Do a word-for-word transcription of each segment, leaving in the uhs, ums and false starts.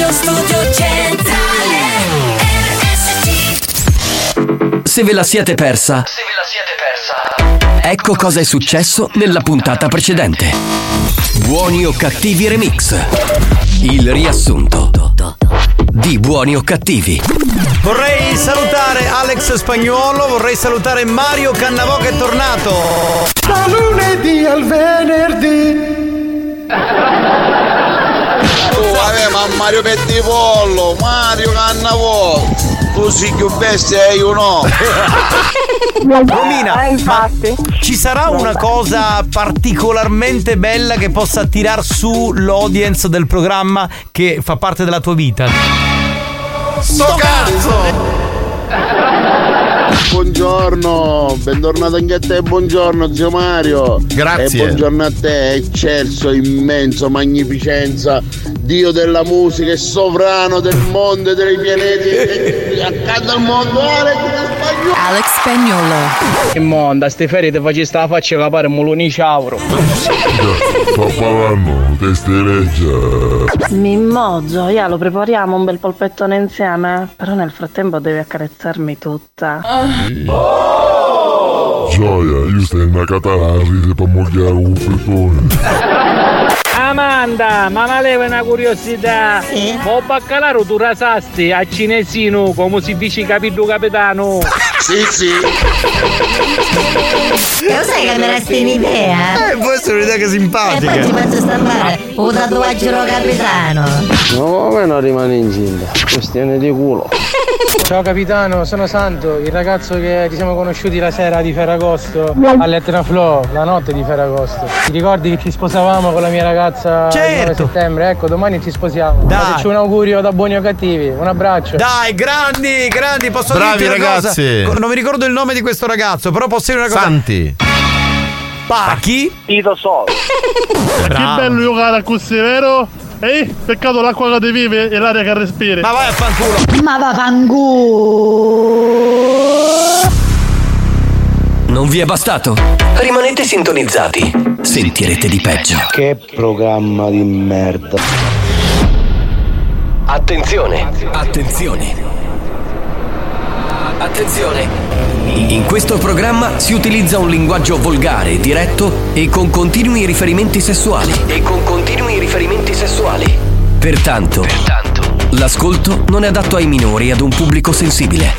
Nello studio centrale R S C. Se ve la siete persa, Se ve la siete persa, ecco cosa è successo nella puntata precedente. Buoni o cattivi remix. Il riassunto di Buoni o cattivi. Vorrei salutare Alex Spagnuolo, vorrei salutare Mario Cannavò che è tornato. Da lunedì al venerdì. Oh, vabbè, ma Mario Pettipollo, Mario Cannavò, tu sei più bestia e io no. Romina, ma ci sarà una cosa particolarmente bella che possa tirar su l'audience del programma che fa parte della tua vita? Sto cazzo! Buongiorno, bentornato anche a te, buongiorno zio Mario. Grazie. E buongiorno a te, eccelso, immenso, magnificenza, Dio della musica e sovrano del mondo e dei pianeti, accanto al mondo, Alex Spagnuolo. Alex Spagnuolo. Che mondo, ste ferie ti facci sta faccia capare moloni ciauro. Sto parlando, teste legge. Mimmoggio, io lo prepariamo un bel polpettone insieme, però nel frattempo devi accarezzarmi tutta. Oh! Gioia, io stai in una catana a ridere per mogliare un polpettone. Amanda, ma ma leva una curiosità. Sì? Ma baccalaro tu rasasti a cinesino come si dice capito capitano? Sì, sì. Lo sai che me la stai un'idea? Eh, può essere un'idea che simpatica. E poi ci faccio stampare un tatuaggio lo capitano. No, ma non rimane incinta. Questione di culo. Ciao capitano, sono Santo, il ragazzo che ci siamo conosciuti la sera di Ferragosto all'Etna Flow, la notte di Ferragosto. Ti ricordi che ci sposavamo con la mia ragazza certo. il nove settembre? Ecco, domani ci sposiamo. Dai. Fateci un augurio da buoni o cattivi, un abbraccio. Dai, grandi, grandi, posso Bravi dirti una ragazzi. cosa? Non mi ricordo il nome di questo ragazzo, però posso dire una cosa. Santi. Pachi? Io so. Che bello giocare così, vero? Ehi, peccato l'acqua che ti vive e l'aria che respiri. Ma vai a fanculo. Ma va fanculo. Non vi è bastato? Rimanete sintonizzati. Sentirete di peggio. Che programma di merda. Attenzione. Attenzione. Attenzione. In questo programma si utilizza un linguaggio volgare, diretto e con continui riferimenti sessuali. E con continui riferimenti sessuali. Pertanto, Pertanto, l'ascolto non è adatto ai minori e ad un pubblico sensibile.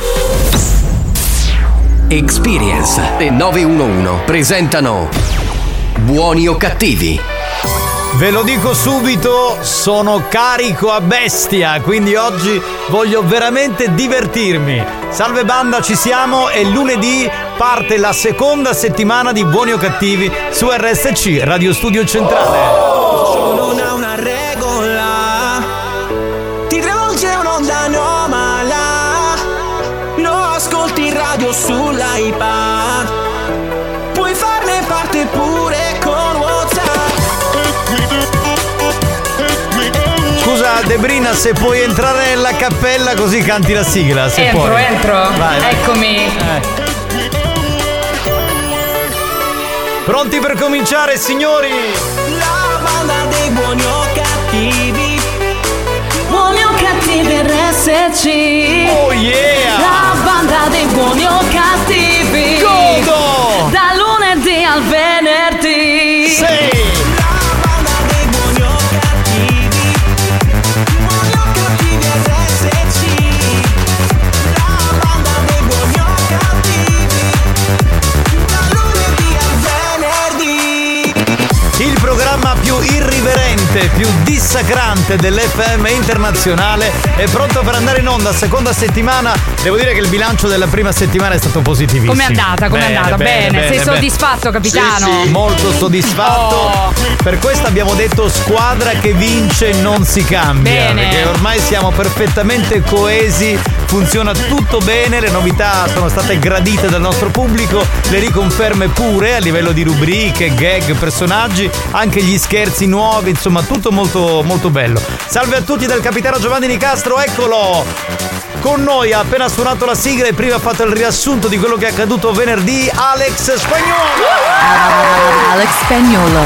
Experience e nove uno uno presentano Buoni o cattivi? Ve lo dico subito, sono carico a bestia, quindi oggi voglio veramente divertirmi. Salve banda, ci siamo e lunedì parte la seconda settimana di Buoni o cattivi su R S C, Radio Studio Centrale. Non ha una regola, ti travolge un'onda anomala, lo ascolti in radio sull'iPad, puoi farne parte pure con WhatsApp. Scusa Debrina, se puoi entrare nella cappella così canti la sigla, se entro, puoi. entro. Vai, vai. Eccomi. Eh. Pronti per cominciare, signori? La banda dei buoni o cattivi. Buoni o cattivi R S C. Oh yeah! La banda dei buoni o cattivi. Godo! Da lunedì al venerdì. Sì! Il programma più irriverente, più dissacrante dell'F M internazionale è pronto per andare in onda, seconda settimana. Devo dire che il bilancio della prima settimana è stato positivissimo. Com'è andata? Com'è Bene, andata? bene, Bene, bene, sei bene. soddisfatto, capitano? Sì, sì, molto soddisfatto. Oh. Per questo abbiamo detto squadra che vince non si cambia. Bene. Perché ormai siamo perfettamente coesi, funziona tutto bene, le novità sono state gradite dal nostro pubblico, le riconferme pure a livello di rubriche, gag, personaggi, anche gli scherzi nuovi, insomma tutto molto molto bello. Salve a tutti dal capitano Giovanni Nicastro, eccolo! Con noi ha appena suonato la sigla e prima ha fatto il riassunto di quello che è accaduto venerdì, Alex Spagnuolo! Alex Spagnuolo.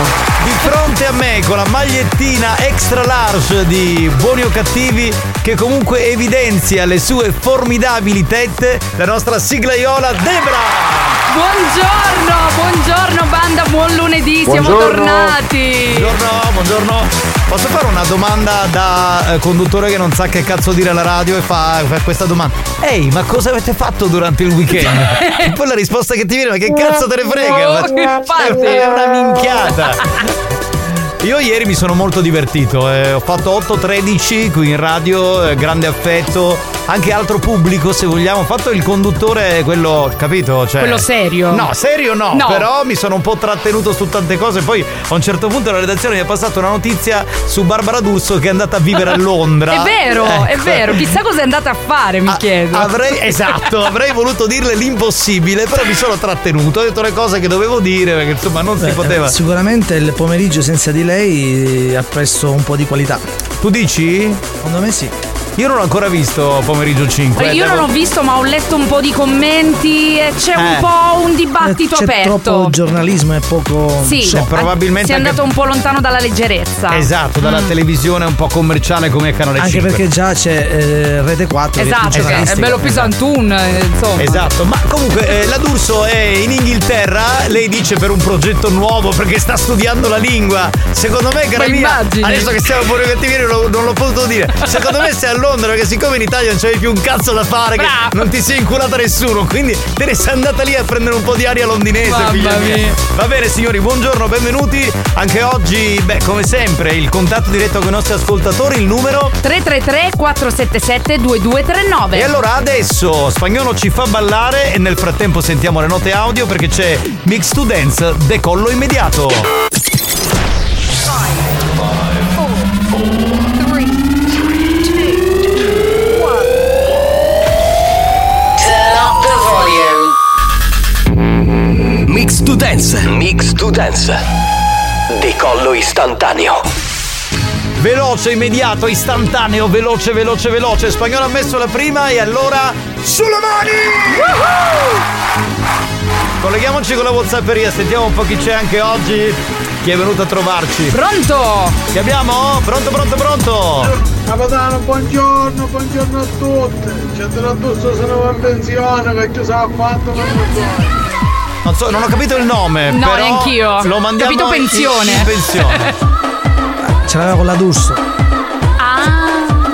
Di fronte a me con la magliettina extra large di Buoni o Cattivi, che comunque evidenzia le sue formidabili tette, la nostra siglaiola Debra. Buongiorno, buongiorno banda, buon lunedì, Buongiorno. siamo tornati. Buongiorno, buongiorno. Posso fare una domanda da eh, conduttore che non sa che cazzo dire alla radio e fa, fa questa domanda? Ehi, ma cosa avete fatto durante il weekend? E poi la risposta che ti viene, ma che cazzo te ne frega? Oh, infatti. È una minchiata. Io ieri mi sono molto divertito, eh, ho fatto otto tredici qui in radio, eh, grande affetto, anche altro pubblico se vogliamo, ho fatto il conduttore, quello, capito? Cioè, Quello serio? No, serio no, No. però mi sono un po' trattenuto su tante cose, poi a un certo punto la redazione mi ha passato una notizia su Barbara D'Urso che è andata a vivere a Londra. È vero, Ecco. è vero, chissà cosa è andata a fare, mi chiedo. Avrei, esatto, avrei voluto dirle l'impossibile, però mi sono trattenuto, ho detto le cose che dovevo dire, perché insomma non si Beh, poteva. Sicuramente il pomeriggio senza di lei ha preso un po' di qualità. Tu dici? Secondo me sì. Io non ho ancora visto Pomeriggio cinque. Io non ho visto, ma ho letto un po' di commenti e c'è Eh. un po' un dibattito C'è aperto. troppo giornalismo e poco. Sì, Cioè, probabilmente si è anche- andato un po' lontano dalla leggerezza. Esatto, dalla Mm. televisione un po' commerciale come Canale Anche cinque. perché già c'è eh, Rete quattro. che è più Esatto, che è giornalistica. bello pesantun, eh, insomma. Esatto, ma comunque eh, la D'Urso è in Inghilterra, lei dice per un progetto nuovo perché sta studiando la lingua. Secondo me, cara Ma mia, immagini. adesso che siamo fuori cattivieri non, non l'ho potuto dire. Secondo me sei a Londra perché siccome in Italia non c'avevi più un cazzo da fare, che Bravo. non ti sei inculata nessuno, quindi te ne sei andata lì a prendere un po' di aria londinese, Mamma figlia mia. mia. Va bene signori, buongiorno, benvenuti. Anche oggi, beh, come sempre, il contatto diretto con i nostri ascoltatori, il numero tre tre tre quattro sette sette due due tre nove. E allora adesso Spagnolo ci fa ballare e nel frattempo sentiamo le note audio perché c'è Mix to Dance, decollo immediato. Mix to Dance. Mix to Dance. Decollo istantaneo. Veloce, immediato, istantaneo, veloce, veloce, veloce. Spagnolo ha messo la prima e allora sulle mani! Colleghiamoci con la WhatsApperia, sentiamo un po' chi c'è anche oggi, chi è venuto a trovarci. Pronto? Chi abbiamo? Pronto, pronto, pronto? Capitano, buongiorno, buongiorno a tutti. C'è dell'addosso se ne va in pensione che ci sa fatto per noi. Non so, non ho capito il nome, No, però neanch'io. lo mandiamo Capito in- pensione. in pensione. Ce l'aveva con la D'Urso. Ah.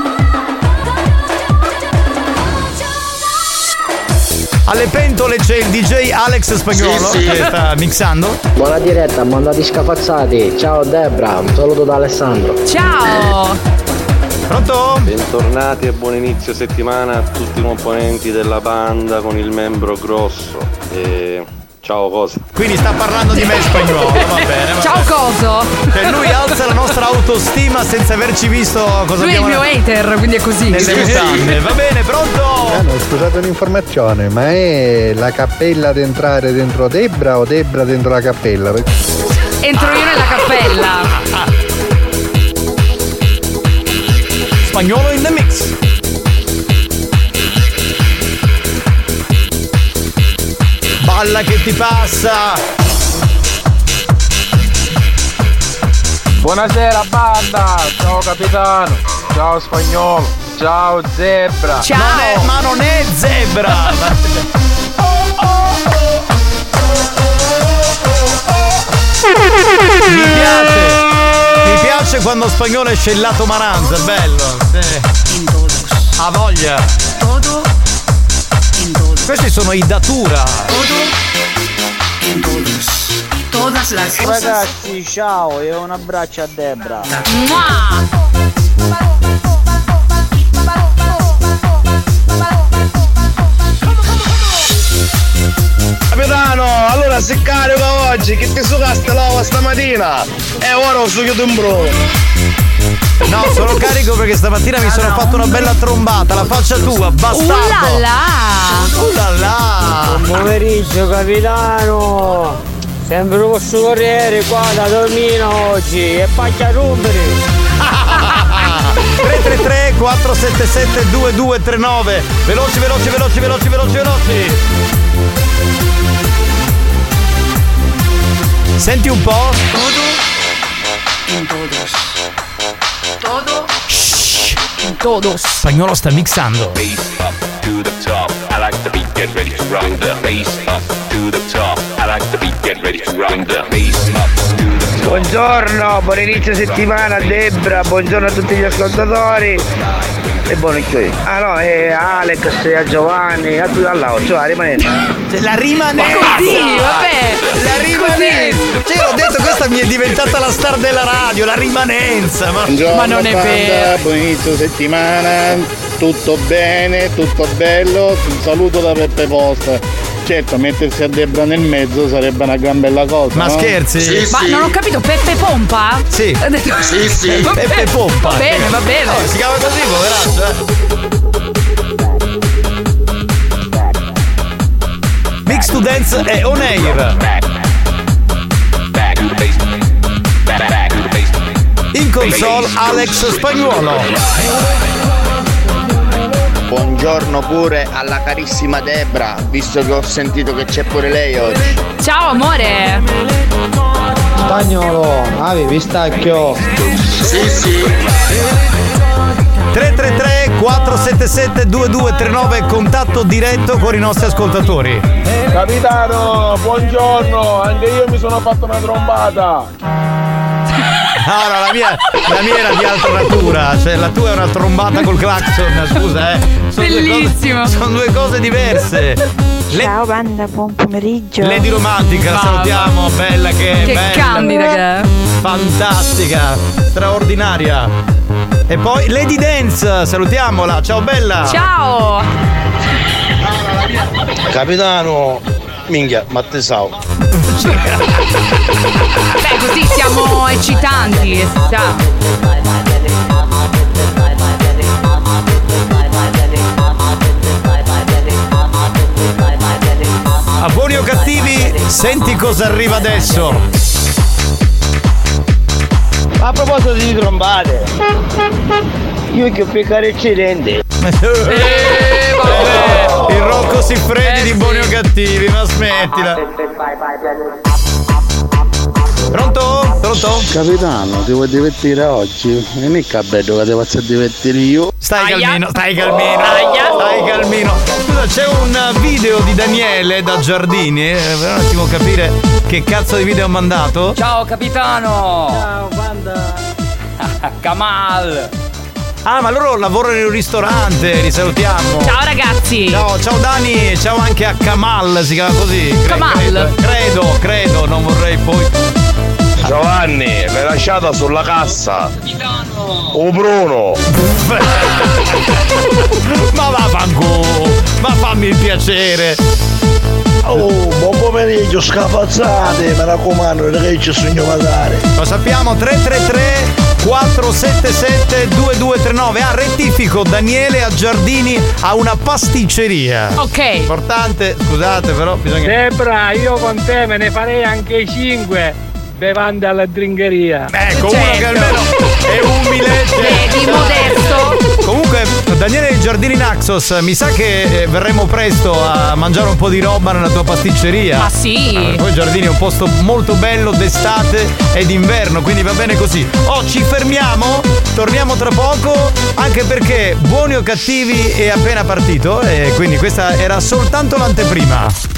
Alle pentole c'è il D J Alex Spagnolo Sì, sì. che sta mixando. Buona diretta, mandati scafazzati. Ciao Debra, un saluto da Alessandro. Ciao. Pronto? Bentornati e buon inizio settimana a tutti i componenti della banda con il membro grosso. E ciao cosa. Quindi sta parlando di me Spagnolo, va bene. va Ciao bene. coso. Cioè lui alza la nostra autostima senza averci visto cosa Lui è il abbiamo mio hater, quindi è così. nelle mutande. Va bene, pronto? Eh, no, scusate un'informazione, ma è la cappella ad entrare dentro Debra o Debra dentro la cappella? Entro io nella cappella. Spagnolo in the mix. Balla che ti passa. Buonasera banda, ciao capitano, ciao Spagnolo, ciao Zebra. Ciao. Non è, ma non è Zebra. Mi piace. Mi piace quando Spagnolo esce il lato Maranza, è bello. Sì. Ha voglia. Todo en todos. Questi sono i Datura. Todo en todos. Todas las cosas. Ragazzi, ciao e un abbraccio a Debra. Mua. Capitano, allora se carico oggi che ti succaste l'uovo stamattina e ora ho succhiato un bruno. No, sono carico perché stamattina mi sono fatto una bella trombata, la faccia tua, bastardo. Ullala. Ullala. Buon pomeriggio capitano. Sempre lo posso corriere qua da Dormino oggi e pacchia numeri. tre tre tre quattro sette sette due due tre nove. Veloci, veloci, veloci, veloci, veloci, veloci. Senti un po'. En todos. Todo. Shh. En todos. Spagnolo sta mixando. Bass up to the top. I like the beat, get ready to rock the bass up to the top. I like the beat, get ready to rock the bass up to the top. Buongiorno, buon inizio settimana Debra, buongiorno a tutti gli ascoltatori. E buon qui. Ah no, e a Alex e a Giovanni, a tutti all'altro, cioè la rimanenza. La rimanenza! Ma così, vabbè! La rimanenza! Cioè, ho detto questa mi è diventata la star della radio, la rimanenza! Ma, Buongiorno, ma non è banda, vero! Buon inizio settimana, tutto bene, tutto bello, un saluto da Peppe Posta. Certo, mettersi a Debra nel mezzo sarebbe una gran bella cosa. Ma no? scherzi? Sì, Ma sì. non ho capito, Peppe Pompa? Sì. Ha detto... Sì, sì. Va Peppe bene, Pompa. Va bene, va bene. No, si chiama così, poveraccio, eh. Mix to Dance è on air. In console Alex Spagnuolo. Buongiorno pure alla carissima Debra, visto che ho sentito che c'è pure lei oggi. Ciao amore. Spagnolo, avevi stacchio? Sì, sì. tre tre tre quattro sette sette due due tre nove, contatto diretto con i nostri ascoltatori. Capitano, buongiorno, anche io mi sono fatto una trombata. No, no, la mia, la mia era di altra natura, cioè la tua è una trombata col clacson, scusa, eh. Sono Bellissimo. Due cose, sono due cose diverse. Le, Ciao banda, buon pomeriggio. Lady Romantica, la Mamma. salutiamo, bella che è. Che bella. candida che è. Fantastica, straordinaria. E poi Lady Dance, salutiamola, ciao bella. Ciao. Capitano, minchia, ma te sao. Beh, così siamo eccitanti. Ciao. A buoni o cattivi, senti cosa arriva adesso. A proposito di trombate, io che peccare eccellente. Eh, vabbè. Il Rocco Siffredi Eh, di sì. Buoni o Cattivi, ma smettila. Pronto? Pronto? Capitano, ti vuoi divertire oggi? E mica bello che ti faccio divertire io. Stai Aia. calmino, stai calmino, Aia. stai calmino. Scusa, c'è un video di Daniele da Giardini, eh, per un attimo capire che cazzo di video ha mandato. Ciao capitano! Ciao banda. Kamal! Ah, ma loro lavorano in un ristorante, li salutiamo. Ciao ragazzi. Ciao, ciao Dani, ciao anche a Kamal, si chiama così. Cre- Kamal. Credo, credo, credo, non vorrei poi. Giovanni, mi hai lasciata sulla cassa. O Bruno. Ma va fanculo, ma fammi il piacere. Oh, buon pomeriggio, scafazzate, mi raccomando, che ci sogno magari. Lo sappiamo, tre tre tre quattro sette sette due due tre nove. Ah, rettifico, Daniele a Giardini ha una pasticceria. Ok. Importante, scusate però bisogna. Debra, io con te me ne farei anche cinque. Bevande alla dringeria. Ecco, uno Certo. che almeno è umile. Vedi, modesto. Comunque, Daniele Giardini Naxos, mi sa che eh, verremo presto a mangiare un po' di roba nella tua pasticceria. Ma sì. Eh, poi Giardini è un posto molto bello d'estate e d'inverno, quindi va bene così. Oh, ci fermiamo, torniamo tra poco, anche perché Buoni o Cattivi è appena partito e quindi questa era soltanto l'anteprima.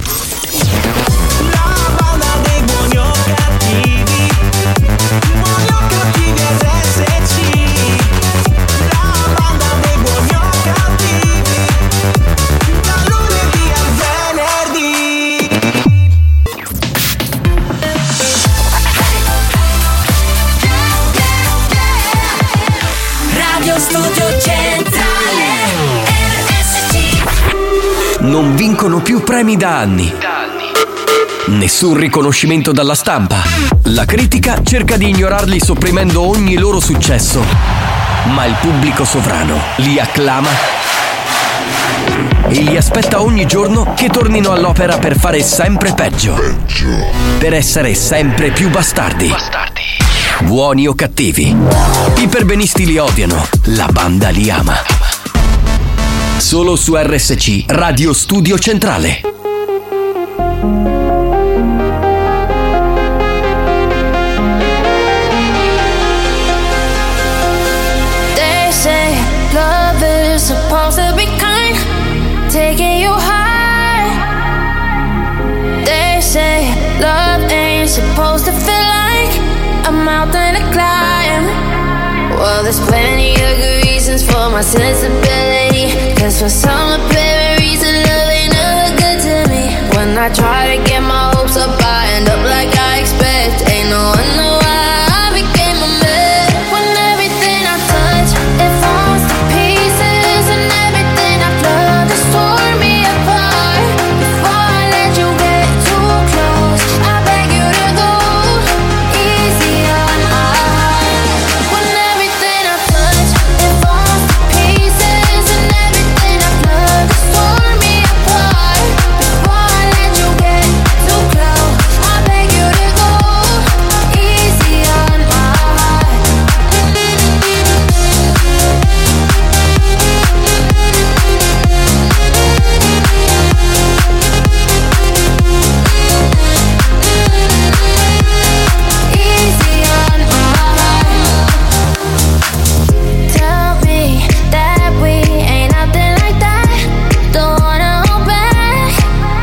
Radio Studio Centrale R S C. Non vincono più premi da anni. Nessun riconoscimento dalla stampa. La critica cerca di ignorarli sopprimendo ogni loro successo. Ma il pubblico sovrano li acclama e li aspetta ogni giorno che tornino all'opera per fare sempre peggio. Per essere sempre più bastardi. Buoni o cattivi. I perbenisti li odiano, la banda li ama. Solo su R S C Radio Studio Centrale. mountain to climb. Well, there's plenty of good reasons for my sensibility. Cause for some apparent reason, love ain't never good to me. When I try to get my hopes up, I end up like I expect. Ain't no wonder why I became a mess. When everything I touch, it falls to pieces. And everything I've loved has torn me apart. Before I let you get too close, I beg you to go easy on my heart. When everything I touch, it falls to pieces. And everything I've loved has torn me apart. Before I let you get too close, I beg you to go easy on my heart. Easy on my heart. Tell me that we ain't nothing like that. Don't wanna hold back.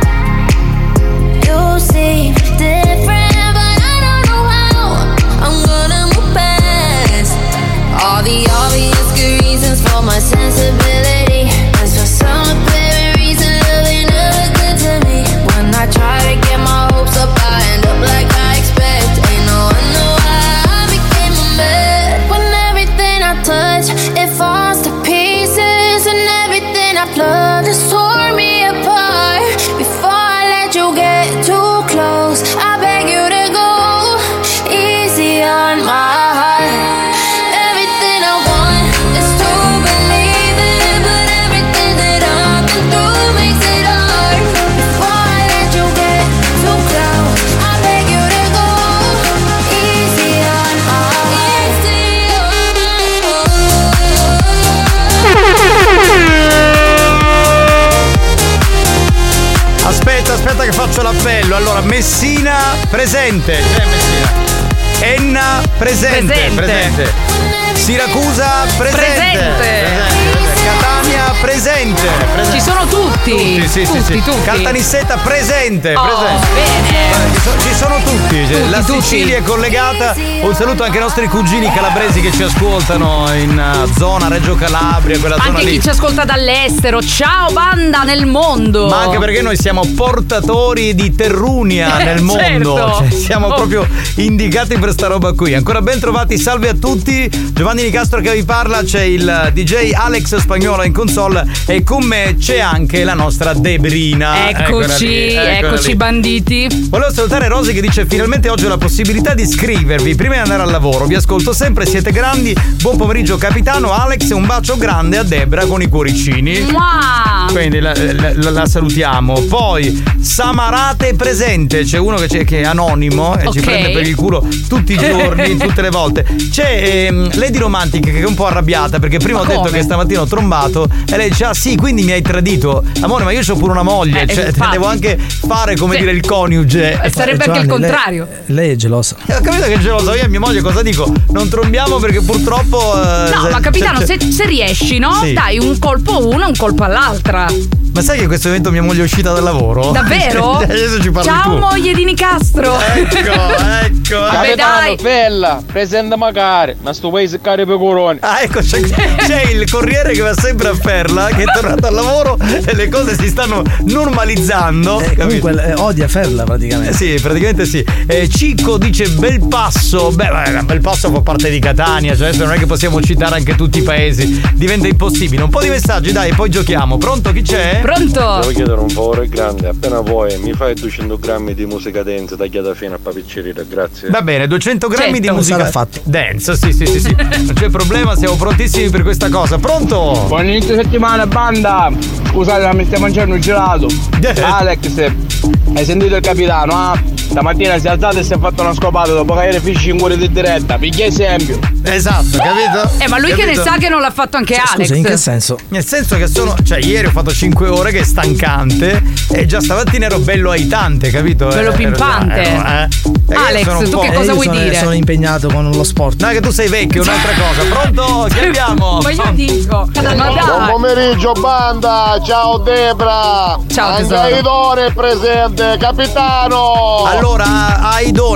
You seem different, but I don't know how I'm gonna move past all the obvious good reasons for my sensibility. Cause for some apparent reason, love ain't never good to me. When I try to get my hopes up, I end up like I expect. Ain't no wonder why I became a mess. When everything I touch, it falls to pieces. And everything I've loved has torn me apart. Before I let you get too close, I beg you to go easy on my heart. Everything I want is to believe it, but everything that I've been through makes it hard. Before I let you get too close, I beg you to go easy on my heart. Easy on Aspetta, aspetta che faccio l'appello. Allora, Messina presente. C'è Messina. Enna presente. Presente. Presente. Siracusa presente. Presente. Presente. Catania presente. Presente. Ci sono tutti. Tutti, sì, tutti, sì, sì. tutti. Caltanissetta presente. Oh, presente. bene. Ci sono, ci sono tutti. Tutti, La tutti. Sicilia è collegata. Un saluto anche ai nostri cugini calabresi che ci ascoltano in uh, zona Reggio Calabria, quella zona Anche lì. chi ci ascolta dall'estero. Ciao banda nel mondo. Ma anche perché noi siamo portatori di terrunia Eh, nel mondo. certo. Cioè, siamo Oh. proprio indicati per sta roba qui. Ancora ben trovati, salve a tutti. Giovanni Nicastro che vi parla, c'è il D J Alex Spagnola in console e con me c'è anche la nostra Debrina. Eccola Eccoci, lì, eccola eccoci lì. banditi. Volevo salutare Rosy che dice: finalmente oggi ho la possibilità di scrivervi prima di andare al lavoro. Vi ascolto sempre, siete grandi. Buon pomeriggio capitano Alex e un bacio grande a Debra con i cuoricini. Mua! Quindi la, la- la- la salutiamo. Poi Samarate presente. C'è uno che, c'è, che è anonimo e ci Ok. prende per il culo tutti i giorni, tutte le volte. C'è ehm, Lady Romantic che è un po' arrabbiata perché prima Ma ho detto come? che stamattina ho trombato e lei dice: ah sì, quindi mi hai tradito. Amore, ma io c'ho pure una moglie, Eh, cioè infatti. devo anche fare come Sì. dire il coniuge. Eh, Sarebbe anche il Giovanni, lei- contrario. Lei, è gelosa. Eh, Ho capito che è geloso, io a mia moglie cosa dico? Non trombiamo perché purtroppo. eh, No, se- ma capitano, se- se, se riesci, no? Sì. Dai un colpo a una, un colpo all'altra. Ma sai che in questo momento mia moglie è uscita dal lavoro? Davvero? Adesso ci parli Ciao tu. moglie di Nicastro. Ecco, ecco. Vabbè, Capitano, dai. bella, presenta magari, ma sto paese cari pecoroni. Ah, ecco, c'è, c'è il corriere che va sempre a Ferla, che è tornato al lavoro e le cose si stanno normalizzando. Eh, capito? comunque eh, odia Ferla praticamente. Eh sì, praticamente sì. Eh, Cicco dice bel passo. Beh, vabbè, bel passo fa parte di Catania, cioè adesso non è che possiamo citare anche tutti i paesi. Diventa impossibile. Un po' di messaggi, dai, poi giochiamo. Pronto? Chi c'è? Pronto? Devo chiedere un favore grande, appena vuoi mi fai duecento grammi di musica dance tagliata fino a papiccerire, grazie. Va bene, duecento grammi Certo. di musica Sarà fatto. dance. Sì, sì, sì, sì. Non c'è problema, siamo prontissimi per questa cosa. Pronto? Buon inizio settimana, banda! Scusate, ma mi stai mangiando un gelato. Eh. Alex, hai sentito il capitano, ah? Stamattina si è alzato e si è fatto una scopata dopo che era fisci in cuore di diretta. Piglia esempio. Esatto, capito? Eh, ma lui che ne Capito? sa che non l'ha fatto anche Alex. Scusa, in che senso? Nel senso che sono. Cioè, ieri ho fatto cinque ore che è stancante. E già stamattina ero bello aitante, capito? Bello Eh, pimpante. ero- eh. E io Alex, sono un tu po'- che Eh, cosa io vuoi sono, dire? sono impegnato con lo sport. No, che tu sei vecchio, è un'altra cosa. Pronto? Chi abbiamo? Ma io dico, ma Buon dai. pomeriggio banda, ciao Debra. Ciao, Anche tesoro. Aidone è presente, capitano. Allora, Aidone, Aidone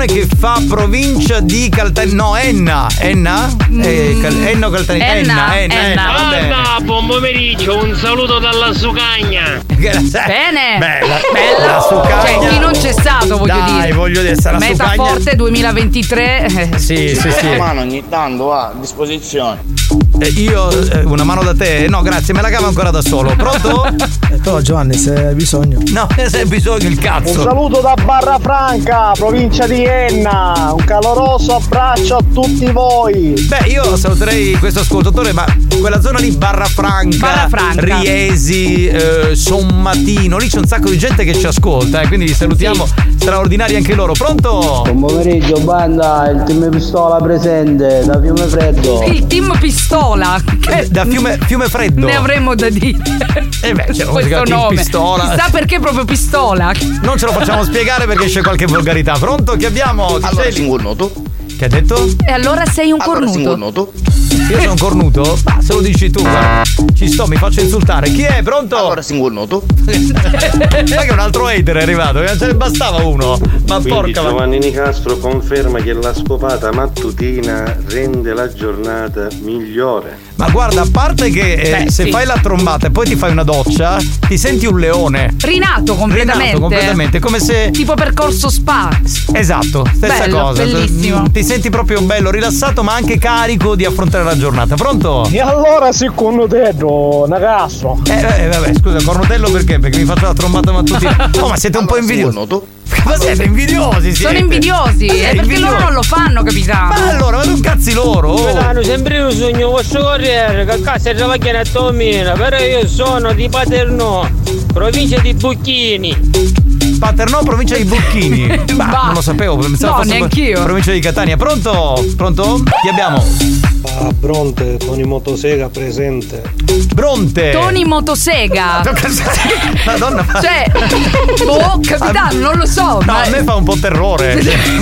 canzone che fa provincia di Caltanissetta. No, Enna. Enna? Mm. Eh, Cal- Enno Caltanissetta. Enna, Enna, Enna. Enna. Anna, buon pomeriggio, un saluto dalla Sucagna. Bene. Bella. Bella. La Sucagna. Cioè, chi non c'è stato, voglio Dai, dire. voglio dire, sarà Metaforte Sucagna. duemilaventitré. Sì, sì, sì. Una mano ogni tanto va a disposizione. Eh, io eh, una mano da te? No, grazie, me la cavo ancora da solo. Pronto? E tu Giovanni, se hai bisogno. No, se hai bisogno il cazzo. Un saluto da Barra Franca, provincia di Enna. Un caloroso abbraccio a tutti voi. Beh, io saluterei questo ascoltatore, ma quella zona lì, Barra Franca, Barra Franca. Riesi, eh, Sommatino, lì c'è un sacco di gente che ci ascolta, eh, quindi vi salutiamo, sì. Straordinari anche loro. Pronto? Buon pomeriggio, banda, il team Pistola presente da Fiume Freddo. Il team Pistola. Che da Fiume, Fiume Freddo. Ne avremmo da dire. Eh beh, c'è questo nome. Pistola. Chissà perché proprio Pistola. Non ce lo facciamo spiegare perché c'è qualche volgarità. Pronto? Chi abbiamo? Chi allora sei? sei un cornuto? Che ha detto? E allora sei un allora cornuto. Sei un cornuto? Io sono un cornuto? Ma se lo dici tu, guarda. Ci sto, mi faccio insultare. Chi è? Pronto? Allora sei un cornuto? Ma che un altro hater è arrivato, ce ne bastava uno. Ma Quindi porca Giovanni Nicastro conferma che la scopata mattutina rende la giornata migliore. Ma guarda, a parte che eh, Beh, se sì. fai la trombata e poi ti fai una doccia, ti senti un leone. Rinato completamente. Rinato completamente, come se. Tipo percorso spa. Esatto, stessa Bello, cosa. bellissimo. Ti senti proprio bello, rilassato, ma anche carico di affrontare la giornata. Pronto? E allora sei cornutello, ragazzo. Eh, eh vabbè, scusa, cornutello perché? Perché mi faccio la trombata mattutina. Oh, ma siete un allora, po' invidiosi. Ma siete invidiosi, siete. Sono invidiosi, Ma è sei perché invidioso. loro non lo fanno, capitano. Ma allora, ma tu cazzi loro? Oh. Capitano, sempre io sogno vostro corriere, che cazzo è travagliare a Tomina, però io sono di Paternò, provincia di Bucchini. Paternò, provincia di Bocchini. Bah, Bah. non lo sapevo, pensavo No, fosse neanch'io. provincia di Catania. Pronto? Pronto? Chi abbiamo? A Bronte, Tony Motosega presente. Bronte! Tony Motosega. Madonna, ma- Cioè, boh, capitano, non lo so. No, ma a me fa un po' terrore.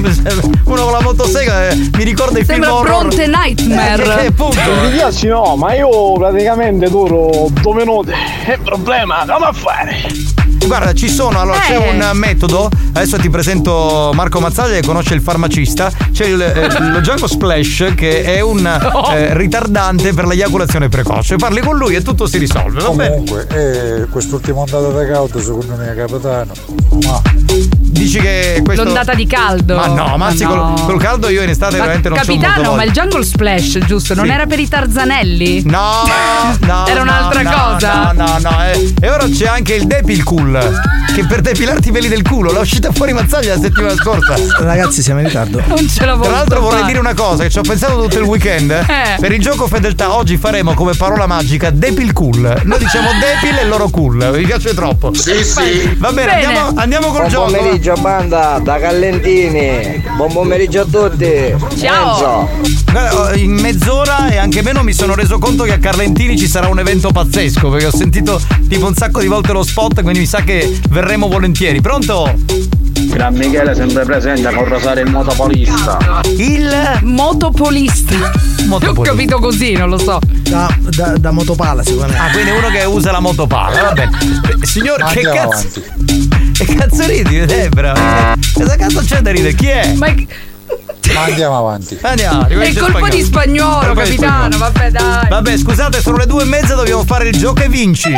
Uno con la motosega eh, mi ricorda i film sembra horror. Bronte Nightmare. Eh, che, che appunto. Mi piace no, ma io praticamente duro due minuti. È un problema, come a fare? Guarda, ci sono, allora Eh. c'è un metodo. Adesso ti presento Marco Mazzaglia che conosce il farmacista. C'è il, eh, lo Django Splash che è un eh, ritardante per l'eiaculazione precoce. Parli con lui e tutto si risolve, va bene? Comunque, eh, quest'ultima ondata da cauto secondo me è capitano. Ma Dici che questo. L'ondata di caldo. Ma no, ma anzi, Ma no. Col, col caldo io in estate Ma veramente non c'ho molto capitano, voglia. ma il Jungle Splash, giusto? Non Sì. era per i Tarzanelli? No, no. Era no, un'altra no, cosa? No, no, no. eh. E ora c'è anche il Depil Cool. Che per depilarti i peli del culo l'ha uscita fuori Mazzaglia la settimana scorsa. Ragazzi, siamo in ritardo. Non ce la Tra l'altro vorrei dire una cosa che ci ho pensato tutto il weekend. Eh. Per il gioco fedeltà oggi faremo come parola magica Depil Cool. Noi diciamo Depil e loro cool. Mi piace troppo. Sì, sì. Va bene, Bene. andiamo, andiamo col Buon gioco. pomeriggio banda da Callentini. Buon pomeriggio a tutti. Ciao. Enzo. Guarda, in mezz'ora e anche meno mi sono reso conto che a Carlentini ci sarà un evento pazzesco, perché ho sentito tipo un sacco di volte lo spot, quindi mi sa che verremo volentieri. Pronto? Gran Michele sempre presente con Rosario il motopolista. Il Motopolista. Ho capito così, non lo so. Da, da, da motopala sicuramente. Ah, quindi uno che usa la motopala, va bene. Eh, Signor, Ma che andiamo cazzo? avanti. Che cazzo ridi, Debra? Cosa cazzo c'è da ridere? Chi è? Ma è, Ma andiamo avanti. Andiamo, è il colpo di spagnolo, Colpo di capitano. spagnolo. Vabbè, dai. Vabbè, scusate, sono le due e mezza, dobbiamo fare il gioco e vinci.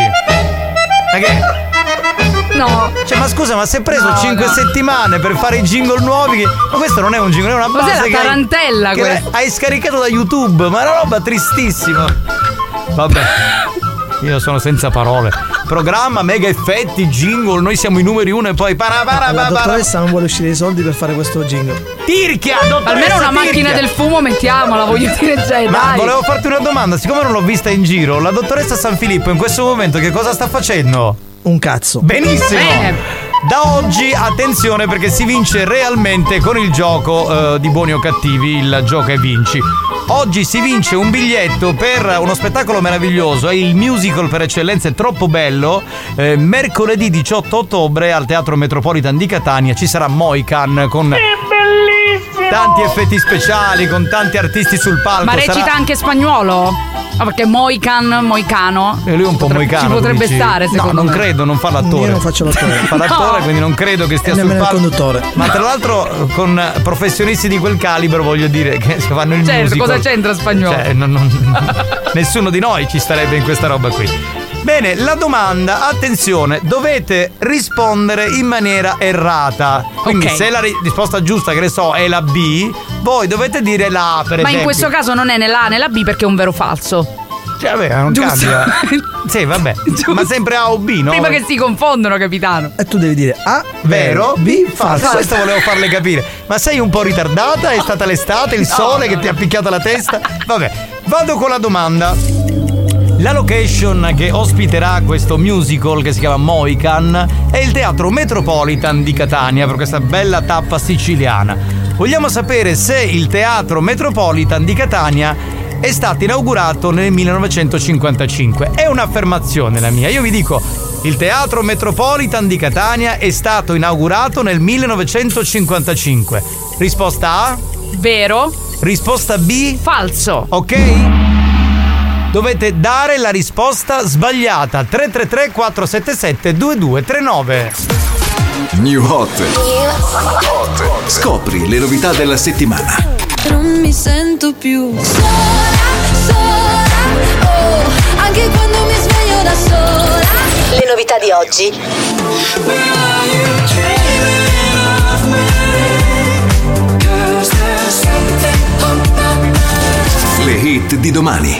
Ma che? No. Cioè, ma scusa, ma si è preso No, cinque no. settimane per fare i jingle nuovi? Che... Ma questo non è un jingle, è una Cos'è base la che hai- tarantella che questa? hai scaricato da YouTube, ma è una roba tristissima. Vabbè. Io sono senza parole. Programma, mega effetti, jingle, noi siamo i numeri uno e poi para para La para. dottoressa non vuole uscire i soldi per fare questo jingle. Tirchia, dottoressa, Almeno una tirchia. macchina del fumo mettiamola, voglio dire già, Ma dai. volevo farti una domanda, siccome non l'ho vista in giro, la dottoressa San Filippo in questo momento che cosa sta facendo? Un cazzo. Benissimo! Bene. Da oggi attenzione perché si vince realmente con il gioco eh, di Buoni o Cattivi, il gioco e vinci. Oggi si vince un biglietto per uno spettacolo meraviglioso, è il musical per eccellenza, è troppo bello. Eh, mercoledì diciotto ottobre al Teatro Metropolitan di Catania ci sarà Moican con Bellissimo! tanti effetti speciali, con tanti artisti sul palco. Ma recita Sarà- anche spagnolo? Ah, perché Moican, Moicano. E lui è un po' potrebbe, moicano. Ci potrebbe dici? stare, secondo no, me. non credo, non fa l'attore. Io non faccio l'attore. Fa l'attore, No. quindi non credo che stia E sul nemmeno il palco. conduttore. Ma tra l'altro con professionisti di quel calibro voglio dire che se fanno il Certo, musical. cosa c'entra Spagnolo? Cioè, non, non, nessuno di noi ci starebbe in questa roba qui. Bene, la domanda, attenzione, dovete rispondere in maniera errata. Quindi Ok. se la ri- risposta giusta, che ne so, è la B, voi dovete dire la A, per Ma esempio. in questo caso non è né la A né la B perché è un vero o falso. Cioè, vabbè, non Giusto. cambia. Sì, vabbè. Ma sempre A o B, no? Prima che si confondono, capitano. E tu devi dire A, Vero? B, Falso. falso. Questo volevo farle capire. Ma sei un po' ritardata? È stata l'estate, il sole che ti ha picchiato la testa? Vabbè, vado con la domanda. La location che ospiterà questo musical che si chiama Moican è il Teatro Metropolitan di Catania per questa bella tappa siciliana. Vogliamo sapere se il Teatro Metropolitan di Catania è stato inaugurato nel millenovecentocinquantacinque. È un'affermazione la mia. Io vi dico, il Teatro Metropolitan di Catania è stato inaugurato nel millenovecentocinquantacinque. Risposta A? Vero. Risposta B? Falso. Ok? Dovete dare la risposta sbagliata. tre tre tre quattro sette sette due due tre nove. New Hot. Scopri le novità della settimana. Non mi sento più sola, sola, oh, anche quando mi sveglio da sola. Le novità di oggi. Le hit di domani.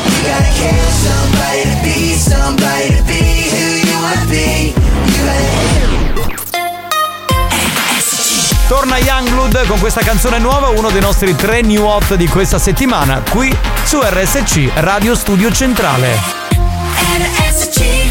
Torna Youngblood con questa canzone nuova, uno dei nostri tre new hot di questa settimana, qui su R S C Radio Studio Centrale. R S C.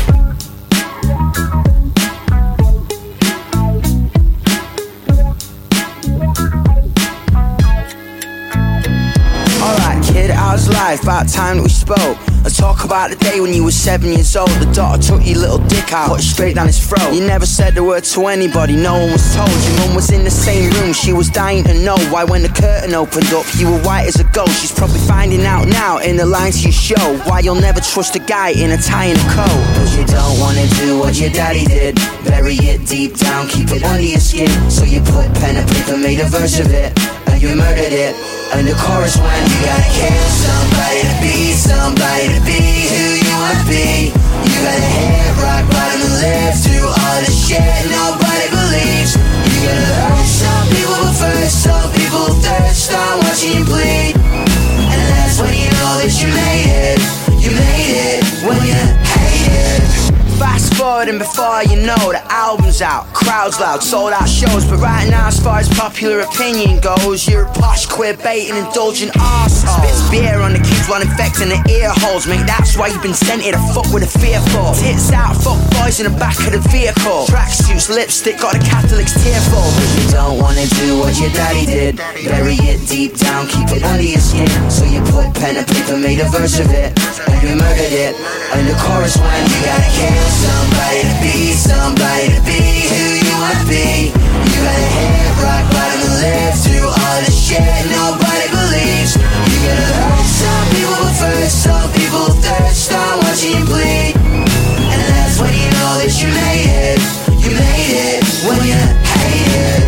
Alright, kid, how's life? About time that we spoke. Let's talk about the day when you were seven years old. The daughter took your little dick out, put it straight down his throat. You never said a word to anybody, no one was told. Your mum was in the same room, she was dying to know why when the curtain opened up, you were white as a ghost. She's probably finding out now in the lines to your show why you'll never trust a guy in a tie and a coat. Cause you don't wanna do what your daddy did. Bury it deep down, keep it under your skin. So you put pen and paper, made a verse of it, and you murdered it. And the chorus went, you gotta kill somebody to be somebody to be who you wanna be. You gotta hit rock bottom and live through all the shit nobody believes. You gotta hurt some people but first some people thirst on watching you bleed. And that's when you know that you made it. You made it when you hate it. Fast forward and before you know the album's out, crowds loud, sold out shows. But right now as far as popular opinion goes, you're a posh, queer baiting, indulgent arsehole. Spits beer on the kids while infecting the ear holes. Mate, that's why you've been sent here to fuck with a fearful. Tits out, fuck boys in the back of the vehicle. Tracksuits, lipstick, got the Catholics tearful. Cause you don't wanna do what your daddy did. Bury it deep down, keep it under your skin. So you put pen and paper, made a verse of it, and you murdered it. And the chorus went, you gotta kill somebody to be somebody to be who you wanna be. You gotta hit rock bottom and live through all the shit nobody believes. You gotta hurt some people but first some people thirst on watching you bleed. And that's when you know that you made it. You made it when you hate it.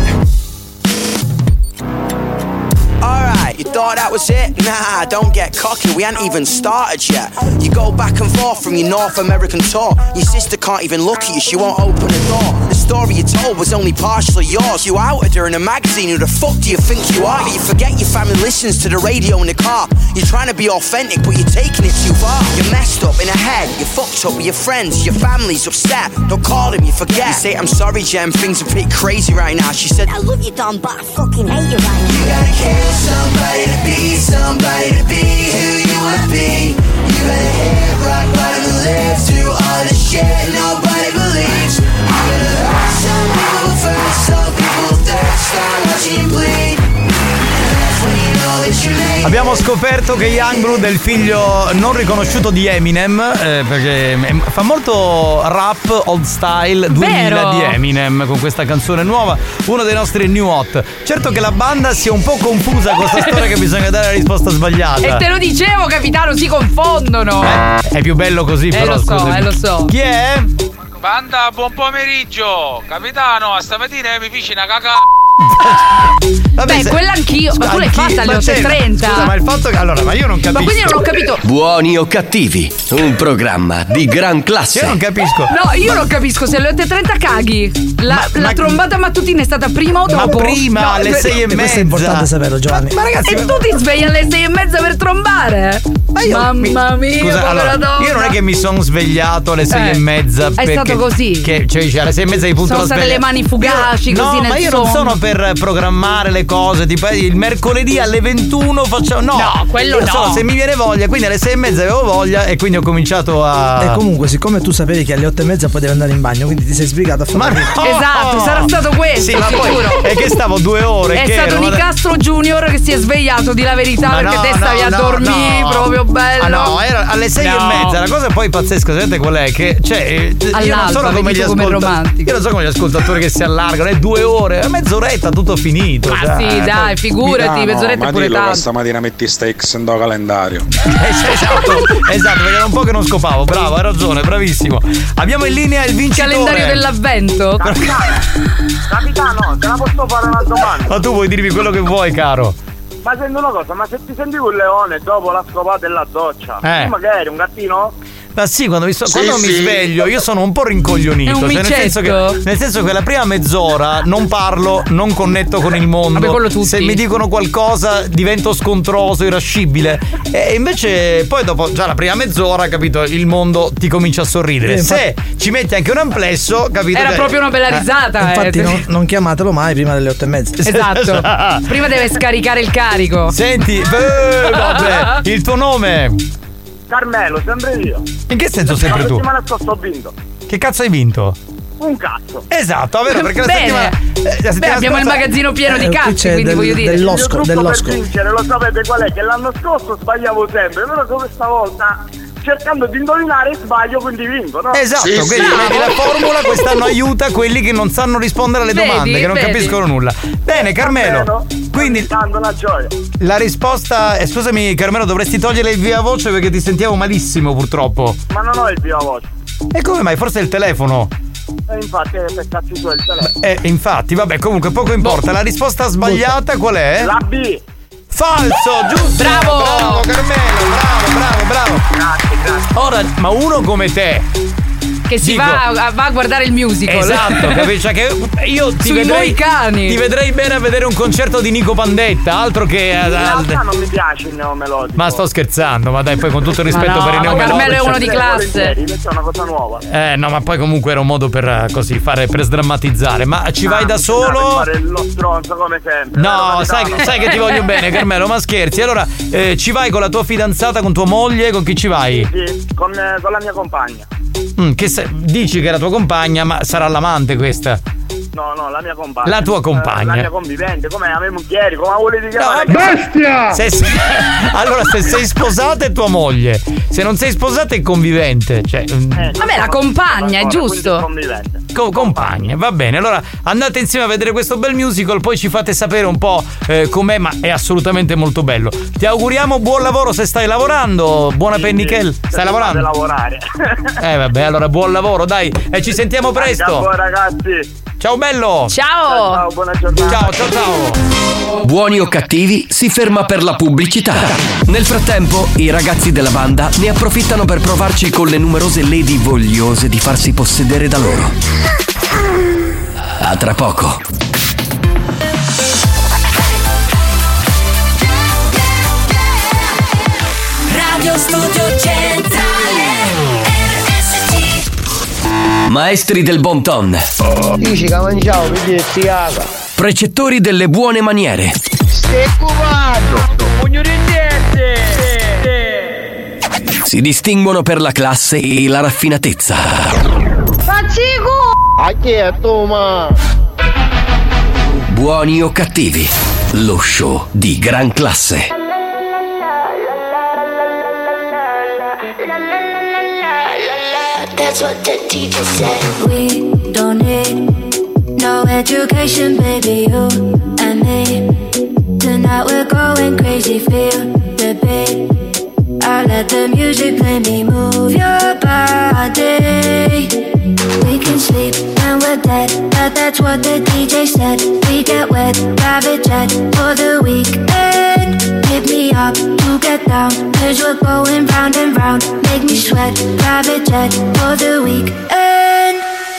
Alright, you thought that was it? Nah, don't get cocky, we ain't even started yet. You go back and forth from your North American tour. Your sister can't even look at you, she won't open the door. The story you told was only partially yours. You outed her in a magazine, who the fuck do you think you are? You forget your family listens to the radio in the car. You're trying to be authentic, but you're taking it too far. You're messed up in the head, you're fucked up with your friends. Your family's upset, don't call them, you forget. You say, I'm sorry Jem, things are a bit crazy right now. She said, I love you Don, but I fucking hate you right now. You gotta kill somebody to be somebody to be who you wanna be. You gotta hit rock bottom and live through all the shit nobody believes. You gotta hurt some people first, some people thirst on watching you bleed. And that's when you know that Abbiamo scoperto che Youngblood è il figlio non riconosciuto di Eminem, eh, perché fa molto rap old style duemila Vero? di Eminem con questa canzone nuova, uno dei nostri new hot. Certo che la banda si è un po' confusa con questa storia che bisogna dare la risposta sbagliata. E te lo dicevo, capitano, si confondono. Eh, è più bello così, Eh, però lo so, scusami. eh, lo so. Chi è? Banda, buon pomeriggio! Capitano, stamattina mi feci una caca. Vabbè, Beh, se- quella anch'io. Ma tu l'hai Anch'io- fatta alle ma otto e certo, trenta. Scusa, ma il fatto che. Allora, ma io non capisco. Ma quindi non ho capito. Buoni o cattivi, un programma di gran classe. Io non capisco. No, io non capisco se alle otto e trenta caghi. La, Ma- la ma- trombata mattutina è stata prima o Ma dopo? prima, No, alle que- sei e mezza. Questo è importante saperlo, Giovanni. Ma ragazzi, E tu ti svegli alle sei e mezza per trombare? Ma io Mamma mi- mia, Scusa, povera allora, donna. io non è che mi sono svegliato alle sei Eh, e mezza. è perché, stato così. Che, cioè, dice, alle sei e mezza di punto Sono la state sveglia. le mani fugaci, Io- così no, nel ma io non sonno. sono per programmare le cose. Tipo, eh, il mercoledì alle ventuno facciamo. No, No, quello io so, no. se mi viene voglia, quindi alle sei e mezza avevo voglia e quindi ho cominciato a. E comunque, siccome tu sapevi che alle otto e mezza potevi andare in bagno, quindi ti sei sbrigato a fare. Ma no! Esatto, sarà stato questo, Sì, ma poi sicuro. è che stavo due ore. È che stato ero, ma- Nicastro Junior che si è svegliato, di la verità, Ma perché no, te no, stavi a no, dormire, no. proprio bello. Ah no, era alle sei No. e mezza. La cosa poi pazzesca, sapete qual è? Che cioè, eh, io non All'alba, sono come vedi gli tu com'è ascoltatori. romantico. Io non so come gli ascoltatori che si allargano, è due ore, è mezz'oretta, tutto finito. Ma cioè, sì, dai, figurati, mezz'oretta è pure dillo che tanto. stamattina metti Steaks in do calendario. Eh, esatto, esatto, perché era un po' che non scopavo. Bravo, hai ragione, bravissimo. Abbiamo in linea il vincitore. Calendario dell'avvento. Capitano, te la posso fare una domanda? Ma tu vuoi dirmi quello che vuoi, caro? Ma senti una cosa, ma se ti sentivo un leone dopo la scopata della doccia, Eh. tu magari un gattino? Ma sì, quando mi, so- Sì, quando mi sì. sveglio io sono un po' rincoglionito. È un cioè, nel, senso micetto. che, nel senso che la prima mezz'ora non parlo, non connetto con il mondo. Vabbè, quello tutti. Se mi dicono qualcosa divento scontroso, irascibile. E invece poi dopo già la prima mezz'ora, capito, il mondo ti comincia a sorridere. Eh, Se ci metti anche un amplesso, capito? Era che- proprio una bella Eh, risata. eh. Infatti, non, non chiamatelo mai prima delle otto e mezza. Esatto. Prima deve scaricare il carico. Senti, eh, vabbè, il tuo nome? Carmelo, sempre io. In che senso sempre La tu? settimana scorsa ho vinto. Che cazzo hai vinto? Un cazzo. Esatto, vero? Perché la Bene. settimana. eh, la Beh, settimana abbiamo il scorsa- magazzino pieno di Eh, qui cazzi, c'è quindi del- voglio dire. dell'osco, Il trucco dell'osco. per vincere, lo sapete qual è? Che l'anno scorso sbagliavo sempre, però questa volta cercando di indovinare sbaglio, quindi vinco, no? Esatto, Sì, quindi sì. vedi, la formula quest'anno aiuta quelli che non sanno rispondere alle Vedi, domande, che non vedi. capiscono nulla. Bene, Carmelo. Quindi Tanto una gioia. la risposta è, scusami Carmelo, dovresti togliere il via voce perché ti sentiamo malissimo purtroppo. Ma non ho il viva voce. E come mai? Forse è il telefono. E infatti è per cazzi tu il telefono. Eh, infatti, vabbè, comunque poco importa. La risposta sbagliata qual è? La B. Falso, giusto? Bravo! Bravo Carmelo, bravo, bravo, bravo. Grazie, grazie. Ora, ma uno come te. Che si Dico- va a, va a guardare il musical. Esatto, capisci? Cioè che io ti Sui vedrei Moicani. Ti vedrei bene a vedere un concerto di Nico Pandetta, altro che In ad- realtà non mi piace il neomelodico. Ma sto scherzando, ma dai, poi con tutto il rispetto Ma no, per i ma neomelodici. Carmelo è uno di classe. Volentieri, questa è una cosa nuova. Eh no, ma poi comunque era un modo per eh, così fare, per sdrammatizzare. Ma ci vai da Per solo? fare lo stronzo come sempre. No, vero, sai, capitano? sai che ti voglio bene, Carmelo, ma scherzi. Allora, eh, ci vai con la tua fidanzata, con tua moglie, con chi ci vai? Sì, con, eh, con la mia compagna. Mm, che se- dici che è la tua compagna, ma sarà l'amante questa? No, no, la mia compagna. La tua compagna. Eh, la mia convivente, come a me mucchieri, come volevi No, chiamare? vabbè. Se sei- allora, se sei sposata è tua moglie, se non sei sposata è convivente. Cioè, mm, Vabbè, la compagna, è giusto. Convivente. co- compagna, va bene. Allora andate insieme a vedere questo bel musical, poi ci fate sapere un po' eh, com'è, ma è assolutamente molto bello. Ti auguriamo buon lavoro se stai lavorando. Buona Pennichel, stai Se lavorando? dovete lavorare. Eh vabbè, allora buon lavoro, dai, e ci sentiamo Ciao presto. ragazzi. Ciao bello. Ciao. Ciao, buona giornata. Ciao, ciao, ciao. Buoni o cattivi si ferma per la pubblicità. Nel frattempo, i ragazzi della banda ne approfittano per provarci con le numerose lady vogliose di farsi possedere da loro. A tra poco. Radio Studio Centrale R S C. Maestri del bon ton. Dici che mangiavo, mi dici Precettori delle buone maniere. Stai cubando. Pugno di niente. Si distinguono per la classe e la raffinatezza. Faccico. A chi è tu, ma? Buoni o cattivi, lo show di gran classe. That's what the D J said. We don't need no education, baby, you and me. Tonight we're going crazy, feel the beat. I let the music play me, move your body. We can sleep when we're dead, but that's what the D J said. We get wet, private jet for the weekend. Hit me up to get down, cause we're going round and round. Make me sweat, private jet for the weekend.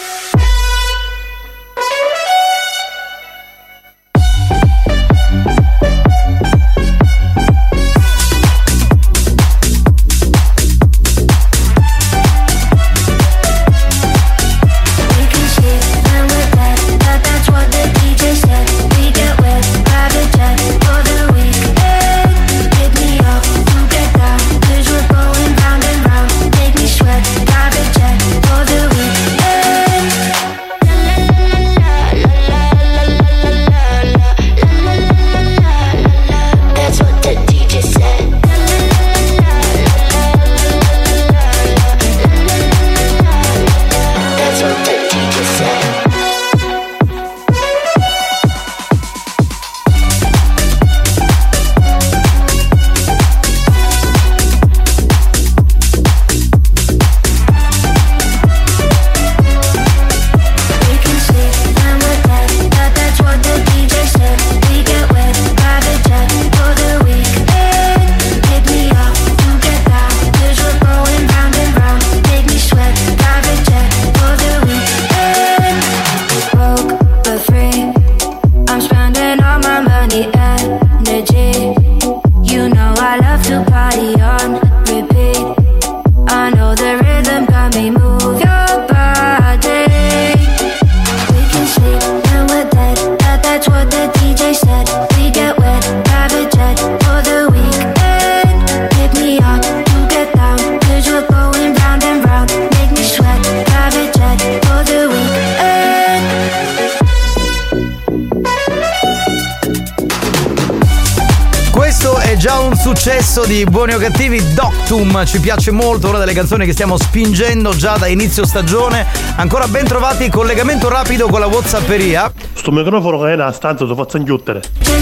Successo di Buoni o Cattivi, Doctum, ci piace molto, una delle canzoni che stiamo spingendo già da inizio stagione. Ancora ben trovati, collegamento rapido con la WhatsApperia. Sto microfono che è nella stanza, ti faccio inchiuttere.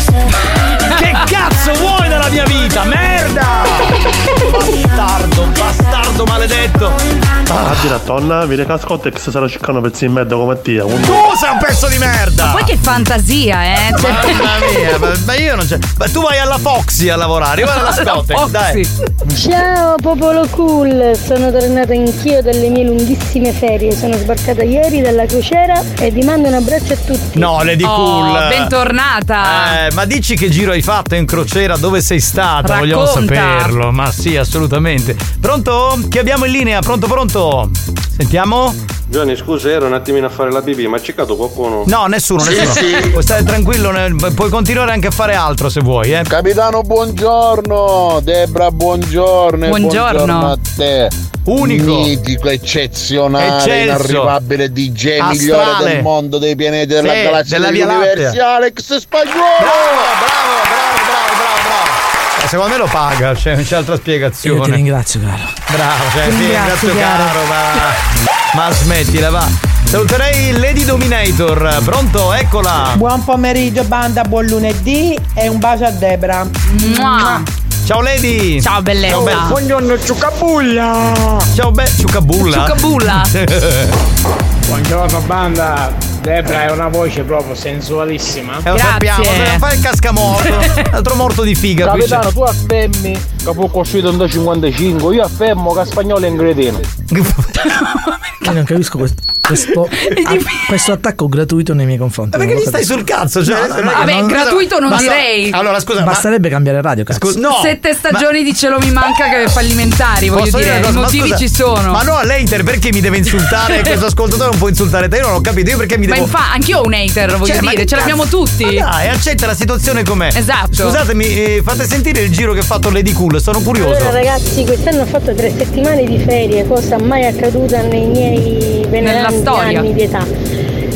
Che cazzo vuoi dalla mia vita? Merda! Bastardo, bastardo maledetto. Ah, a dire a tonna, vedi che Ascoltex sarà cercando pezzi di merda come Mattia. Quindi... Tu sei un pezzo di merda! Ma poi che fantasia, eh? Cioè... Mamma mia, ma, ma io non c'è. Ma tu vai alla Foxy a lavorare, io vado alla Ascoltex, dai. Ciao popolo cool, sono tornata anch'io dalle mie lunghissime ferie. Sono sbarcata ieri dalla crociera e vi mando un abbraccio a tutti. No, Lady oh, Cool. Bentornata. Eh, ma dici che giro hai fatto in crociera, dove sei stata? Racconta. Vogliamo saperlo. Ma sì, assolutamente. Pronto? Chi abbiamo in linea? Pronto, pronto? Sentiamo? Giovanni, scusa, ero un attimino a fare la pipì, ma ha cercato qualcuno? No, nessuno, nessuno. Sì, sì. Puoi stare tranquillo, puoi continuare anche a fare altro se vuoi, eh. Capitano, buongiorno. Debra, buongiorno. Buongiorno. Buongiorno a te. Unico. Mitico, eccezionale, Eccelso. Inarrivabile D J, Astrale. migliore del mondo, dei pianeti, della sì, galassia, della degli universi, Alex Spagnolo. Bravo, bravo, bravo, bravo, bravo, bravo. Secondo me lo paga, cioè non c'è altra spiegazione. Io ti ringrazio, caro. Bravo, cioè Ti ti ringrazio, ringrazio caro, caro. ma, ma smettila, va. Saluterei Lady Dominator, pronto? Eccola. Buon pomeriggio banda, buon lunedì e un bacio a Debra. Mua. Ciao Lady. Ciao bellezza. Ciao, be- Buongiorno ciucabulla. Ciao be- ciucabulla. Ciucabulla. Buongiorno banda. Debra è una voce proprio sensualissima. Eh, lo sappiamo, dobbiamo fare il cascamorto. Altro morto di figa. Capitano, tu affermi che può costruire un cinquantacinque, io affermo che spagnolo è un cretino. Io non capisco questo, questo, a, questo attacco gratuito nei miei confronti. Ma perché gli stai sul cazzo? Cioè, No, no, Vabbè, no, gratuito non basta- direi. Allora, scusa, basterebbe cambiare radio, cazzo. Scusa, no. Sette stagioni di cielo mi manca che fallimentari, voglio Posso dire, una i cosa? Ma motivi scusa, ci sono. Ma no, l'hater perché mi deve insultare? Questo ascoltatore non può insultare te, io non ho capito. Io perché mi Ma devo. infa- anch'io ho un hater, voglio Cioè, ma dire, che ce l'abbiamo cazzo? tutti. Ma dai, accetta la situazione com'è. Esatto. Scusatemi, eh, fate sentire il giro che ha fatto Lady Cool, sono curioso. Allora ragazzi, quest'anno ho fatto tre settimane di ferie, cosa mai accaduta nei miei veneranti storia. anni di età.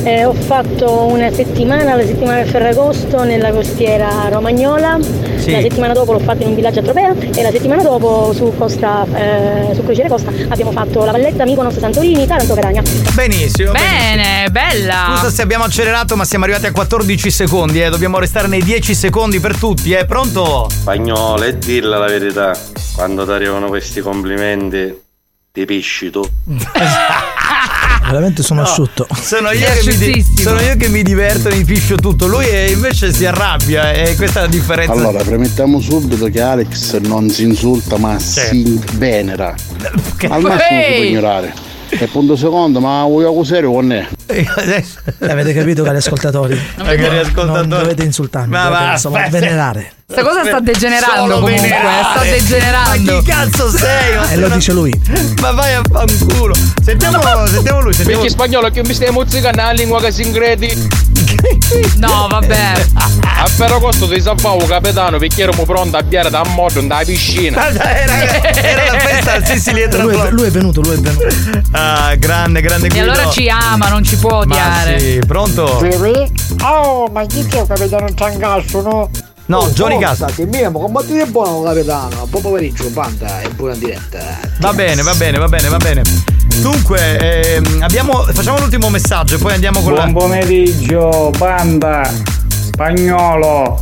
Eh, ho fatto una settimana, la settimana del Ferragosto nella costiera romagnola, Sì. la settimana dopo l'ho fatto in un villaggio a Tropea e la settimana dopo su Costa, eh, su Crociere Costa abbiamo fatto la Valletta, Mykonos, Santorini, Taranto, Catania. Benissimo. Bene, bella. Scusa se abbiamo accelerato, ma siamo arrivati a quattordici secondi, eh. Dobbiamo restare nei dieci secondi per tutti, eh. Pronto? Spagnolo, e dilla la verità, quando ti arrivano questi complimenti ti pisci tu. Veramente sono No, asciutto. Sono io, che mi di- sono io che mi diverto e mi piscio tutto. Lui è- invece si arrabbia, e questa è la differenza. Allora, premettiamo subito che Alex non si insulta ma si venera. Al massimo si può ignorare. E punto secondo, ma voglio accusare con me. Avete capito, cari ascoltatori? Cari ascoltatori. Non dovete insultarmi, Ma dovete va, solo aspetta. venerare. Sta cosa sta degenerando Solo comunque, venerare. sta degenerando. Ma chi cazzo sei? Ma E sei lo una- dice lui. Ma vai a fanculo. Sentiamo, sentiamo lui, sentiamo. Perché spagnolo che mi stai mozzicando la lingua che si ingredi. No, vabbè. A Ferragosto ti salvavo capitano perché ero pronto a biare da modo da piscina. Era, era la festa al Sicily e Lui è, lui è venuto, lui è venuto. Ah, grande, grande E Guido. allora ci ama, non ci può Ma odiare. sì, pronto? Oh, ma chi c'è capitano un trangasso, no? No, Oh, Johnny forza, Gas. Che mio, ma combattete buono capitano. Un po' pomeriggio, banda e pure in diretta. Va bene, va bene, va bene, va bene. Dunque, ehm, abbiamo, facciamo l'ultimo messaggio e poi andiamo con Buon la. pomeriggio, banda, spagnolo.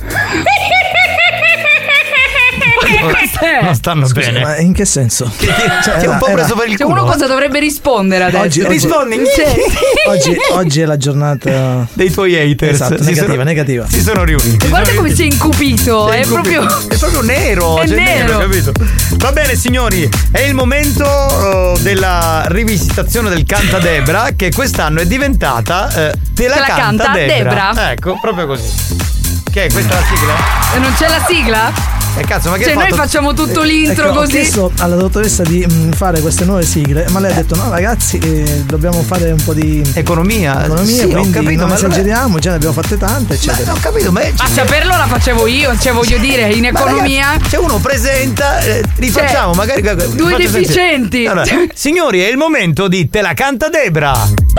Non stanno Scusa, bene. ma in che senso? Ti è un po' era- preso per il Cioè, culo. uno cosa dovrebbe rispondere adesso? Oggi, oggi, Rispondi. oggi, oggi è la giornata dei tuoi haters. Esatto, Si negativa, sono- negativa. Si sono riuniti. Guarda sono come si è incupito, Sei è incupito. proprio. È proprio nero, È cioè nero. capito? Va bene signori, è il momento uh, della rivisitazione del Canta Debra, che quest'anno è diventata uh, Te la, Te la canta, canta Debra. Debra. Ecco, proprio così. Che è questa la sigla? E non c'è la sigla? E cazzo, ma che Cioè, hai noi fatto? facciamo tutto l'intro Ecco, ho così. chiesto alla dottoressa di mh, fare queste nuove sigle, ma lei ha detto no ragazzi, eh, dobbiamo fare un po' di economia. economia, Sì, ho quindi capito, non ma allora- esageriamo, già ne abbiamo fatte tante, eccetera. Ho capito, ma è- Ma saperlo la facevo io, cioè voglio dire, in Ma economia. ragazzi, cioè uno presenta, eh, rifacciamo, Cioè, magari vi due faccio sentire. deficienti. Allora, signori, è il momento di Te la canta Debra.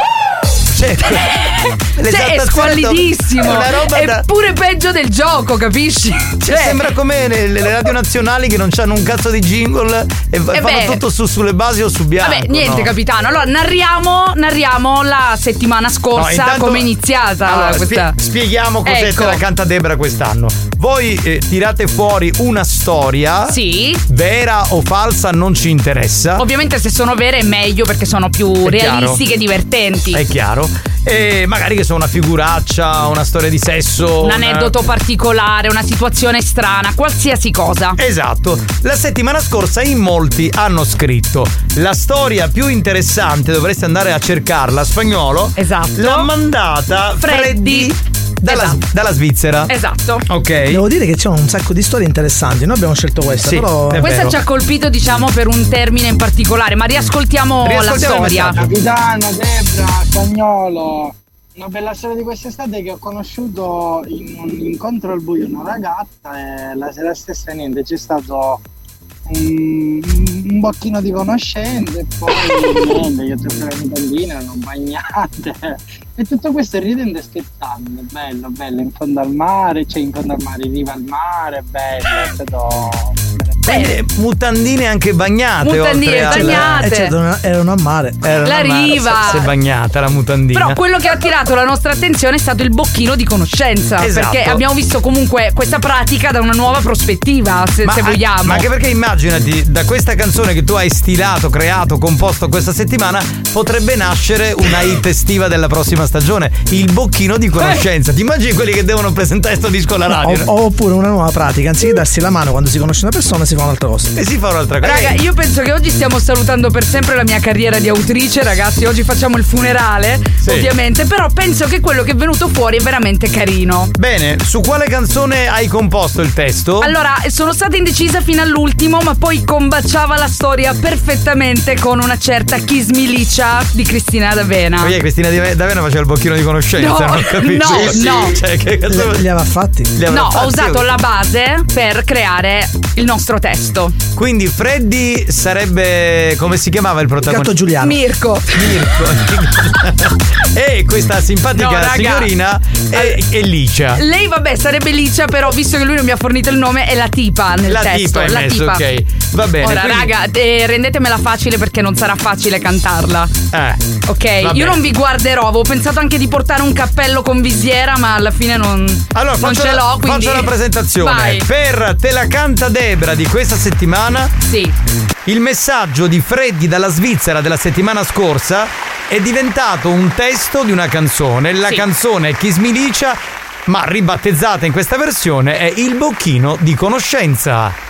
Cioè, Cioè, è l'esaltazione squallidissimo. è una roba È da- pure peggio del gioco, capisci? Cioè, sembra come le, le radio nazionali che non hanno un cazzo di jingle e fanno beh. tutto su, sulle basi o su bianco. Vabbè, niente, no? capitano. Allora, narriamo, narriamo la settimana No, scorsa intanto- come è iniziata Allora, questa. spie- spieghiamo cos'è Ecco. Te la canta Debra quest'anno. Voi eh, tirate fuori una storia. Sì. Vera o falsa non ci interessa. Ovviamente se sono vere è meglio perché sono più È chiaro. realistiche e divertenti. È chiaro. E magari che sono una figuraccia, una storia di sesso. Un una- aneddoto particolare, una situazione strana, qualsiasi cosa. Esatto. La settimana scorsa in molti hanno scritto: la storia più interessante, dovreste andare a cercarla, Spagnolo. Esatto. L'ha mandata Freddy, Freddy. dalla, Esatto. dalla Svizzera. Esatto. Ok. Devo dire che c'è un sacco di storie interessanti. Noi abbiamo scelto questa, Sì, però. è Questa vero. ci ha colpito, diciamo, per un termine in particolare, ma riascoltiamo, Riascoltiamo la il storia. messaggio. Capitano, Debra, spagnolo. Una bella storia di quest'estate è che ho conosciuto in un incontro al buio una ragazza e la sera stessa niente, c'è stato un, un bocchino di conoscenze e poi niente, io ho detto le mutandine, erano bagnate e tutto questo ridendo e scherzando, bello, bello, in fondo al mare, cioè in fondo al mare, in riva al mare, bello, è stato... Quindi, mutandine anche bagnate. Mutandine oltre al- bagnate. Eh, certo, erano a mare. Erano La a mare, riva. Si è bagnata la mutandina. Però quello che ha attirato la nostra attenzione è stato il bocchino di conoscenza. Esatto. Perché abbiamo visto comunque questa pratica da una nuova prospettiva, se, se an- vogliamo. ma anche perché immaginati, da questa canzone che tu hai stilato, creato, composto questa settimana, potrebbe nascere una hit estiva della prossima stagione. Il bocchino di conoscenza. Ti immagini quelli che devono presentare sto disco alla radio? O- o- oppure una nuova pratica, anziché darsi la mano quando si conosce una persona, si fa un'altra cosa. E si fa un'altra cosa. Raga, io penso che oggi stiamo salutando per sempre la mia carriera di autrice, ragazzi. Oggi facciamo il funerale, Sì. ovviamente. Però penso che quello che è venuto fuori è veramente carino. Bene, su quale canzone hai composto il testo? Allora, sono stata indecisa fino all'ultimo, ma poi combaciava la storia perfettamente con una certa Kiss Me Licia di Cristina D'Avena. Perché Cristina D'Avena faceva il bocchino di conoscenza, No, non capisci? no, Sì, sì. no. Cioè, che cazzo Li, li aveva fatti? li avrà No, ho fatti? usato la base per creare il nostro testo. Quindi Freddy sarebbe, come si chiamava il protagonista? Gatto Giuliano. Mirko. Mirko. E questa simpatica No, raga. signorina è, è Licia. Lei vabbè sarebbe Licia, però visto che lui non mi ha fornito il nome è la tipa nel La testo. tipa hai la messo, tipa. ok. Va bene. Ora quindi- raga, eh, rendetemela facile perché non sarà facile cantarla. Eh. Ok, Va io bene. non vi guarderò, avevo pensato anche di portare un cappello con visiera, ma alla fine non, Allora non faccio, ce la, l'ho, quindi faccio la presentazione. Vai. Per Te la canta Debra di questa settimana. Sì. Il messaggio di Freddy dalla Svizzera della settimana scorsa è diventato un testo di una canzone. La Sì. canzone è Kiss Me Licia, ma ribattezzata in questa versione è Il bocchino di conoscenza.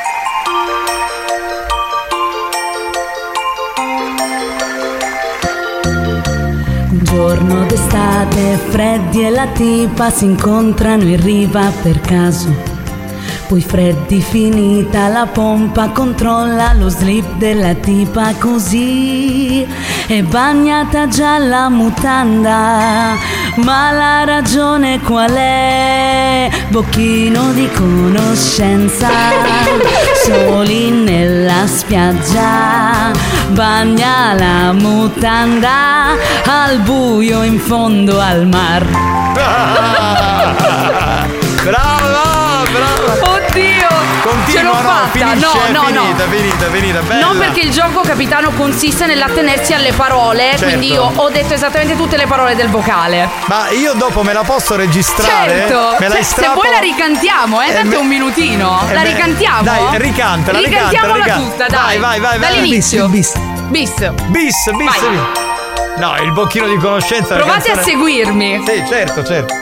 Un giorno d'estate Freddy e la tipa si incontrano in riva per caso. Poi Freddy, finita la pompa, controlla lo slip della tipa così. È bagnata già la mutanda, ma la ragione qual è? Bocchino di conoscenza, soli nella spiaggia. Bagna la mutanda al buio in fondo al mar. Brava, brava. Oddio! Continua, ce l'ho no, fatta! finisce, no, no, finita, no. finita, finita, bella. Non perché il gioco, capitano, consiste nell'attenersi alle parole, Certo. quindi io ho detto esattamente tutte le parole del vocale. Ma io dopo me la posso registrare? Certo! Me la Cioè, se estrapolo- vuoi la ricantiamo, eh, Eh, tanto me- è un minutino. eh, la beh, ricantiamo? dai, ricantala, Ricantiamola ricantala, tutta, ricanta. dai. Vai, vai, vai, vai. Dall'inizio. Bis, Bis. Bis, bis. Vai. No, il bocchino di conoscenza. la Provate a canzone- seguirmi. Sì, certo, certo.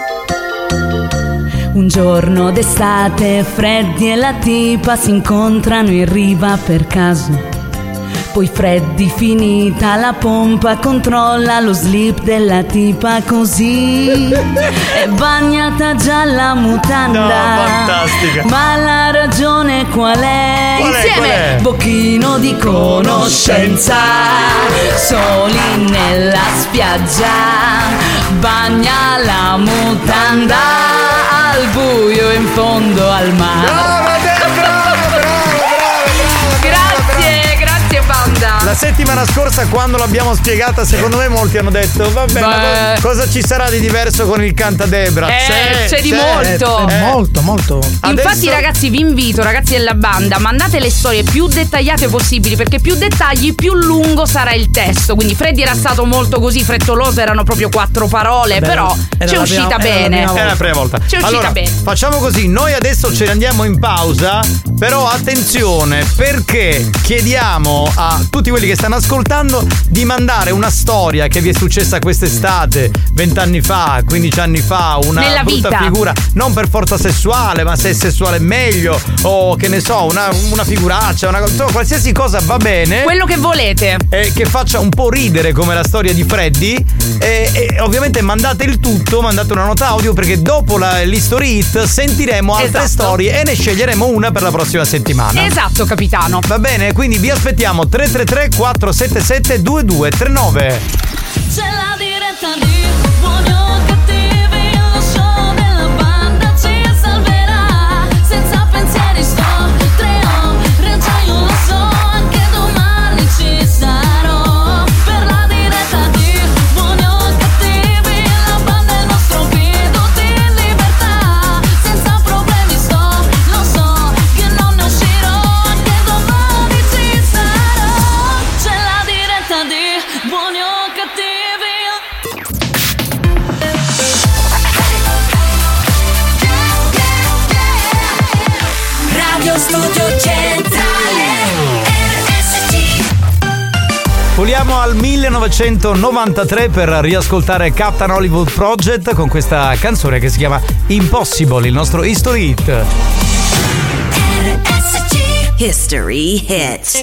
Un giorno d'estate Freddy e la tipa si incontrano in riva per caso. Poi Freddy, finita la pompa, controlla lo slip della tipa così. È bagnata già la mutanda. No, fantastica. Ma la ragione qual è? Qual è, Insieme qual è? bocchino di conoscenza, soli nella spiaggia. Bagna la mutanda al buio in fondo al mare. Brava, Debra, brava, brava, brava. Grazie, grazie banda. La settimana scorsa, quando l'abbiamo spiegata, secondo me molti hanno detto: va bene, Beh. co- cosa ci sarà di diverso con il canta Debra? Eh, c'è di Eh, molto. è molto, molto. Infatti Adesso- ragazzi vi invito, ragazzi della banda, mandate le storie più dettagliate possibili, perché più dettagli più lungo sarà il testo. Quindi Freddy era stato molto così frettoloso, erano proprio quattro parole, Beh, però era c'è la uscita prima- era la bene. prima volta. È la prima volta. C'è uscita allora, bene. facciamo così: noi adesso ce ne andiamo in pausa. Però attenzione, perché chiediamo a tutti quelli che stanno ascoltando di mandare una storia che vi è successa quest'estate, vent'anni fa, quindici anni fa, una Nella brutta vita. figura, non per forza sessuale, ma se è sessuale è meglio, o che ne so, una, una figuraccia, una cosa, insomma, qualsiasi cosa va bene. Quello che volete. Eh, che faccia un po' ridere come la storia di Freddy, e, e ovviamente mandate il tutto, mandate una nota audio, perché dopo la, l'History Hit sentiremo altre Esatto. storie e ne sceglieremo una per la prossima settimana. Esatto, capitano. Va bene, quindi vi aspettiamo tre tre tre quattro sette sette due due tre nove. C'è la diretta di buoni o cattivi, lo show della banda ci salverà. Senza pensieri sto, tre ore, già io lo so, anche domani ci sarò. Per la diretta di buoni o cattivi, la banda è il nostro beat, tutti in libertà. Senza problemi sto, lo so, che non ne uscirò, anche domani ci sarò. C'è la diretta di buoni o cattivi. Radio Studio Centrale R S C. Voliamo al millenovecentonovantatré per riascoltare Captain Hollywood Project con questa canzone che si chiama Impossible, il nostro History Hit. R S C History Hits.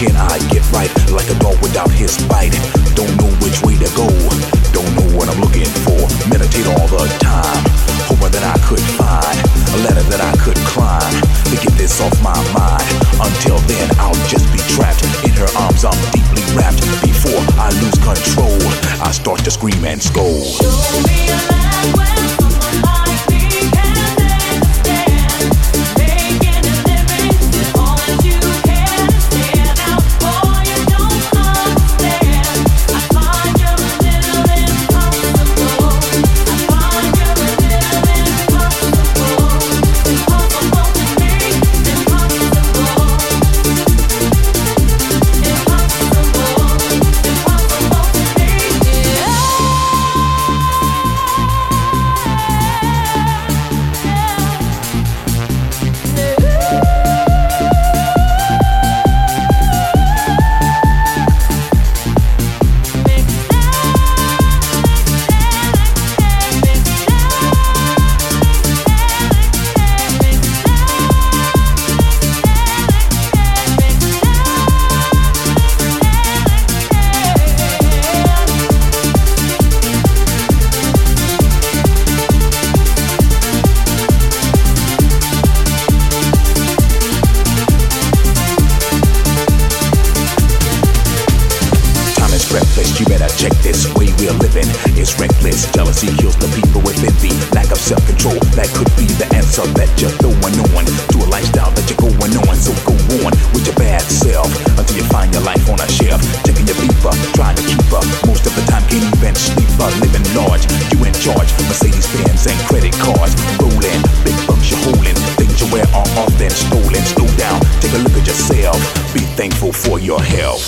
can I get right? Like a dog without his bite. Don't know which way to go. Don't know what I'm looking for. Meditate all the time. Hoping that I could find a ladder that I could climb to get this off my mind. Until then, I'll just be trapped in her arms. I'm deeply wrapped. Before I lose control, I start to scream and scold. Show me a land where someone like me can understand. Making a living with all that you can stand out. Boy, you don't understand. I find you're a little impossible. I find you're a little impossible. Impossible to me. Impossible. Check this way we're living. It's reckless. Jealousy kills the people with envy. Lack of self-control. That could be the answer that you're throwing on to a lifestyle that you're going on. So go on with your bad self until you find your life on a shelf. Checking your beeper, trying to keep up. Most of the time can't even sleep. But living large, you in charge. Mercedes-Benz and credit cards. Rolling, big bucks you're holding. Things you wear are often stolen. Slow down, take a look at yourself. Be thankful for your health.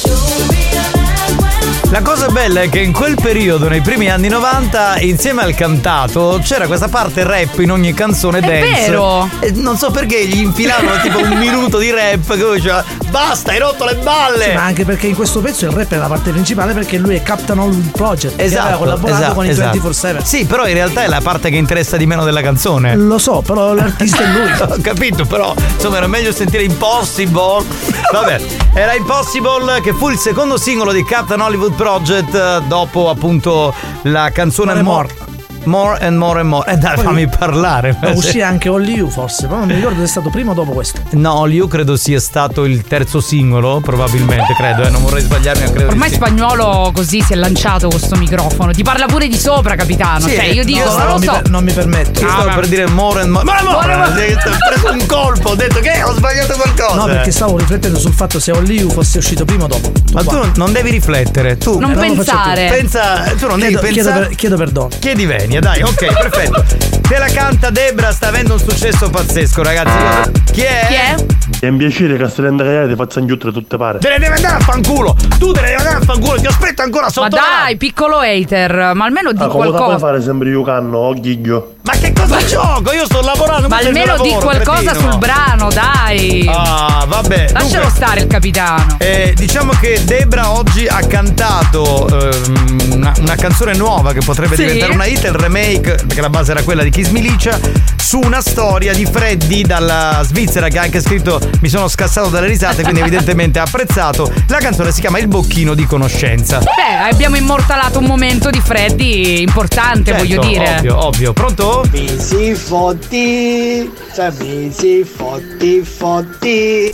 La cosa bella è che in quel periodo, nei primi anni novanta, insieme al cantato, c'era questa parte rap in ogni canzone dance. È vero! E non so perché gli infilavano tipo un minuto di rap che diceva basta, hai rotto le balle! Sì, ma anche perché in questo pezzo il rap è la parte principale, perché lui è Captain Hollywood Project, esatto, che aveva collaborato esatto, con i esatto. ventiquattro sette. Sì, però in realtà è la parte che interessa di meno della canzone. Lo so, però l'artista è lui. Ho capito, però insomma era meglio sentire Impossible. Vabbè, era Impossible, che fu il secondo singolo di Captain Hollywood Project dopo appunto la canzone More, More. More and More and More. Eh dai, fammi parlare. No, uscì anche Only You forse, però non mi ricordo se è stato prima o dopo questo. No, Only You credo sia stato il terzo singolo, probabilmente, credo, eh, non vorrei sbagliarmi, ma credo. Ormai di sì. Spagnolo così si è lanciato con sto microfono. Ti parla pure di sopra, capitano. Sì, cioè, io dico, no, non lo non so. Mi per, non mi permetto. Io Ah, stavo ma... per dire More and More. Ma More, More, More. Ho preso un colpo, ho detto che ho sbagliato qualcosa. No, perché stavo riflettendo sul fatto se Only You fosse uscito prima o dopo. Ma tu non, non devi riflettere, tu Non eh, pensare. Pensa, tu non chiedo, devi chiedo, pensare. per, chiedo perdono. Chiedi venia, dai, ok, perfetto. Te la canta Debra, sta avendo un successo pazzesco, ragazzi. Chi è? Chi è? È un piacere che Castellanda Cagliari ti faccia ingiuttere tutte pare. Te ne devi andare a fanculo! Tu te ne devi andare a fanculo, ti aspetto ancora sotto. Ma dai, piccolo hater, ma almeno di Ah, come puoi qualcosa. fare sempre io canno, oh ghiglio? Ma che cosa gioco? Io sto lavorando. Ma questo è il almeno mio di lavoro, qualcosa cretino. sul brano, dai. Ah, vabbè. Lascialo Dunque, stare il capitano. Eh, diciamo che Debra oggi ha cantato ehm, una, una canzone nuova che potrebbe Sì. diventare una hit, il remake, perché la base era quella di Kiss Milicia, su una storia di Freddy dalla Svizzera, che ha anche scritto mi sono scassato dalle risate, quindi evidentemente ha apprezzato. La canzone si chiama Il bocchino di conoscenza. Beh, abbiamo immortalato un momento di Freddy importante, Certo, voglio dire. Ovvio, ovvio. Pronto? Mi si fotti, cioè mi si fotti, fotti.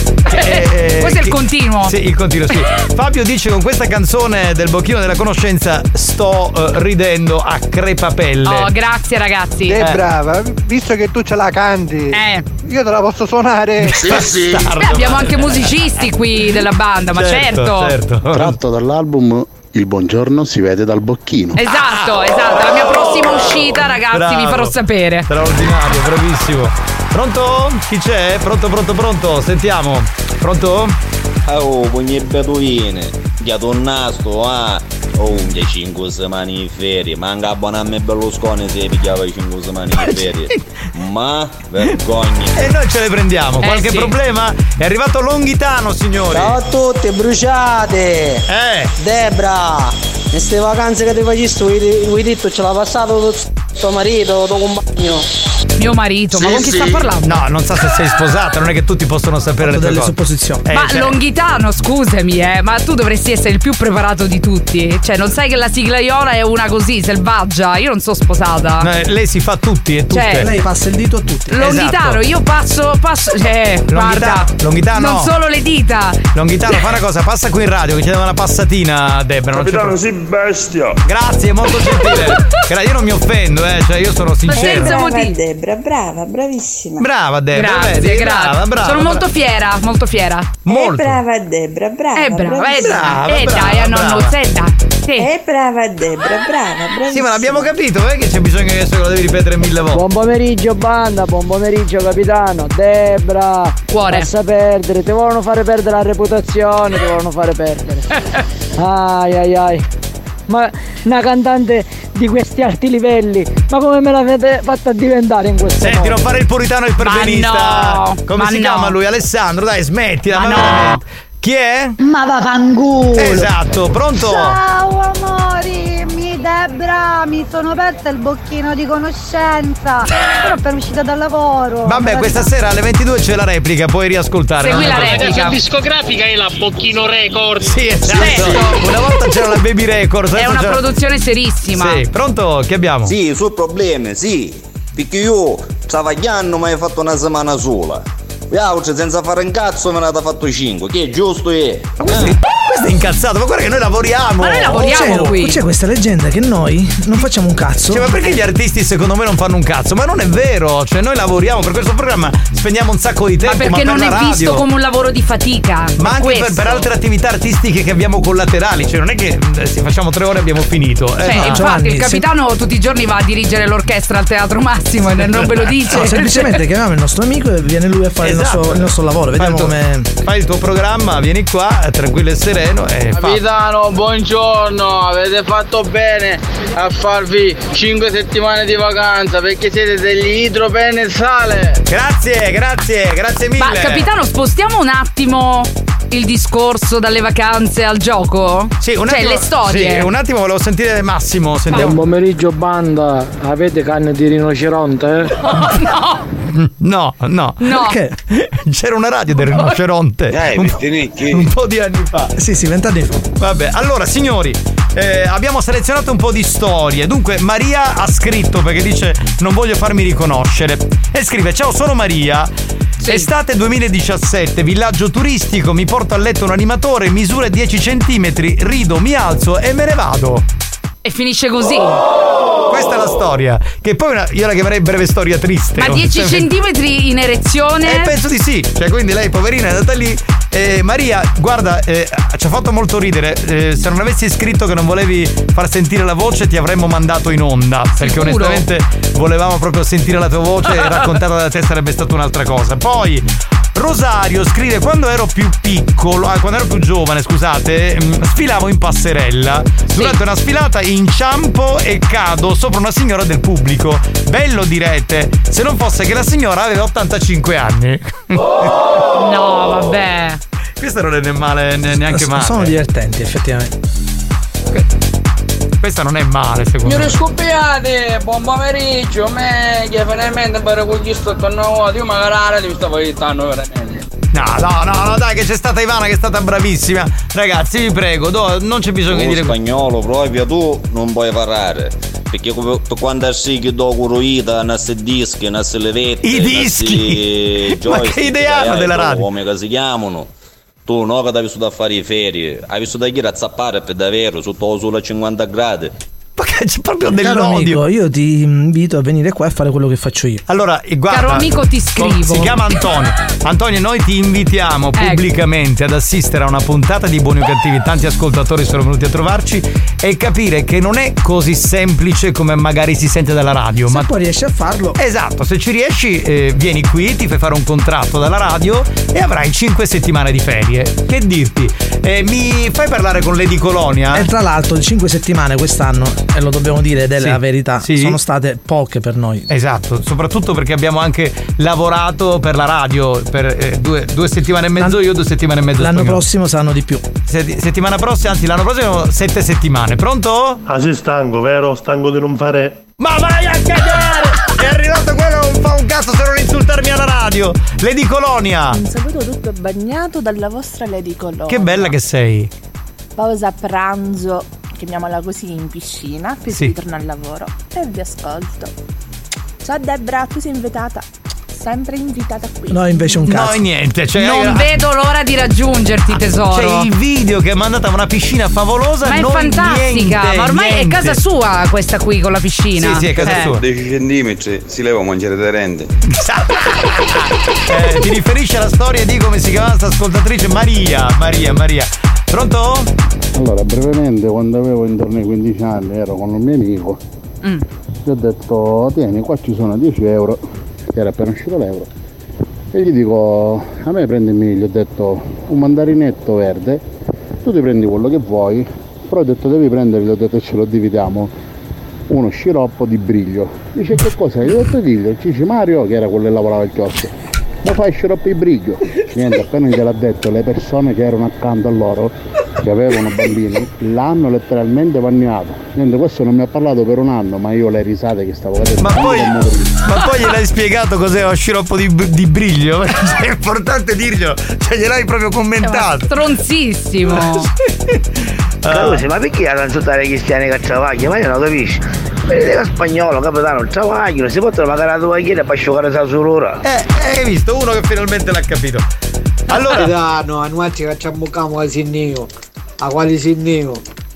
Eh, Questo è il che- continuo. Sì, il continuo, sì. Fabio dice con questa canzone del bocchino della conoscenza sto eh, ridendo a crepapelle. Oh, grazie ragazzi. È brava, visto che tu ce la canti, Eh. io te la posso suonare. Sì, sì. Beh, abbiamo anche musicisti qui della banda, ma certo. Tratto dall'album Il buongiorno si vede dal bocchino. Esatto, esatto. La mia prossima uscita, ragazzi, Bravo. vi farò sapere. Straordinario, bravissimo. Pronto? Chi c'è? Pronto, pronto, pronto? Sentiamo. Pronto? Oh, pugni beduine, dia tornasto, ah. Oh, un cinque settimane di ferie, manca a me Berlusconi se pigliava i cinque settimane di ferie. Ma vergogna. E noi ce le prendiamo. Eh, Qualche sì. problema? È arrivato Longhitano, signori. Ciao a tutti, bruciate! Eh! Debra! Queste vacanze che ti facesti, vuoi detto ce l'ha passato tuo marito, tuo compagno? Mio marito, ma Sì, con chi sì. sta parlando? No, non so se sei sposata, non è che tutti possono sapere le tue delle cose. supposizioni. Eh, ma cioè- Longhitano, scusami, eh, ma tu dovresti essere il più preparato di tutti. Cioè, non sai che la siglaiola è una così, selvaggia? Io non sono sposata. No, eh, lei si fa tutti e tutte. Cioè, Lei passa il dito a tutti. Longhitano, Esatto. io passo, passo. Eh, guarda. Longhitano. Non solo le dita. Longhitano, fa una cosa, passa qui in radio che ci dà una passatina a Debra. non c'è Capitano, pro- si bestia. Grazie, molto gentile. Gra- io non mi offendo, eh, cioè io sono sincero. Brava Debra, brava, bravissima. Brava Debra, Grazie, vedi, grazie. brava, brava, Sono brava. molto fiera, molto fiera. Molto. Eh, brava Debra, brava. Eh, brava, eh, bravissima. dai, eh, dai, a nonno Zedda. Sì. Eh, brava Debra, brava, bravissima. Sì, ma l'abbiamo capito, eh, che c'è bisogno che adesso lo devi ripetere mille volte. Buon pomeriggio banda, buon pomeriggio capitano, Debra. Cuore. Lascia perdere, ti vogliono fare perdere la reputazione, ti vogliono fare perdere. Ai ai ai. Ma una cantante di questi alti livelli, ma come me l'avete fatta diventare in questo Senti, modo? non fare il puritano e il perbenista. Ma no, Come ma si no. chiama lui? Alessandro, dai, smettila, ma, Ma no. veramente. Chi è? Ma vaffanculo. Esatto, pronto? Ciao amori, mi Debra, mi sono persa il bocchino di conoscenza. Però per uscita dal lavoro. Vabbè, questa sera alle ventidue c'è la replica, puoi riascoltare. Segui non è la problema. replica. discografica è la Bocchino Record. Sì, esatto. Una volta c'era la Baby Records. È adesso una c'era- produzione serissima. Sì, pronto? Che abbiamo? Sì, sul problema, sì. Perché io stavo chiando ma hai fatto una settimana sola. E altri senza fare un cazzo me ne ha fatto cinque, che è giusto è. Ma questo, è, questo è incazzato, ma guarda che noi lavoriamo. C'è, c'è questa leggenda che noi non facciamo un cazzo. Cioè, ma perché gli artisti secondo me non fanno un cazzo? Ma non è vero, cioè noi lavoriamo per questo programma, spendiamo un sacco di tempo. Ma perché per non la è radio. visto come un lavoro di fatica. Ma anche per, questo. per altre attività artistiche che abbiamo collaterali, cioè non è che eh, se facciamo tre ore abbiamo finito. Eh, Cioè, no. infatti, il capitano tutti i giorni va a dirigere l'orchestra al Teatro Massimo e non ve lo dice. No, semplicemente chiamiamo il nostro amico e viene lui a fare il, Esatto. nostro, il nostro lavoro. Vediamo Fai il tuo- come. Fai il tuo programma, vieni qua, tranquillo e sereno e fa. Capitano, buongiorno, avete fatto bene a farvi cinque settimane di vacanza perché siete degli idropene e sale. Grazie, grazie, grazie mille. Ma capitano, spostiamo un attimo il discorso dalle vacanze al gioco? Sì, un cioè, attimo, le storie. Sì, un attimo volevo sentire Massimo. Sentiamo. Buon pomeriggio banda, avete canne di rinoceronte? No, no. No. Perché? C'era una radio del rinoceronte. Dai, un, po', un po' di anni fa. Sì, sì, vent'anni fa. Vabbè, allora signori, eh, abbiamo selezionato un po' di storie. Dunque, Maria ha scritto perché dice: non voglio farmi riconoscere. E scrive: ciao, sono Maria. Estate duemiladiciassette, villaggio turistico, mi porto a letto un animatore, misura dieci centimetri, rido, mi alzo e me ne vado. E finisce così. Questa è la storia. Che poi una, io la chiamerei breve storia triste. Ma dieci Cioè, centimetri in erezione? Eh, penso di sì. Cioè, quindi lei, poverina, è andata lì. Eh, Maria, guarda, eh, ci ha fatto molto ridere. Eh, se non avessi scritto che non volevi far sentire la voce, ti avremmo mandato in onda. Perché Sicuro? onestamente volevamo proprio sentire la tua voce e raccontata da te sarebbe stata un'altra cosa. Poi Rosario scrive: quando ero più piccolo, ah, quando ero più giovane, scusate, mh, sfilavo in passerella. Durante una sfilata inciampo e cado sopra una signora del pubblico. Bello, direte, se non fosse che la signora aveva ottantacinque anni. No, vabbè. Questa non è ne- male, ne- neanche male. Sono divertenti, effettivamente. Questa non è male, secondo me. Signore scoppiate, buon pomeriggio, me che veramente per questo torno io magari mi stavo aiutando veramente. No, no, no, no, dai, che c'è stata Ivana che è stata bravissima. Ragazzi, vi prego, do- non c'è bisogno di Tu dire. spagnolo proprio tu non puoi parlare. Perché come- per quando sei che do curuita, nasce dischi, nasce levette, I dischi? Ma che idea hanno della radio? Come che si chiamano? Tu no che hai vissuto a fare le ferie, hai vissuto a dire a zappare per davvero, sotto solo a cinquanta gradi. Ma che c'è proprio Caro amico, io ti invito a venire qua e fare quello che faccio io. Allora, eh, guarda, Caro amico, ti scrivo. Si chiama Antonio. Antonio, noi ti invitiamo Ecco. pubblicamente ad assistere a una puntata di Buoni o Cattivi. Tanti ascoltatori sono venuti a trovarci e capire che non è così semplice come magari si sente dalla radio. Se ma poi riesci a farlo. Esatto, se ci riesci, eh, vieni qui, ti fai fare un contratto dalla radio e avrai cinque settimane di ferie. Che dirti? Eh, mi fai parlare con Lady Colonia? E tra l'altro, cinque settimane quest'anno, e lo dobbiamo dire ed è Sì, la verità, sì. sono state poche per noi. Esatto, soprattutto perché abbiamo anche lavorato per la radio per eh, due, due settimane e mezzo io, due settimane e mezzo L'anno Spagnolo. prossimo saranno di più. Setti- settimana prossima, anzi l'anno prossimo sette settimane. Pronto? Ah, sei stanco, vero? Stanco di non fare. Ma vai a cagare! È arrivato quello che non fa un cazzo se non insultarmi alla radio? Lady Colonia. Un saluto tutto bagnato dalla vostra Lady Colonia. Che bella che sei. Pausa pranzo, chiamiamola così, in piscina, per Sì. ritorno al lavoro. E vi ascolto. Ciao Debra, tu sei invitata. Sempre invitata qui. No, invece un cazzo. No, niente. Cioè, Non hai- vedo l'ora di raggiungerti, tesoro. C'è il video che è mandata a una piscina favolosa. Ma è noi fantastica, niente, ma ormai niente. è casa sua questa qui con la piscina. Sì, sì, è casa Eh. sua. dieci centimetri si leva a mangiare da rende. Eh, ti riferisci alla storia di come si chiama sta ascoltatrice? Maria, Maria, Maria. Pronto? Allora, brevemente, quando avevo intorno ai quindici anni, ero con un mio amico, Mm. gli ho detto, tieni, qua ci sono dieci euro, che era appena uscito l'euro, e gli dico, a me prendimi, gli ho detto, un mandarinetto verde, tu ti prendi quello che vuoi, però ho detto, devi prendere, gli ho detto, ce lo dividiamo, uno sciroppo di Briglio. Dice, che cos'è? Gli ho detto, Briglio. Ci dice, Mario, che era quello che lavorava al chiosco, ma fai sciroppo di Briglio? Niente, appena gliel'ha detto, le persone che erano accanto a loro, che avevano bambini, l'hanno letteralmente bagnato. Niente, questo non mi ha parlato per un anno, ma io le risate che stavo vedendo. Ma poi, ma poi gliel'hai spiegato cos'è lo sciroppo di, di Briglio? Perché è importante dirglielo, cioè gliel'hai proprio commentato. Stronzissimo. Scusi, ma perché a insultare i cristiani che travagliano? Ma io non capisco. Vedete che spagnolo, capitano, travagliano, si possono magari la tovagliera per asciugare la sulura. Eh, hai visto? Uno che finalmente l'ha capito. Allora, Capitano, a noi che ci abbucchiamo a sinnio, a quali sinnio?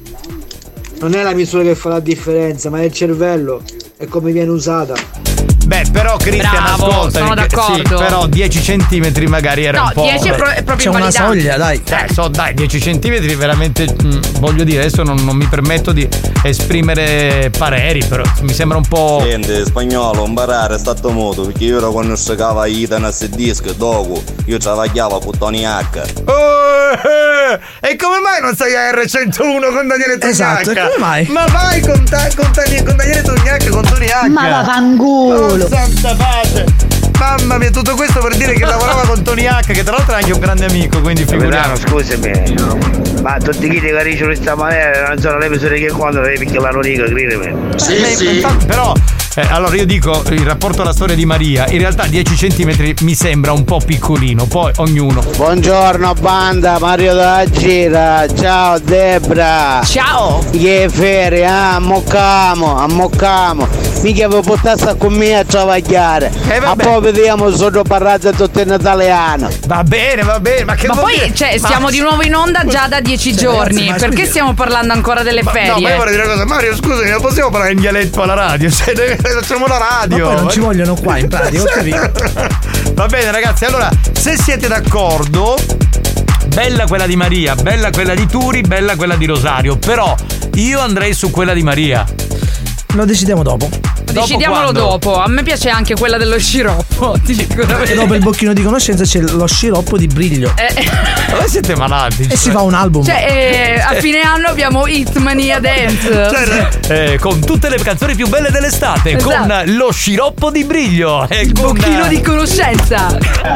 Non è la misura che fa la differenza, ma è il cervello e come viene usata. beh, però Cristian, Bravo, ascolta, sono d'accordo. Sì, però dieci centimetri magari era No, un po'. dieci è pro- è proprio C'è una invalidante. soglia, dai. Eh, so, dai, dieci centimetri veramente, mh, voglio dire, adesso non, non mi permetto di esprimere pareri, però mi sembra un po'. Senti, spagnolo, imparare è stato modo, perché io ero quando sciacava Itanas e disco, dopo io travagliavo con Tony H. Oh, eh, e come mai non sei a erre centouno con Daniele Tognac? Esatto, e come mai? Ma vai con, ta- con, Tani- con Daniele Tognac, con Tony H. Ma vaffanculo. Oh, santa pace. Mamma mia, tutto questo per dire che lavorava con Tony H, che tra l'altro è anche un grande amico, quindi Capitano, figuriamoci. scusami, ma tutti chi ti cariscono in questa maniera non sono le misure che quando devi picchiare la nunica, credimi. Eh, infatti, però, eh, allora io dico, in rapporto alla storia di Maria, in realtà dieci centimetri mi sembra un po' piccolino, poi ognuno. Buongiorno banda, Mario da Gira, ciao Debra. Ciao. Che ferie, ah, moccamo, ammoccamo. Mica avevo portato con me a travagliare. Eh, a poi vediamo sotto parlato tutto in italiano. Va bene, va bene, ma che Ma vuol poi dire? cioè, Ma- siamo di nuovo in onda già da dieci Cioè, giorni. ragazzi, ma Perché scusi- stiamo parlando ancora delle Ma- ferie? No, ma io vorrei dire una cosa, Mario, scusami, non possiamo parlare in dialetto alla radio, cioè noi facciamo la radio. Ma poi non ci vogliono qua in pratica, ho capito. Va bene ragazzi, allora, se siete d'accordo, bella quella di Maria, bella quella di Turi, bella quella di Rosario, però io andrei su quella di Maria. Lo decidiamo dopo. Decidiamolo quando? dopo. A me piace anche quella dello sciroppo. Ti dico la E verità. dopo il bocchino di conoscenza c'è lo sciroppo di Briglio. Eh, Ma siete malati. E si fa un album. Cioè, eh, a fine anno abbiamo Hitmania Dance. Cioè, eh, con tutte le canzoni più belle dell'estate, Esatto. con lo sciroppo di Briglio e Il con bocchino di conoscenza.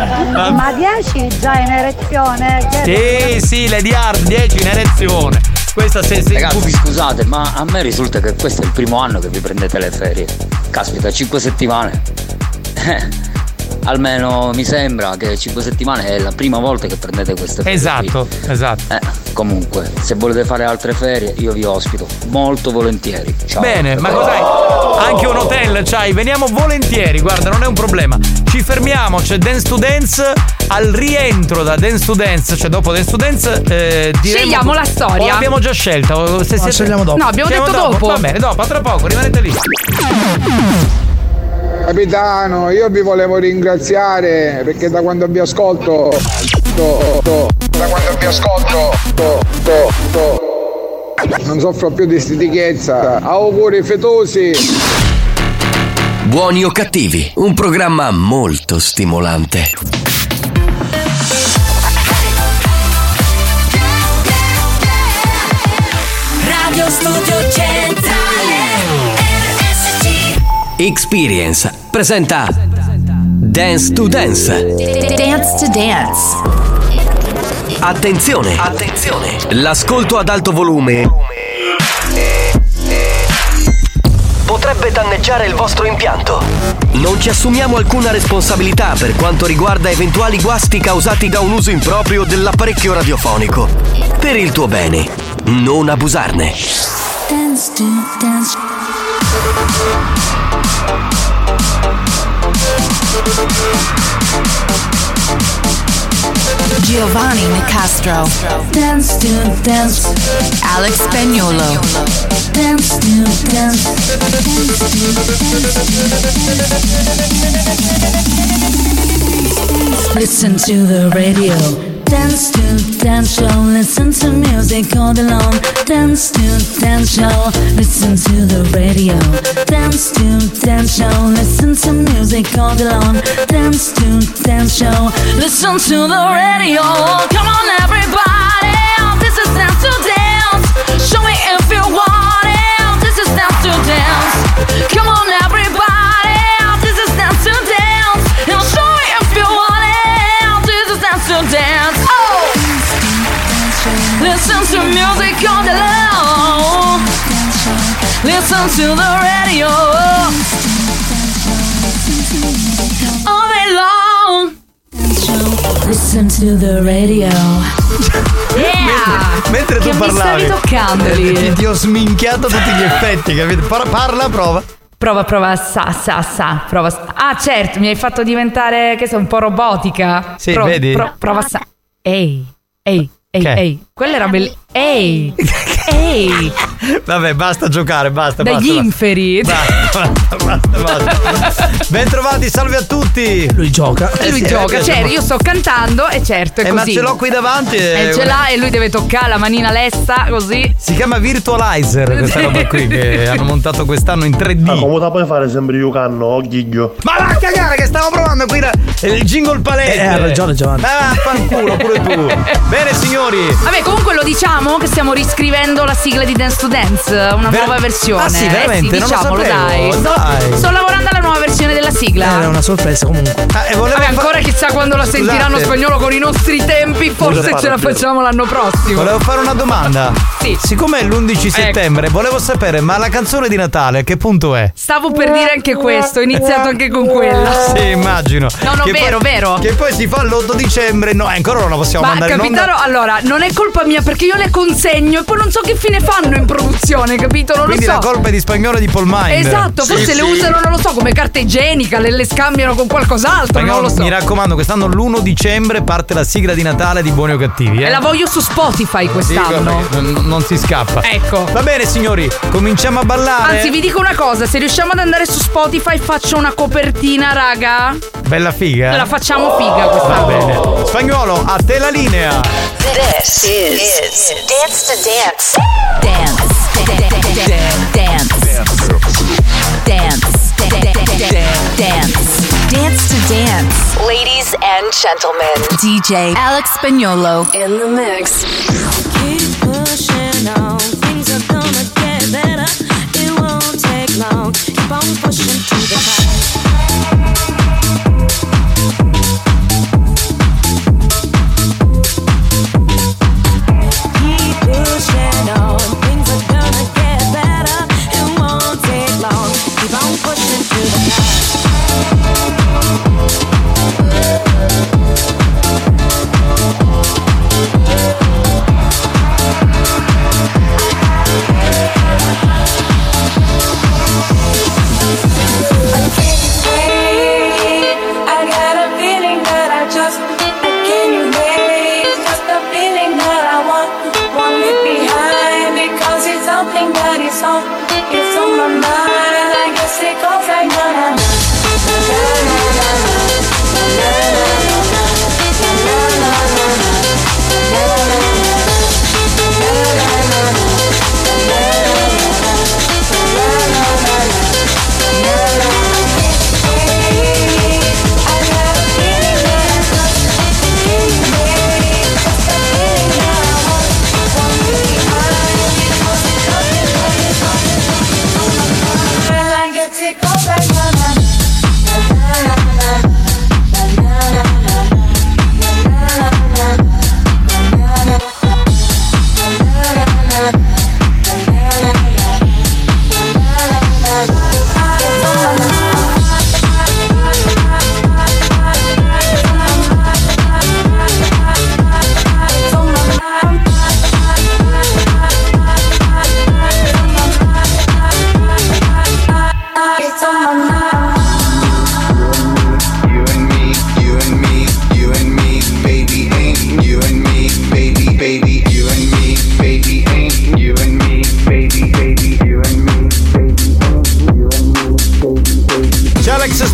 Ma dieci già in erezione? Sì, sì, Lady Hard dieci in erezione. Questa se, se Ragazzi, scusate, ma a me risulta che questo è il primo anno che vi prendete le ferie. Caspita, cinque settimane. Eh, almeno mi sembra che cinque settimane è la prima volta che prendete queste ferie. Esatto, qui. esatto. Eh, comunque, se volete fare altre ferie, io vi ospito molto volentieri. Ciao. Bene, ma cos'hai? Anche un hotel c'hai, veniamo volentieri, guarda, non è un problema. Ci fermiamo, c'è Dance to Dance. Al rientro da Dance to Dance, cioè dopo Dance to Dance, eh, diremo- Scegliamo la storia. O l'abbiamo già scelta? O se No, siete- scegliamo dopo. No, abbiamo Scegliamo detto dopo. Va bene, dopo, a tra poco, rimanete lì. Capitano, io vi volevo ringraziare perché da quando vi ascolto to, to, da quando vi ascolto to, to, to, non soffro più di stitichezza. Auguri fetosi. Buoni o cattivi, un programma molto stimolante. Radio Studio Centrale R S C. Experience presenta Dance to Dance. Dance to Dance. Attenzione, attenzione. L'ascolto ad alto volume potrà potrebbe danneggiare il vostro impianto. Non ci assumiamo alcuna responsabilità per quanto riguarda eventuali guasti causati da un uso improprio dell'apparecchio radiofonico. Per il tuo bene, non abusarne. Dance to dance. Giovanni Nicastro. Dance to dance. Alex Spagnuolo. Dance to dance. Listen to the radio. Dance to dance show. Listen to music all day long. Dance to dance show. Listen to the radio. Dance to dance show. Listen to music all day long. Dance to dance show. Listen to the radio. Come on everybody. This is dance to dance. Show me if you want it. This is dance to dance. Come on everybody. This is dance to dance. And show me if you want it. This is dance to dance. Oh! Listen to music all day long. Listen to the radio. All day long. Listen to the radio. Yeah! Mentre tu Che parlavi, mi stavi toccando lì? Ti, ti ho sminchiato a tutti gli effetti, capito? Par- parla, prova. Prova, prova, sa, sa, sa. Prova. Ah, certo, mi hai fatto diventare, che so, un po' robotica. Sì, Pro- vedi? pro- prova, sa. Ehi, ehi, ehi, Che? ehi. Quella era bella. Ehi, ehi. Vabbè, basta giocare, basta. Dagli basta, inferi. Basta, basta, basta, basta. Ben trovati, salve a tutti. Lui gioca. E lui sì, gioca, eh, cioè ma- io sto cantando e certo è Eh, ma così. ce l'ho qui davanti. E eh, ce l'ha e lui deve toccare la manina lessa così. Si chiama Virtualizer questa roba qui che hanno montato quest'anno in tre D. Ma come la puoi fare sempre io canno, oh ghiglio? Ma va a cagare che stavo provando qui la- il jingle palette. Eh, ha ragione Giovanni. Ah, fanculo pure tu. Bene signori. Vabbè, comunque lo diciamo che stiamo riscrivendo la sigla di Dance to Dance, una Ver- nuova versione. Ah, sì, veramente? Eh sì, Non lo diciamolo, sapevo, dai. Sto, dai. sto lavorando alla nuova versione della sigla. Era una sorpresa comunque. Ah, e volevo Vabbè, fa- ancora chissà quando la sentiranno Scusate. Spagnolo con i nostri tempi, forse Scusa, ce la parla, facciamo l'anno prossimo. Volevo fare una domanda. Sì. Siccome è l'undici settembre, volevo sapere, ma la canzone di Natale a che punto è? Stavo per dire anche questo, ho iniziato anche con quella. Sì, immagino. No, no, Che vero, poi- vero. Che poi si fa l'otto dicembre. No, ancora non la possiamo Ma mandare in capitano, onda. allora, non è colpa mia perché io le consegno e poi non so che fine fanno in produzione, capito? Non Quindi lo so. la colpa è di Spagnolo e di Paul Mind. Esatto, Sì, forse sì. le usano, non lo so, come carta igienica, le, le scambiano con qualcos'altro, Spagnolo, non lo so. mi raccomando, quest'anno l'primo dicembre parte la sigla di Natale di Buoni o Cattivi. Eh? E la voglio su Spotify quest'anno. Sì, non, non si scappa. Ecco. Va bene signori, cominciamo a ballare. Anzi, vi dico una cosa, se riusciamo ad andare su Spotify faccio una copertina, raga. Bella figa. La facciamo figa Va quest'anno. bene. Spagnolo, a te la linea. This is Dance to Dance. Dance. Dance. Dance. Dance. Dance to Dance. Ladies and gentlemen, D J Alex Spagnuolo in the mix. Keep pushing on, things are gonna get better. It won't take long. Keep on pushing to the top. Keep pushing on, things are gonna get better. It won't take long. Keep on pushing to the top.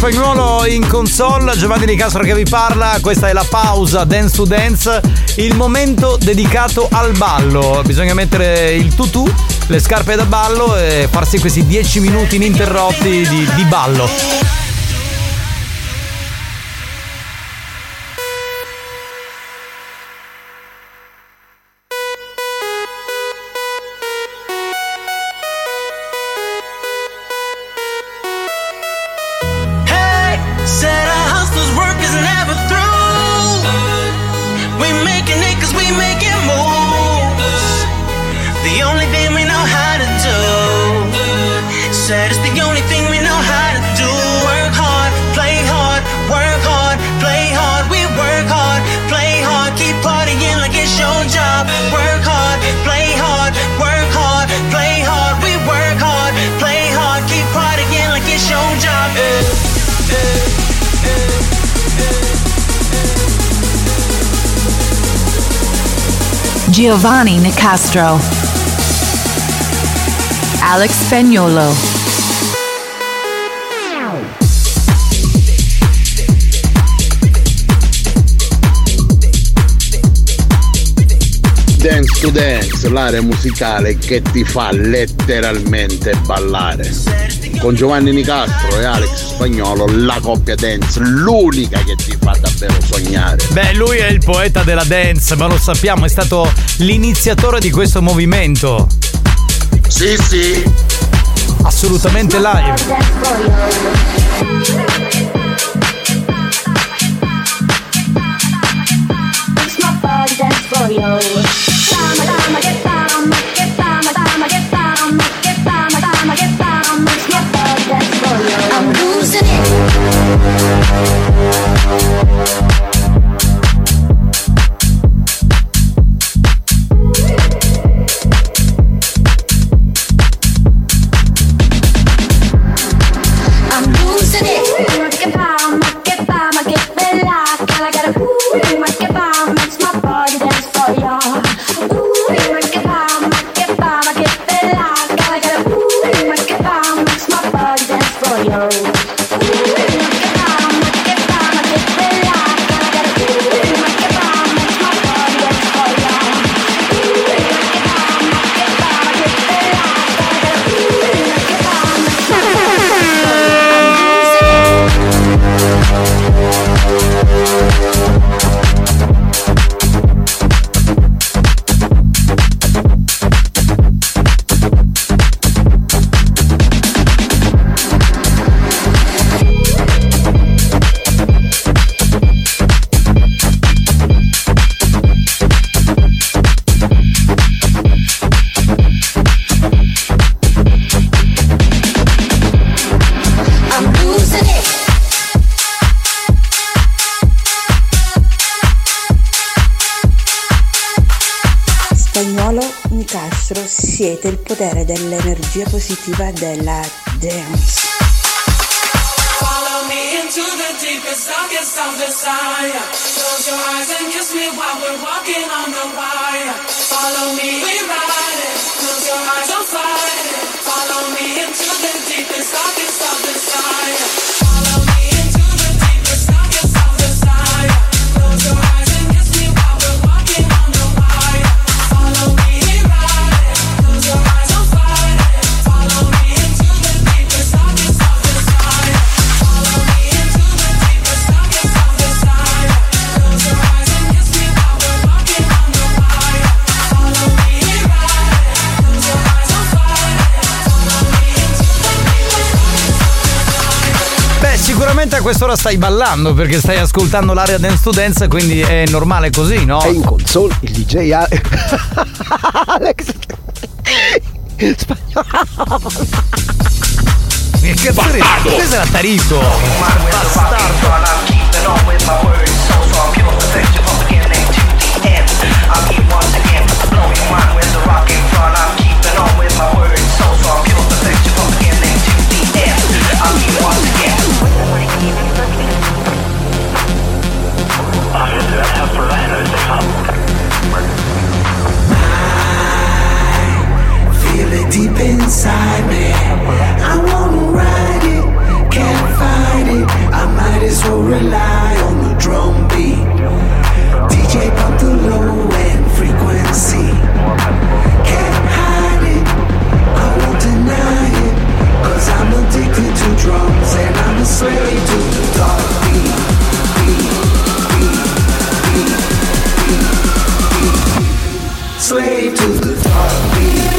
Spagnuolo in console, Giovanni Nicastro che vi parla. Questa è la pausa Dance to Dance, il momento dedicato al ballo. Bisogna mettere il tutù, le scarpe da ballo e farsi questi dieci minuti ininterrotti di, di ballo. Giovanni Nicastro, Alex Spagnuolo. Dance to Dance, l'area musicale che ti fa letteralmente ballare. Con Giovanni Nicastro e Alex Spagnuolo, la coppia dance, l'unica che ti fa davvero sognare. Beh, lui è il poeta della dance, ma lo sappiamo, è stato l'iniziatore di questo movimento. Sì, sì. Assolutamente live. I'm losing it. I'm losing it. Ma che fa, ma che fa, ma che bella. Can I get a ooh, ma che fa, makes my body dance for ya. Ooh, ma che fa, ma che fa, ma che bella. Can I get a ooh, ma che fa, makes my body dance for ya. Nicastro, siete il potere dell'energia positiva della dance. Follow me into the deepest, darkest of desire. Close your eyes and kiss me while we're walking on the wire. Follow me, we ride it. Close your eyes, don't fight it. Follow me into the deepest, darkest of desire. Follow me into the deepest, darkest of desire. Close your eyes and kiss me while we're walking on the wire. Follow me, we ride it. Close your eyes, don't fight it. Follow me into the deepest, darkest of desire. Follow me into the deepest, darkest of desire. Close your eyes and kiss me while we're walking on the wire. Follow me, we ride it. Close your eyes, don't fight it. Follow me into the deepest, darkest of desire. Beh, sicuramente a quest'ora stai ballando perché stai ascoltando l'area Dance to Dance, quindi è normale così, no? È in console il D J A- Alex Spagnuolo. Che cazzo è? Questo era Tarico. Feel it deep inside me. I wanna ride it, can't fight it. slave to the thought beat.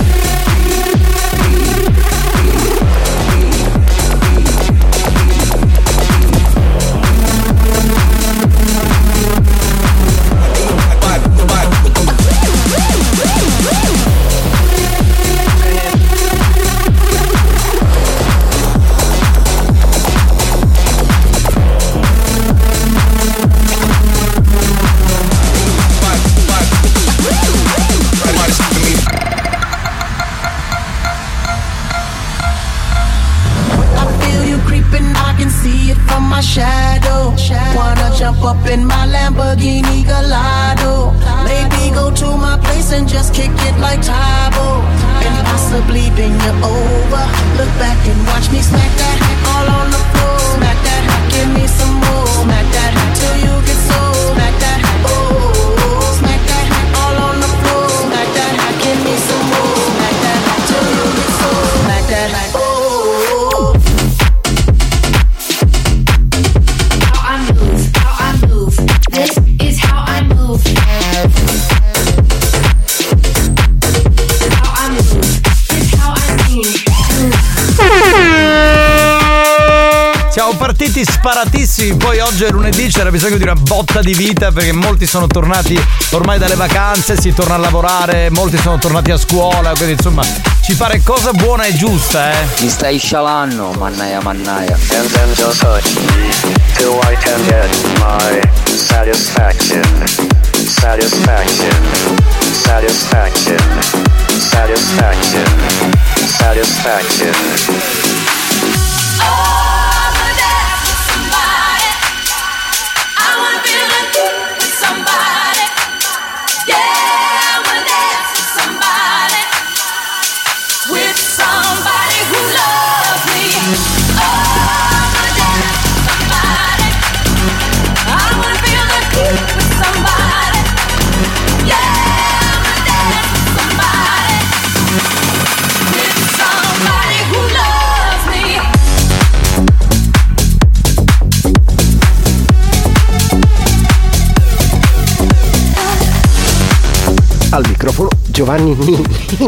My shadow, wanna jump up in my Lamborghini Gallardo. Maybe go to my place and just kick it like Tybo, and possibly bend you over. Look back and watch me smack that all on the floor. Smack that, give me some more. Smack that till you get so. Smack that, oh, smack that all on the floor. Smack that, give me some more. Smack that till you get so. Smack that, oh. Siamo partiti sparatissimi, poi oggi è lunedì, c'era bisogno di una botta di vita perché molti sono tornati ormai dalle vacanze, si torna a lavorare, molti sono tornati a scuola, quindi insomma ci pare cosa buona e giusta, eh. Mi stai scialando, mannaia mannaia. And then just touch me till I can get my satisfaction, satisfaction, satisfaction, satisfaction, satisfaction. Al microfono Giovanni Nini.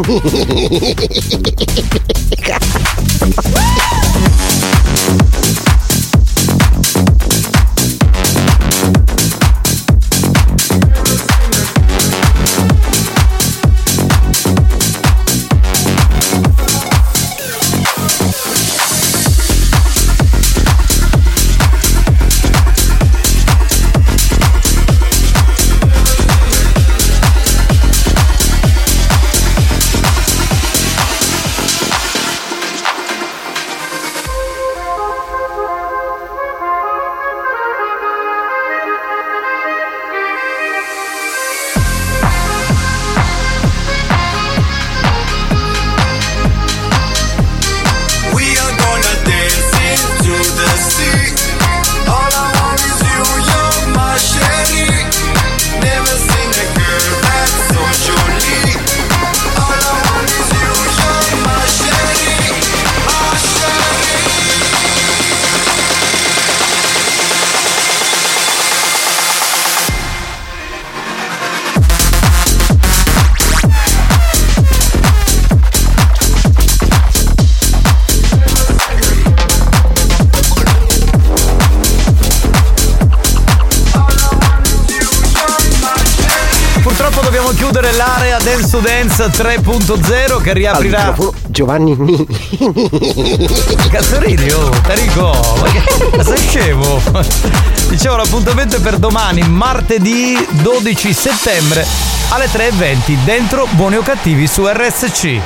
Chiudere l'area Dance to Dance tre punto zero che riaprirà Giovanni Nini. Cazzorini, oh, Tarico, ma, che, ma sei scemo? Dicevo, l'appuntamento è per domani, martedì dodici settembre alle tre e venti dentro Buoni o Cattivi su R S C.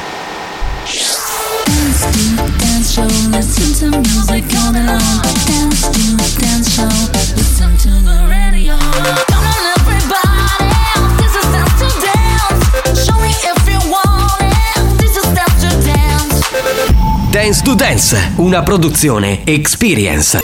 Dance to Dance, una produzione Experience.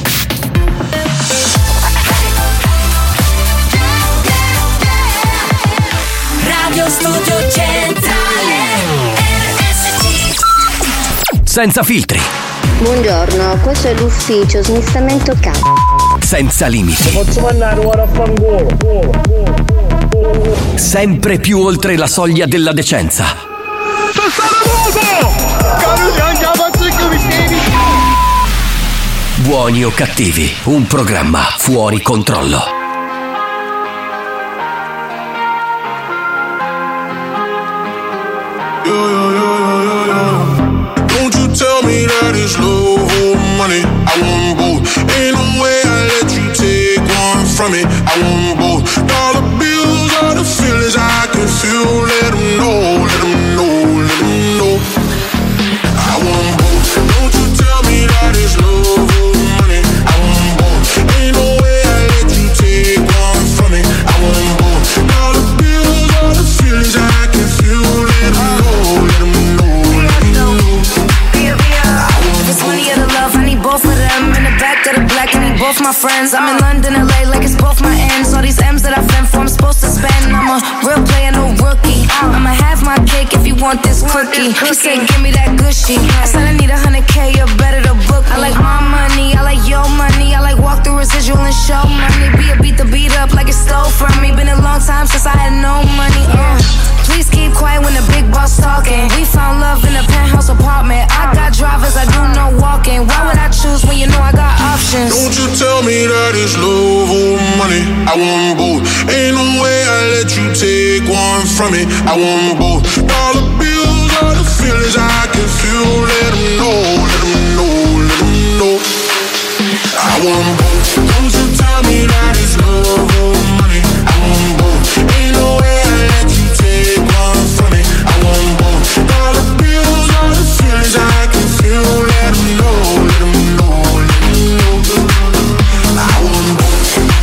Radio Studio Centrale R S C. Senza filtri. Buongiorno, questo è l'ufficio smistamento c***o. Senza limiti. Posso mandare ora a fangolo. sempre più oltre la soglia della decenza. Buoni o cattivi, un programma fuori controllo. Don't you tell me that it's love or money, I want both. Ain't no way I let you take one from me, I want both. Dollar bills are the feelings I can feel, let them know, let them know, let them know. I want both. Don't you tell me that it's love or money, I want both. Ain't no way I let you take one from me, I want both. Dollar bills are the feelings I can feel, let them know, let them know, let them know. If it's money or the love, I need both of them. In the back of the black, I need both my friends. I'm in London, L A, like it's both my ends. All these M's that I've been for, I'm supposed to spend. I'm a real player, no rookie. I'ma have my cake if you want this cookie. He said, give me that gushy. I said, I need a hundred K, you better to book me. I like my money, I like your money. I like walk through residual and show money. Be a beat the beat up like it stole from me. Been a long time since I had no money. Uh. Please keep quiet when the big boss talking. We found love in a penthouse apartment. I got drivers, I do no walking. Why would I choose when you know I got options? Don't you tell me that it's love or money, I want both. Ain't no way I let you take one from me, I want both. Dollar bills are the feelings I can feel, let them know, let them know, let them know. I want both. Don't you tell me that it's love or money, I want both. Ain't no way I let you take one from me, I want both. Dollar bills are the feelings I can feel, let them know, let them know, let them know. I want both.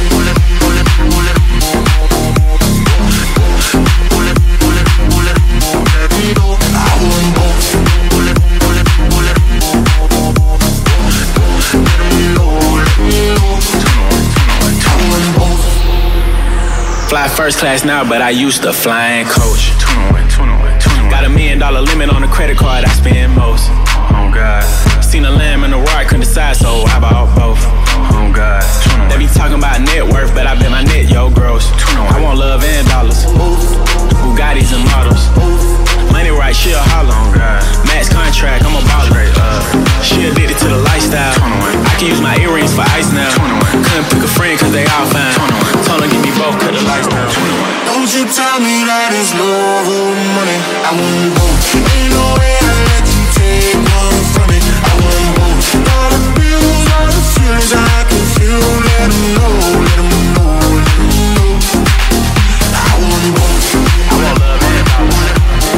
Fly first class now, but I used to fly and coach. Got a million dollar limit on the credit card I spend most. Oh God. Seen a lamb and a roar, couldn't decide, so I bought both. Oh God. They be talking about net worth, but I bet my net yo gross. I want love and dollars. Bugattis and models. Money right, she a holler. Oh God. Max contract, I'm a baller. Uh, she addicted to the lifestyle. I can use my earrings for ice now. Couldn't pick a friend cause they all fine. Told her give me both cause the lifestyle. Don't you tell me that it's love or money, I want both. Ain't no way I let you take one from me, I want both. Dollar bills are the feelings I can feel, let them know, let them know, let them know. I want both. I want love and dollars.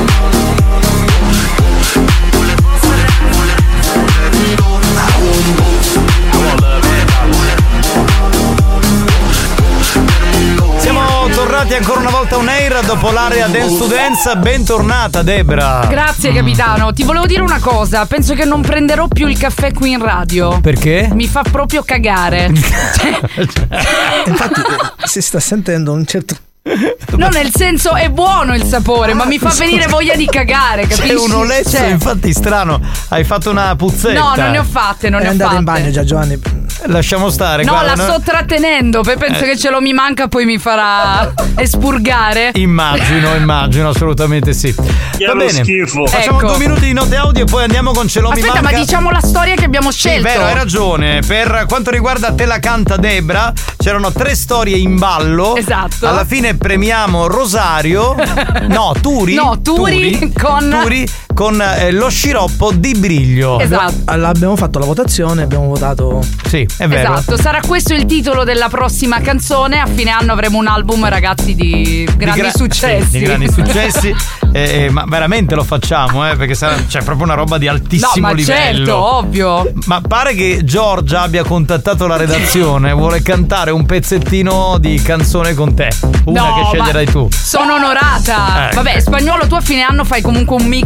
Siamo tornati ancora una volta on air dopo l'area Dance to Dance. Bentornata Debra. Grazie capitano. Ti volevo dire una cosa. Penso che non prenderò più il caffè qui in radio. Perché? Mi fa proprio cagare. Infatti si sta sentendo un certo... No, nel senso è buono il sapore, ma mi fa venire voglia di cagare, capisci? C'è un olezzo, cioè... infatti strano. Hai fatto una puzzetta. No, non ne ho fatte, non È ne ho andata fatte. in bagno già Giovanni. Lasciamo stare. No, guarda, la no? sto trattenendo. Poi penso Eh. che ce lo mi manca, poi mi farà espurgare. Immagino, immagino, assolutamente sì. Va bene. schifo. Facciamo Ecco. due minuti di note audio e poi andiamo con Ce lo mi Aspetta, manca. ma diciamo la storia che abbiamo Sì, scelto. vero, hai ragione. Per quanto riguarda Te la canta Debra, c'erano tre storie in ballo. Esatto. Alla fine premiamo Rosario. No, Turi. No, Turi con- Turi con eh, lo sciroppo di Briglio. Esatto. Abbiamo fatto la votazione, abbiamo votato. Sì, è vero. Esatto, sarà questo il titolo della prossima canzone. A fine anno avremo un album, ragazzi, di grandi Di gra- successi. sì, di grandi successi. eh, eh, ma veramente lo facciamo, eh, perché sarà, c'è proprio una roba di altissimo No, ma livello. certo, ovvio. Ma pare che Giorgia abbia contattato la redazione, vuole cantare un pezzettino di canzone con te. Una No, che sceglierai ma tu. Sono onorata. Eh. Vabbè, Spagnolo, tu a fine anno fai comunque un mix di tutte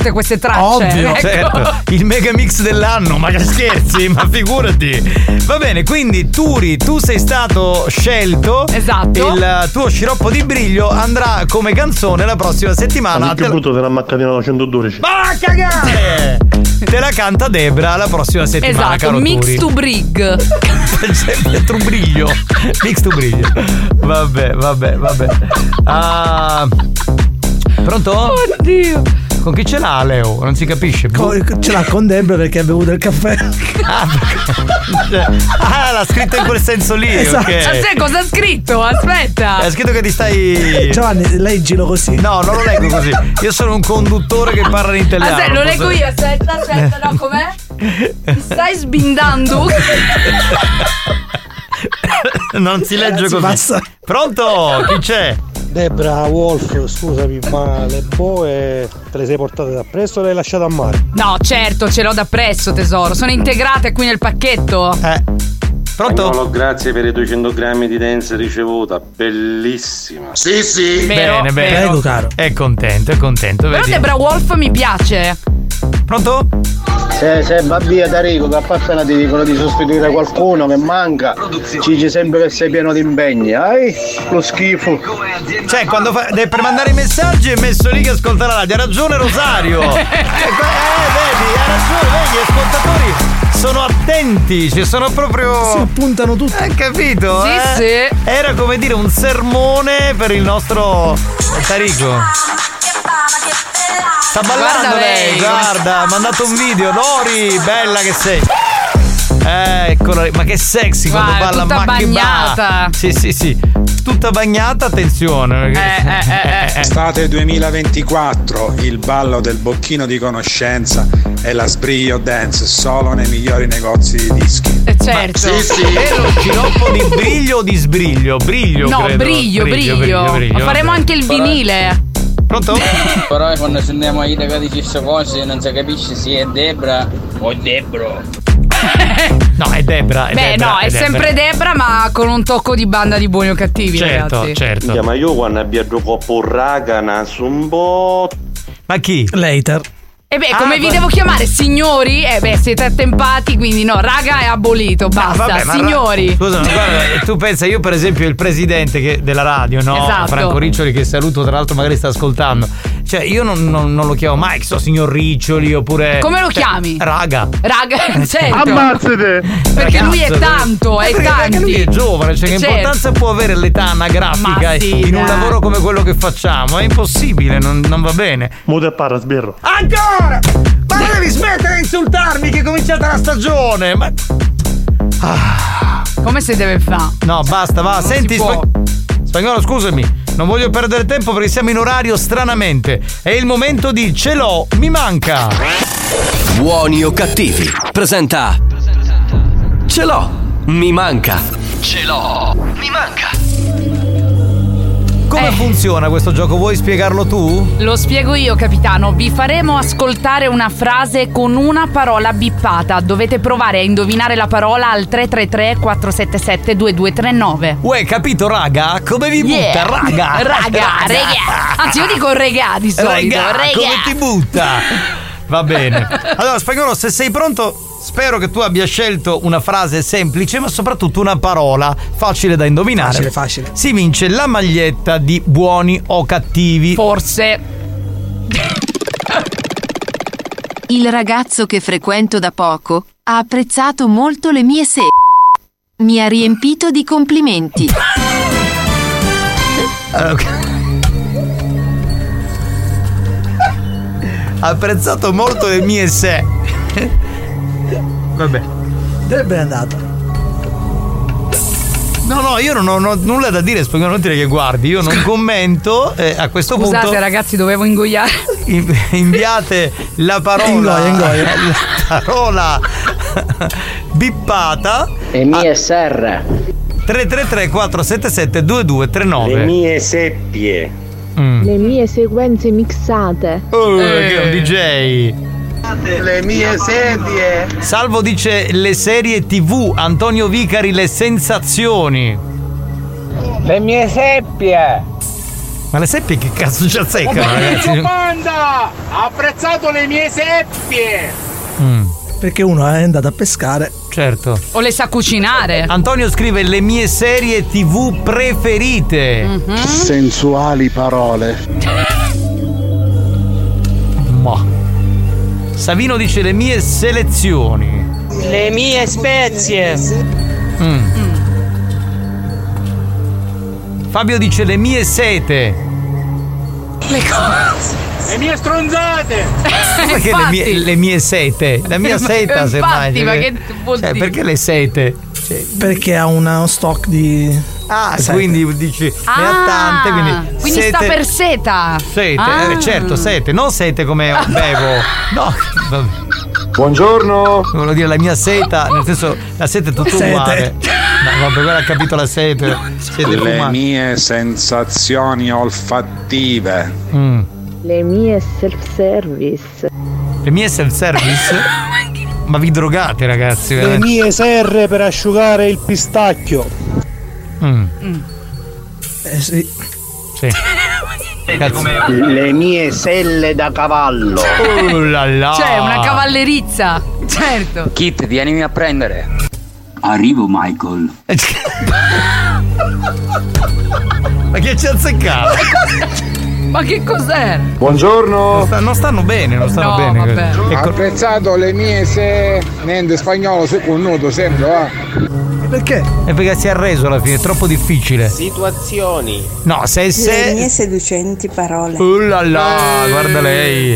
tutte queste tracce. Ovvio, ecco. certo. Il mega mix dell'anno, ma che scherzi, ma figurati. Va bene, quindi Turi, tu sei stato scelto. Esatto. Il tuo sciroppo di briglio andrà come canzone la prossima settimana. Ma che brutto della macchinina centododici. Ma a cagare! Te la canta Debra la prossima settimana, Esatto, caro mix Turi. to brig. Trubriglio. Mix to briglio. Vabbè, vabbè, vabbè. Ah, pronto? Oddio. Con chi ce l'ha Leo? Non si capisce. Con, ce l'ha con Debra perché ha bevuto il caffè. Ah, ah, l'ha scritto in quel senso lì. Esatto. Okay. Ma sai cosa ha scritto? Aspetta. Ha scritto che ti stai. Giovanni, leggilo così. No, non lo leggo così. Io sono un conduttore che parla in italiano. Aspetta, lo posso... leggo io. Aspetta, aspetta, no, com'è? Ti stai sbindando? Non si legge Ragazzi, così. passa. Pronto? Chi c'è? Debra, Wolf, scusami, ma le boe te le sei portate da presto o le hai lasciate a mare? No, certo, ce l'ho da presso, tesoro. Sono integrate qui nel pacchetto. Eh. Pronto? Spagnolo, grazie per i duecento grammi di dance ricevuta, bellissima. Sì, sì. Vero, bene, bene. vero. Prego, caro. È contento, è contento. Però vedi? Debra Wolf mi piace. Pronto? Se, se va via Tarico, che appena ti dicono di sostituire qualcuno che manca, ci dice sempre che sei pieno di impegni, hai? Lo schifo. Cioè, quando fa, per mandare i messaggi è messo lì che ascolta la radio. Ha ragione Rosario. eh, vedi, ha ragione, vedi, gli ascoltatori sono attenti, ci sono proprio. Si appuntano tutti. Hai capito? Sì, eh? sì. Era come dire un sermone per il nostro Tarico. Sta ballando Guarda lei, lei. guarda, ha mandato un video. Lori, bella che sei. Eh, eccola, ma che sexy quando Guarda, balla tutta Macchi bagnata. Ba. Sì, sì, sì. Tutta bagnata, attenzione. Eh, eh, eh, eh. Estate duemilaventiquattro, il ballo del bocchino di conoscenza e la sbriglio dance solo nei migliori negozi di dischi. Eh, certo. Sì, sì. Era un sciroppo di briglio o di sbriglio? Briglio, No, credo. briglio, briglio. briglio, briglio, Ma faremo vabbè. anche il vinile. Pronto? Però quando sentiamo a Ida che dice queste cose non si capisce se è Debra o Debro. No, è Debra. È Beh, Debra, no, è, Debra. sempre Debra, ma con un tocco di banda di buoni o cattivi, Certo, ragazzi. certo. Yeah, ma io quando abbia due coppo raga, naso un po'. Ma chi? Later. E beh, Ah, come vi ma- devo chiamare? Signori? Eh beh, siete attempati, quindi no, raga è abolito, basta. Vabbè, ma ra- Signori. Scusa, ma guarda, tu pensa, io per esempio il presidente che- della radio, no? Esatto. Franco Riccioli, che saluto, tra l'altro magari sta ascoltando. Cioè, io non, non- non lo chiamo mai, che so, signor Riccioli, oppure. Come lo cioè, chiami? Raga. Raga, certo. Ammazzate! Perché lui è Ragazzo, tanto, eh, è perché anche tanti. lui è giovane, cioè che Certo. importanza può avere l'età anagrafica Ma sì, in un dai. lavoro come quello che facciamo? È impossibile, non, non va bene. Muto e parla, sbirro. Ancora! Ma devi smettere di insultarmi che è cominciata la stagione! Ma. Ah. Come si deve fare? No, basta, va. Non Senti, si può. Spa- Spagnolo, scusami, non voglio perdere tempo perché siamo in orario stranamente. È il momento di ce l'ho, mi manca. Buoni o cattivi presenta Ce l'ho, mi manca. Ce l'ho, mi manca. Come Eh. funziona questo gioco? Vuoi spiegarlo tu? Lo spiego io, capitano. Vi faremo ascoltare una frase con una parola bippata. Dovete provare a indovinare la parola al tre tre tre quattro sette sette due due tre nove. Uè, capito, raga? Come vi butta, Yeah. raga? Raga, regà. Anzi, io dico regà di solito. Raga, Regà. come ti butta? Va bene. Allora, Spagnolo, se sei pronto, spero che tu abbia scelto una frase semplice, ma soprattutto una parola facile da indovinare. Facile, facile. Si vince la maglietta di Buoni o Cattivi. Forse. Il ragazzo che frequento da poco ha apprezzato molto le mie se. Mi ha riempito di complimenti. Ok. Ha apprezzato molto le mie se. Vabbè. Debra è andata. No, no, io non ho, non ho nulla da dire, Spagnolo, non dire che guardi, io non commento, eh, a questo Scusate, punto ragazzi, dovevo ingoiare. in- inviate la parola Ingoia, ingoia. la parola bippata E mie serre. tre tre tre quattro sette sette due due tre nove. Le mie seppie. Mm. Le mie sequenze mixate. Oh, che è un D J. Le mie sedie. Salvo dice le serie tivù, Antonio Vicari le sensazioni. Le mie seppie. Ma le seppie che cazzo ci azzeccano, ragazzi? Panda! Ha apprezzato le mie seppie! Mm. Perché uno è andato a pescare. Certo. O le sa cucinare. Antonio scrive le mie serie tivù preferite. Mm-hmm. Sensuali parole. Ma. Savino dice le mie selezioni. Le mie spezie. Mm. Mm. Fabio dice le mie sete. Le cose. Le mie stronzate. Perché le mie, le mie sete? La mia seta, se mai. Ma che vuol cioè, dire? perché le sete? Cioè, perché ha uno stock di. Ah, sete. Quindi dici ah, ne ha tante, quindi. Quindi sete, sta per seta. Sete, ah. eh, certo, sete, non sete come bevo. No, vabbè. Buongiorno. Volevo dire la mia seta, nel senso la sete è tutto Sete. uguale. No, vabbè, guarda, ha capito la sete. Siete Le fumati. mie sensazioni olfattive. Mm. Le mie self-service. Le mie self-service? Ma vi drogate, ragazzi? Le mie serre per asciugare il pistacchio. Mm. Mm. Eh sì. Sì. Le mie selle da cavallo. Oh là là. Cioè, una cavallerizza. Certo. Kit, vienimi a prendere. Arrivo, Michael. Ma che ci azzeccava? Ma che cos'è? Buongiorno. Non, sta, non stanno bene, non stanno No, bene. vabbè. Ecco. Ha apprezzato le mie se. Niente spagnolo su con nudo sempre, va. Perché? È perché si è arreso alla fine, è troppo difficile. Situazioni. No, se se. Le mie seducenti parole. Oh là là, guarda lei.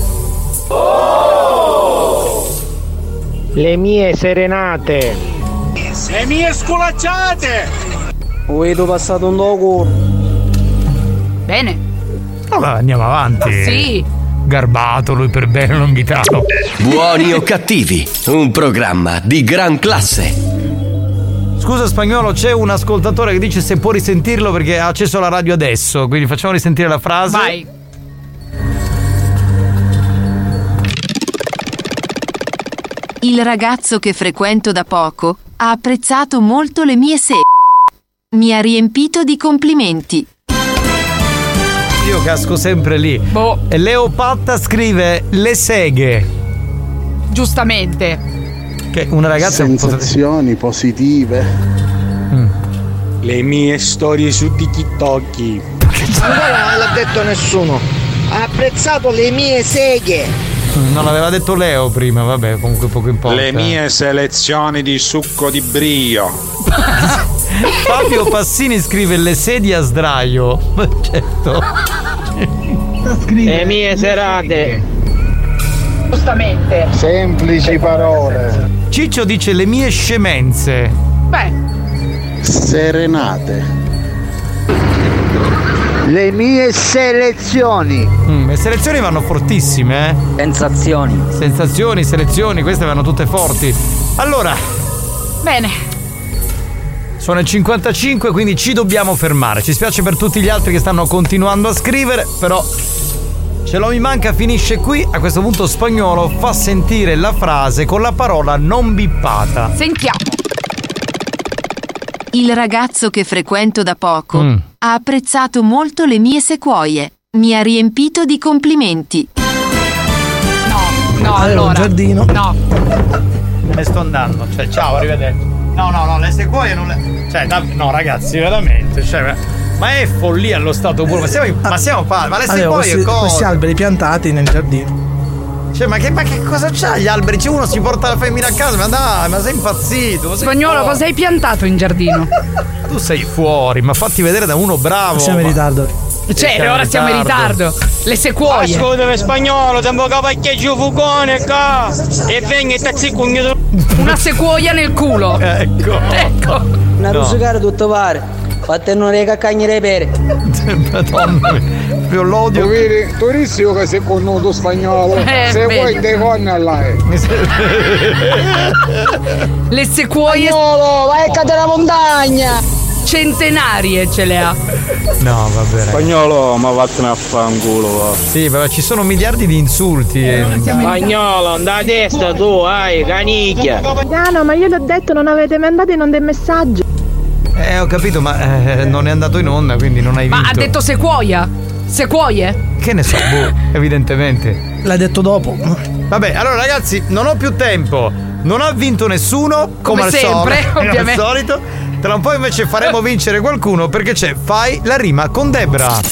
Le mie serenate. Le mie sculacciate. Ho vedo passato un dopo. Bene. Allora andiamo avanti. Sì. Garbato lui per bene Longhitano. Buoni o cattivi, un programma di gran classe. Scusa Spagnolo, c'è un ascoltatore che dice se può risentirlo perché ha acceso la radio adesso, quindi facciamo risentire la frase. Vai. Il ragazzo che frequento da poco ha apprezzato molto le mie se. Mi ha riempito di complimenti. Io casco sempre lì. Boh. E Leopatta scrive le seghe. Giustamente. Che una ragazza sensazioni positive. Mm. Le mie storie su TikTok. Ancora non l'ha detto nessuno. Ha apprezzato le mie seghe. Non l'aveva detto Leo prima, vabbè, comunque poco importa. Le mie selezioni di succo di brio. Fabio Passini scrive le sedie a sdraio. Ma certo. Le mie serate. Giustamente. Semplici parole. Ciccio dice le mie scemenze. Beh. Serenate. Le mie selezioni. Mm, le selezioni vanno fortissime, eh? Sensazioni. Sensazioni, selezioni, queste vanno tutte forti. Allora. Bene. Sono il cinquantacinque, quindi ci dobbiamo fermare. Ci spiace per tutti gli altri che stanno continuando a scrivere, però Ce l'ho mi manca finisce qui. A questo punto Spagnolo fa sentire la frase con la parola non bippata. Sentiamo. Il ragazzo che frequento da poco Mm. ha apprezzato molto le mie sequoie. Mi ha riempito di complimenti. No, no, Aveva un allora. giardino. No. Me ne sto andando. Cioè, ciao, arrivederci. No, no, no, le sequoie non le. Cioè, da... no, ragazzi, veramente. Cioè, ma è follia allo stato puro. Ma siamo, ma siamo pa- Ma le Aveva sequoie questi, cosa? questi alberi piantati nel giardino. Cioè, ma che, ma che cosa c'ha gli alberi? C'è uno si porta la femmina a casa, ma dai, ma sei impazzito? Ma sei Spagnolo, fuori. cosa hai piantato in giardino? Tu sei fuori, ma fatti vedere da uno bravo. Siamo in ma... ritardo. Cioè, Siamo ora in siamo in ritardo. Le sequoie. Ascoltami spagnolo, tempo che vai che giù fugone qua. E venga e tazzi cugno. Una sequoia nel culo. Ecco. Ecco. Una rusicare tutto pare. Fate non rega cagnere pere. Madonna mia, proprio l'odio. Tu vedi, turissimo che sei conosciuto spagnolo. Eh, Se vedi. vuoi te conna là. Le sequoie. Spagnolo, vai a cadere la montagna. Centenarie ce le ha. No, vabbè. Spagnolo, ma vattene a fanculo, va. Sì, ma ci sono miliardi di insulti. eh. Spagnolo, da testa tu, hai, canicchia. Piano, ma io l'ho detto, non avete mandato in onda il messaggio. Eh, ho capito, ma eh, non è andato in onda, quindi non hai Ma vinto. ha detto sequoia? Sequoie? Che ne so, boh, evidentemente. L'hai detto dopo. Vabbè, allora ragazzi, non ho più tempo. Non ha vinto nessuno, come, Come al sempre, solito, ovviamente. al solito. Tra un po' invece faremo vincere qualcuno perché c'è Fai la rima con Debra.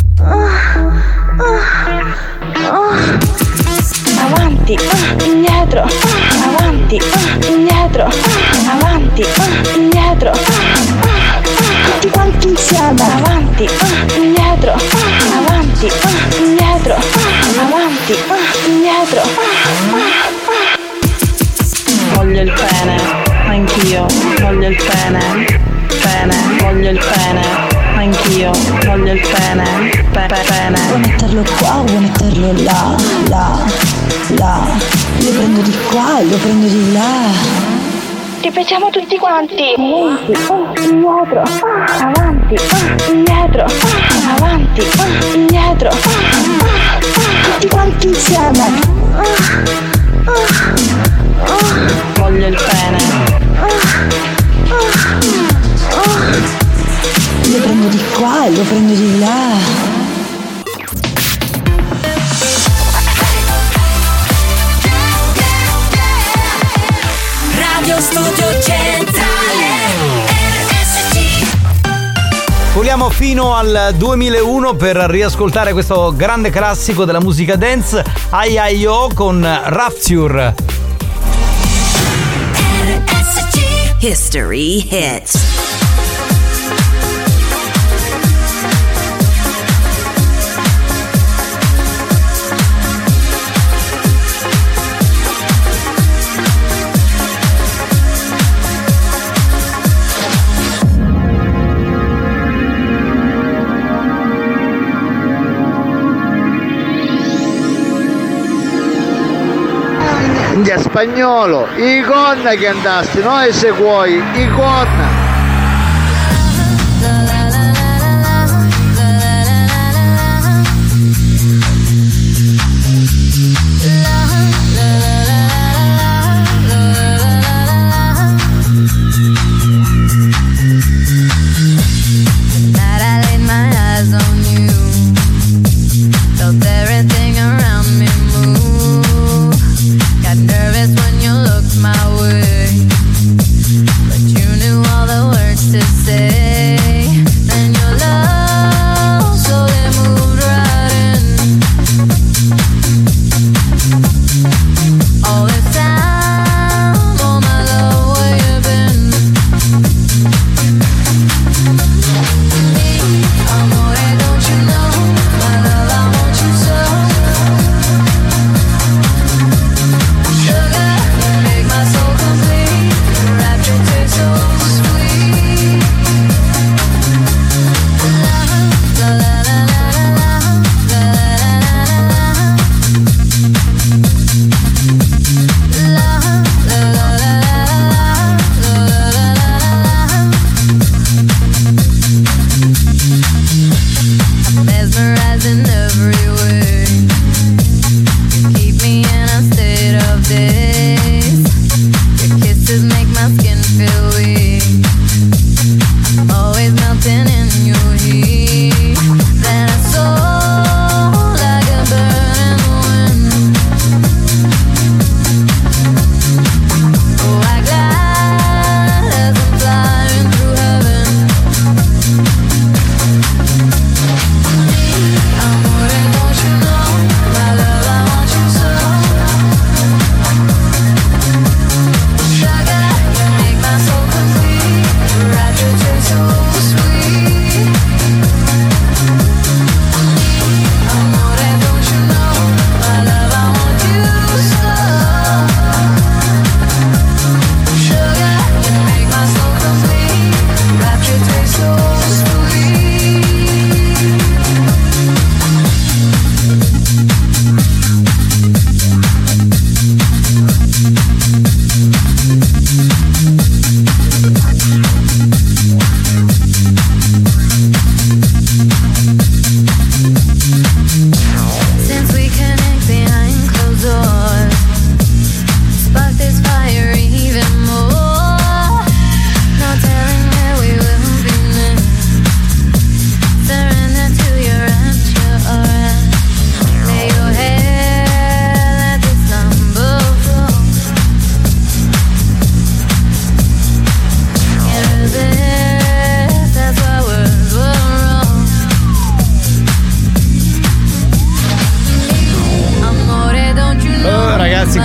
Avanti, ah, indietro, ah, avanti, ah, indietro, ah, avanti, ah, indietro, ah, ah, tutti quanti insieme, avanti, ah, indietro, ah, avanti, ah, indietro, ah, avanti, ah, indietro, ah, ah. Voglio il pene, anch'io, voglio il pene, pene, voglio il pene, anch'io, voglio il pene, pe- pe- pene. Vuoi metterlo qua, vuoi metterlo là, là, là. Lo prendo di qua e lo prendo di là. Ripetiamo tutti quanti. Indietro, avanti, indietro, avanti, indietro, tutti quanti insieme. Voglio il pene. Lo prendo di qua e lo prendo di là. Radio Studio Centrale R S C. Voliamo fino al duemilauno per riascoltare questo grande classico della musica dance, I I O con Rapture. R S C History Hits. In spagnolo, i gonna che andasti, noi se vuoi, i gonna. Amore,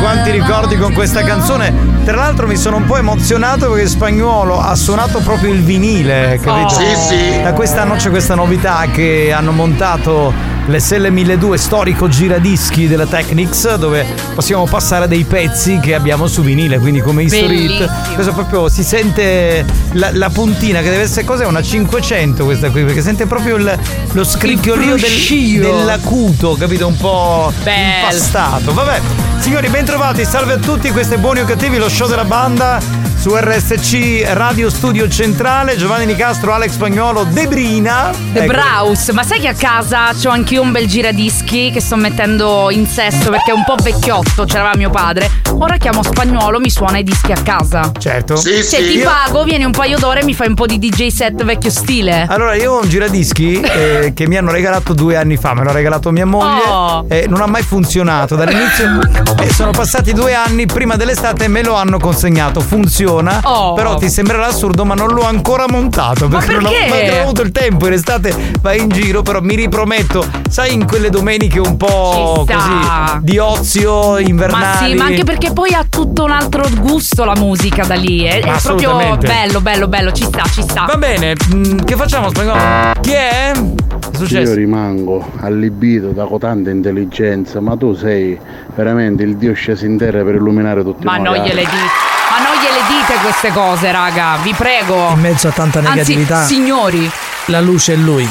quanti ricordi con questa canzone. Tra l'altro mi sono un po' emozionato perché Spagnuolo ha suonato proprio il vinile, capito? Oh. Sì, sì. Da quest'anno c'è questa novità che hanno montato l'S L milleduecento storico giradischi della Technics, dove possiamo passare dei pezzi che abbiamo su vinile, quindi come History Hit. Questo proprio si sente la, la puntina che deve essere, cos'è, una cinquecento questa qui, perché sente proprio il, lo scricchiolio del, dell'acuto, capito, un po' Bell. impastato. Vabbè, signori, bentrovati, salve a tutti, questo è Buoni o Cattivi, lo show della banda su R S C Radio Studio Centrale. Giovanni Nicastro, Alex Spagnuolo, Debrina The ecco. Braus. Ma sai che a casa c'ho anch'io un bel giradischi che sto mettendo in sesto perché è un po' vecchiotto, c'era mio padre. Ora chiamo Spagnuolo, mi suona i dischi a casa. Certo. Sì, Se sì. ti pago, vieni un paio d'ore e mi fai un po' di D J set vecchio stile. Allora, io ho un giradischi eh, che mi hanno regalato due anni fa, me l'ha regalato mia moglie Oh. e non ha mai funzionato dall'inizio. E sono passati due anni, prima dell'estate me lo hanno consegnato, funziona. Oh. Però ti sembrerà assurdo, ma non l'ho ancora montato perché, Ma non ho perché? mai non ho avuto il tempo. In estate vai in giro, però mi riprometto, sai, in quelle domeniche un po' Ci sta. così di ozio invernali. Ma sì, ma anche perché poi ha tutto un altro gusto la musica da lì. È, è proprio Assolutamente. bello, bello, bello, ci sta, ci sta. Va bene, mh, che facciamo, Spagnolo? Chi è? Che è successo? Io rimango allibito da cotanta intelligenza, ma tu sei veramente il dio sceso in terra per illuminare tutti Ma noi. non gliele dite. Ma non gliele dite queste cose, raga, vi prego. In mezzo a tanta negatività, Anzi, signori, la luce è lui.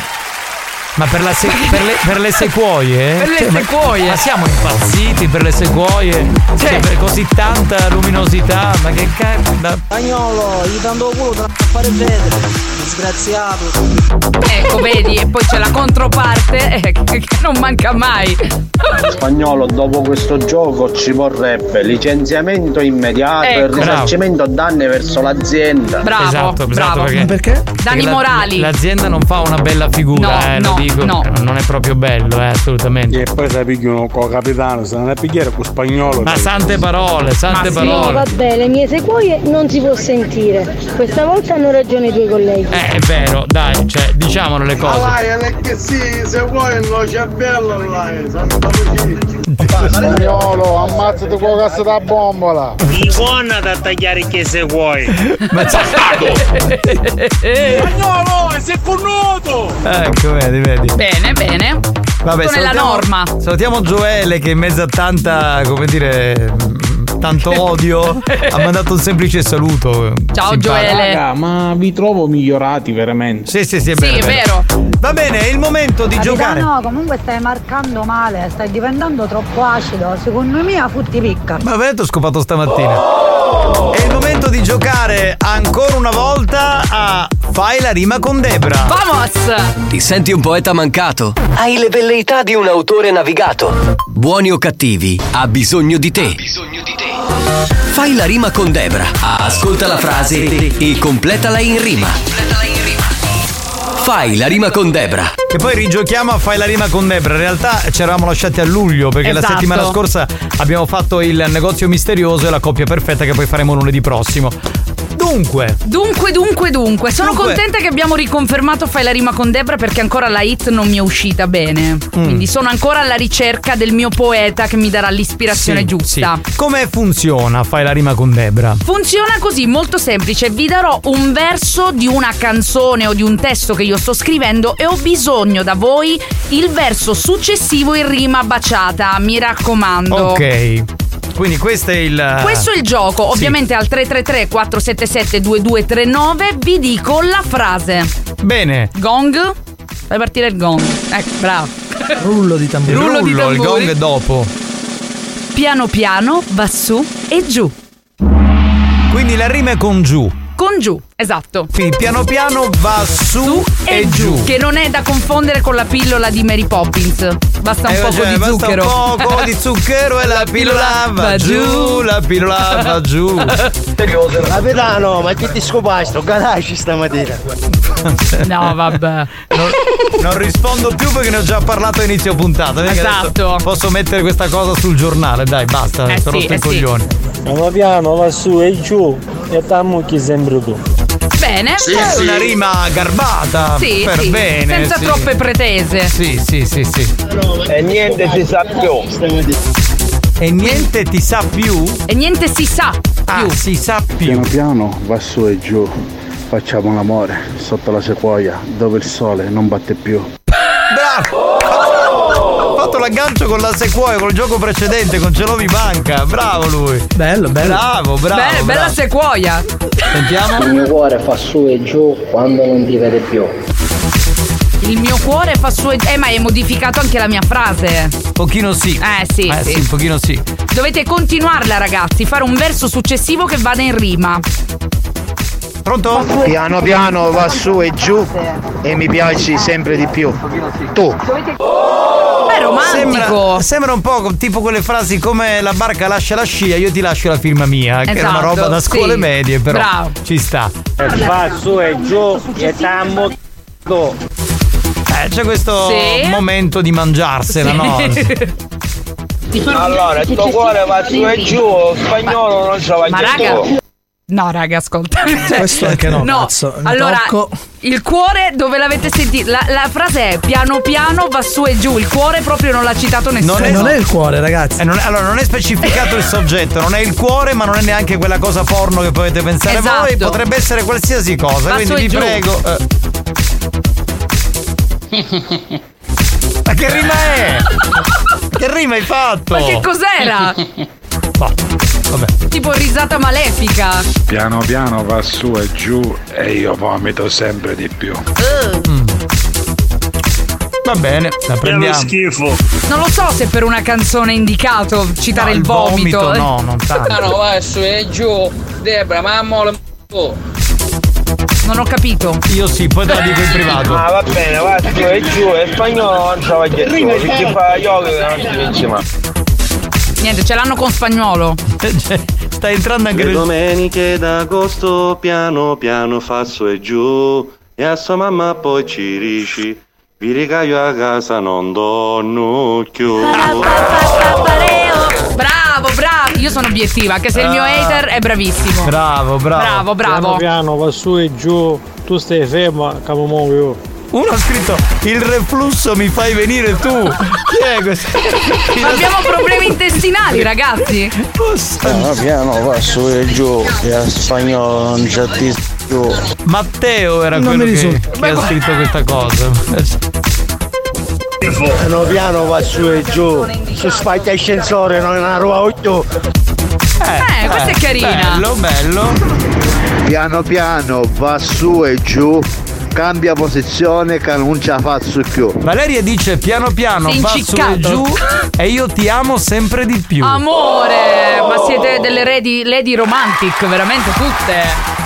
Ma per, la se- per, le, per le sequoie? Per le Cioè, ma- sequoie. Ma siamo impazziti per le sequoie? Cioè, Cioè. per così tanta luminosità? Ma che cazzo? Spagnolo, gli dando culo tra a fare vedere. Disgraziato. ecco, vedi, e poi c'è la controparte eh, che, che non manca mai. Spagnolo, dopo questo gioco ci vorrebbe licenziamento immediato Ecco. e risarcimento danni verso l'azienda. Bravo, esatto, bravo. perché, Perché? Danni perché la- morali. l'azienda non fa una bella figura, No, eh, no, lo dico. no. Non è proprio bello, eh, assolutamente. E poi si pigliano con capitano, se non è pigliare con Spagnolo. Ma sante parole, sante Ma sì. No, parole. vabbè, le mie sequoie non si può sentire. Questa volta hanno ragione i tuoi colleghi. Eh, è vero, dai, cioè, diciamolo le cose. è che sì, se vuoi non c'è bello là, Spagnolo, ammazzati con la cassa da bombola. I buona da tagliare che se vuoi. Ma Spagnolo, sei connuto! Ecco, vedi, vedi. Bene, bene. Vabbè, Tutto nella salutiamo- norma. Salutiamo Gioele che in mezzo a tanta, come dire, mh, tanto odio ha mandato un semplice saluto. Ciao, Simpatico. Gioele. Raga, ma vi trovo migliorati veramente. Sì, sì, sì, è Sì, vero. è vero. Va bene, è il momento di giocare. No, comunque stai marcando male, stai diventando troppo acido. Secondo me a futti picca. Ma avete ho scopato stamattina. È il momento di giocare ancora una volta a Fai la rima con Debra. Vamos! Ti senti un poeta mancato? Hai le velleità di un autore navigato? Buoni o cattivi, ha bisogno di te. Fai la rima con Debra. Ascolta la frase e completala in rima. Fai la rima con Debra. Che poi rigiochiamo a Fai la rima con Debra. In realtà ci eravamo lasciati a luglio perché Esatto. la settimana scorsa abbiamo fatto il negozio misterioso e la coppia perfetta che poi faremo lunedì prossimo. Dunque, Dunque, dunque, dunque. Sono Dunque. contenta che abbiamo riconfermato Fai la rima con Debra perché ancora la hit non mi è uscita bene. Mm. Quindi sono ancora alla ricerca del mio poeta che mi darà l'ispirazione sì, giusta. sì. Come funziona Fai la rima con Debra? Funziona così, molto semplice. Vi darò un verso di una canzone o di un testo che io sto scrivendo e ho bisogno da voi il verso successivo in rima baciata. Mi raccomando. Ok. Quindi questo è il. Questo è il gioco. Ovviamente al tre tre tre quattro sette sette due due tre nove vi dico la frase. Bene. Gong. Fai partire il gong. Ecco, bravo. Rullo di tamburi. Rullo di il tamburi. gong è dopo. Piano piano va su e giù. Quindi la rima è con giù. Con giù, esatto. Quindi piano piano va su, E giù. Che non è da confondere con la pillola di Mary Poppins. Basta un Eh, poco cioè, di basta zucchero. un poco di zucchero e la pillola va giù, la pillola va giù. Capitano, ma chi ti scopai sto garage stamattina? No, vabbè. Non, non rispondo più perché ne ho già parlato a inizio puntata. Vedi che Esatto. adesso posso mettere questa cosa sul giornale, dai, basta, Eh ti ho sì, rotto eh i sì. coglioni. Piano piano va su e giù e tammo chi sembri tu. Bene. Sì, È sì. una rima garbata, Sì, per sì, bene. senza sì. troppe pretese. Sì, sì, sì, sì. E niente si sa più. E niente ti sa più? E niente si sa più. Ah, si sa più. Piano piano va su e giù, facciamo l'amore sotto la sequoia dove il sole non batte più. Bravo! Ha fatto l'aggancio con la sequoia, col gioco precedente, con Ce lo mi manca. Bravo lui. Bello, bello. Bravo, bravo. Beh, bella bravo. sequoia. Sentiamo. Il mio cuore fa su e giù quando non ti vede più. Il mio cuore fa su e giù. Eh, ma hai modificato anche la mia frase. Pochino sì. Eh sì, Eh sì. sì, un pochino sì. Dovete continuarla, ragazzi, fare un verso successivo che vada in rima. Pronto? Piano piano va su e giù e mi piaci sempre di più. Tu. È romantico. Sembra, sembra un po' tipo quelle frasi come la barca lascia la scia, io ti lascio la firma mia, che era una Esatto, roba da scuole sì. medie, però Bravo. ci sta. Va su e giù e tammo. Eh, c'è questo Sì. momento di mangiarsela, no? Allora, il tuo cuore va su e giù, spagnolo non ce la Ma raga, no, raga, ascolta. Cioè, Questo anche no, no. cazzo. Mi Allora, tocco. il cuore dove l'avete sentito? La, la frase è piano piano va su e giù. Il cuore proprio non l'ha citato nessuno. Non è- Non è il cuore, ragazzi. Eh, non è- allora, non è specificato il soggetto, non è il cuore, ma non è neanche quella cosa porno che potete pensare Esatto. voi, potrebbe essere qualsiasi cosa, Va quindi su e vi giù. prego. eh. Ma che rima è? Che rima hai fatto? Ma che cos'era? Boh, vabbè. Tipo risata malefica. Piano piano va su e giù e io vomito sempre di più. Va bene, la prendiamo. schifo. Non lo so se per una canzone è indicato citare No, il vomito. no, non tanto. No, va su e giù. Debra, mamma Non ho capito. Io sì, poi te la dico in privato. Ah, va bene, va su e giù e spagnolo non ce la va dietro. Perché fa yoga che non si vince mai. Niente, ce l'hanno con spagnolo. Sta entrando anche Le nel... domeniche d'agosto piano piano fa su e giù e a sua mamma poi ci dici vi ricaglio a casa non donno più. Bravo, bravo. Io sono obiettiva, anche se il mio Ah. hater è bravissimo. Bravo, bravo. Bravo, bravo. Piano piano va su e giù, tu stai fermo, camo muoio. Uno ha scritto il reflusso mi fai venire tu. Chi è questo? Ma abbiamo problemi intestinali, ragazzi. Piano piano va su e giù e a spagnolo non c'è ti giù. Matteo era Non quello mi che, risulta. che ha scritto questa cosa. Piano piano va su e giù, su spacca ascensore non è una ruota giù. Eh, questa è carina. Bello, bello. Piano piano va su e giù, cambia posizione che non ce la faccio più. Valeria dice piano piano Sei va su e inciccato. giù e io ti amo sempre di più. Amore, ma siete delle lady, lady romantic, veramente tutte.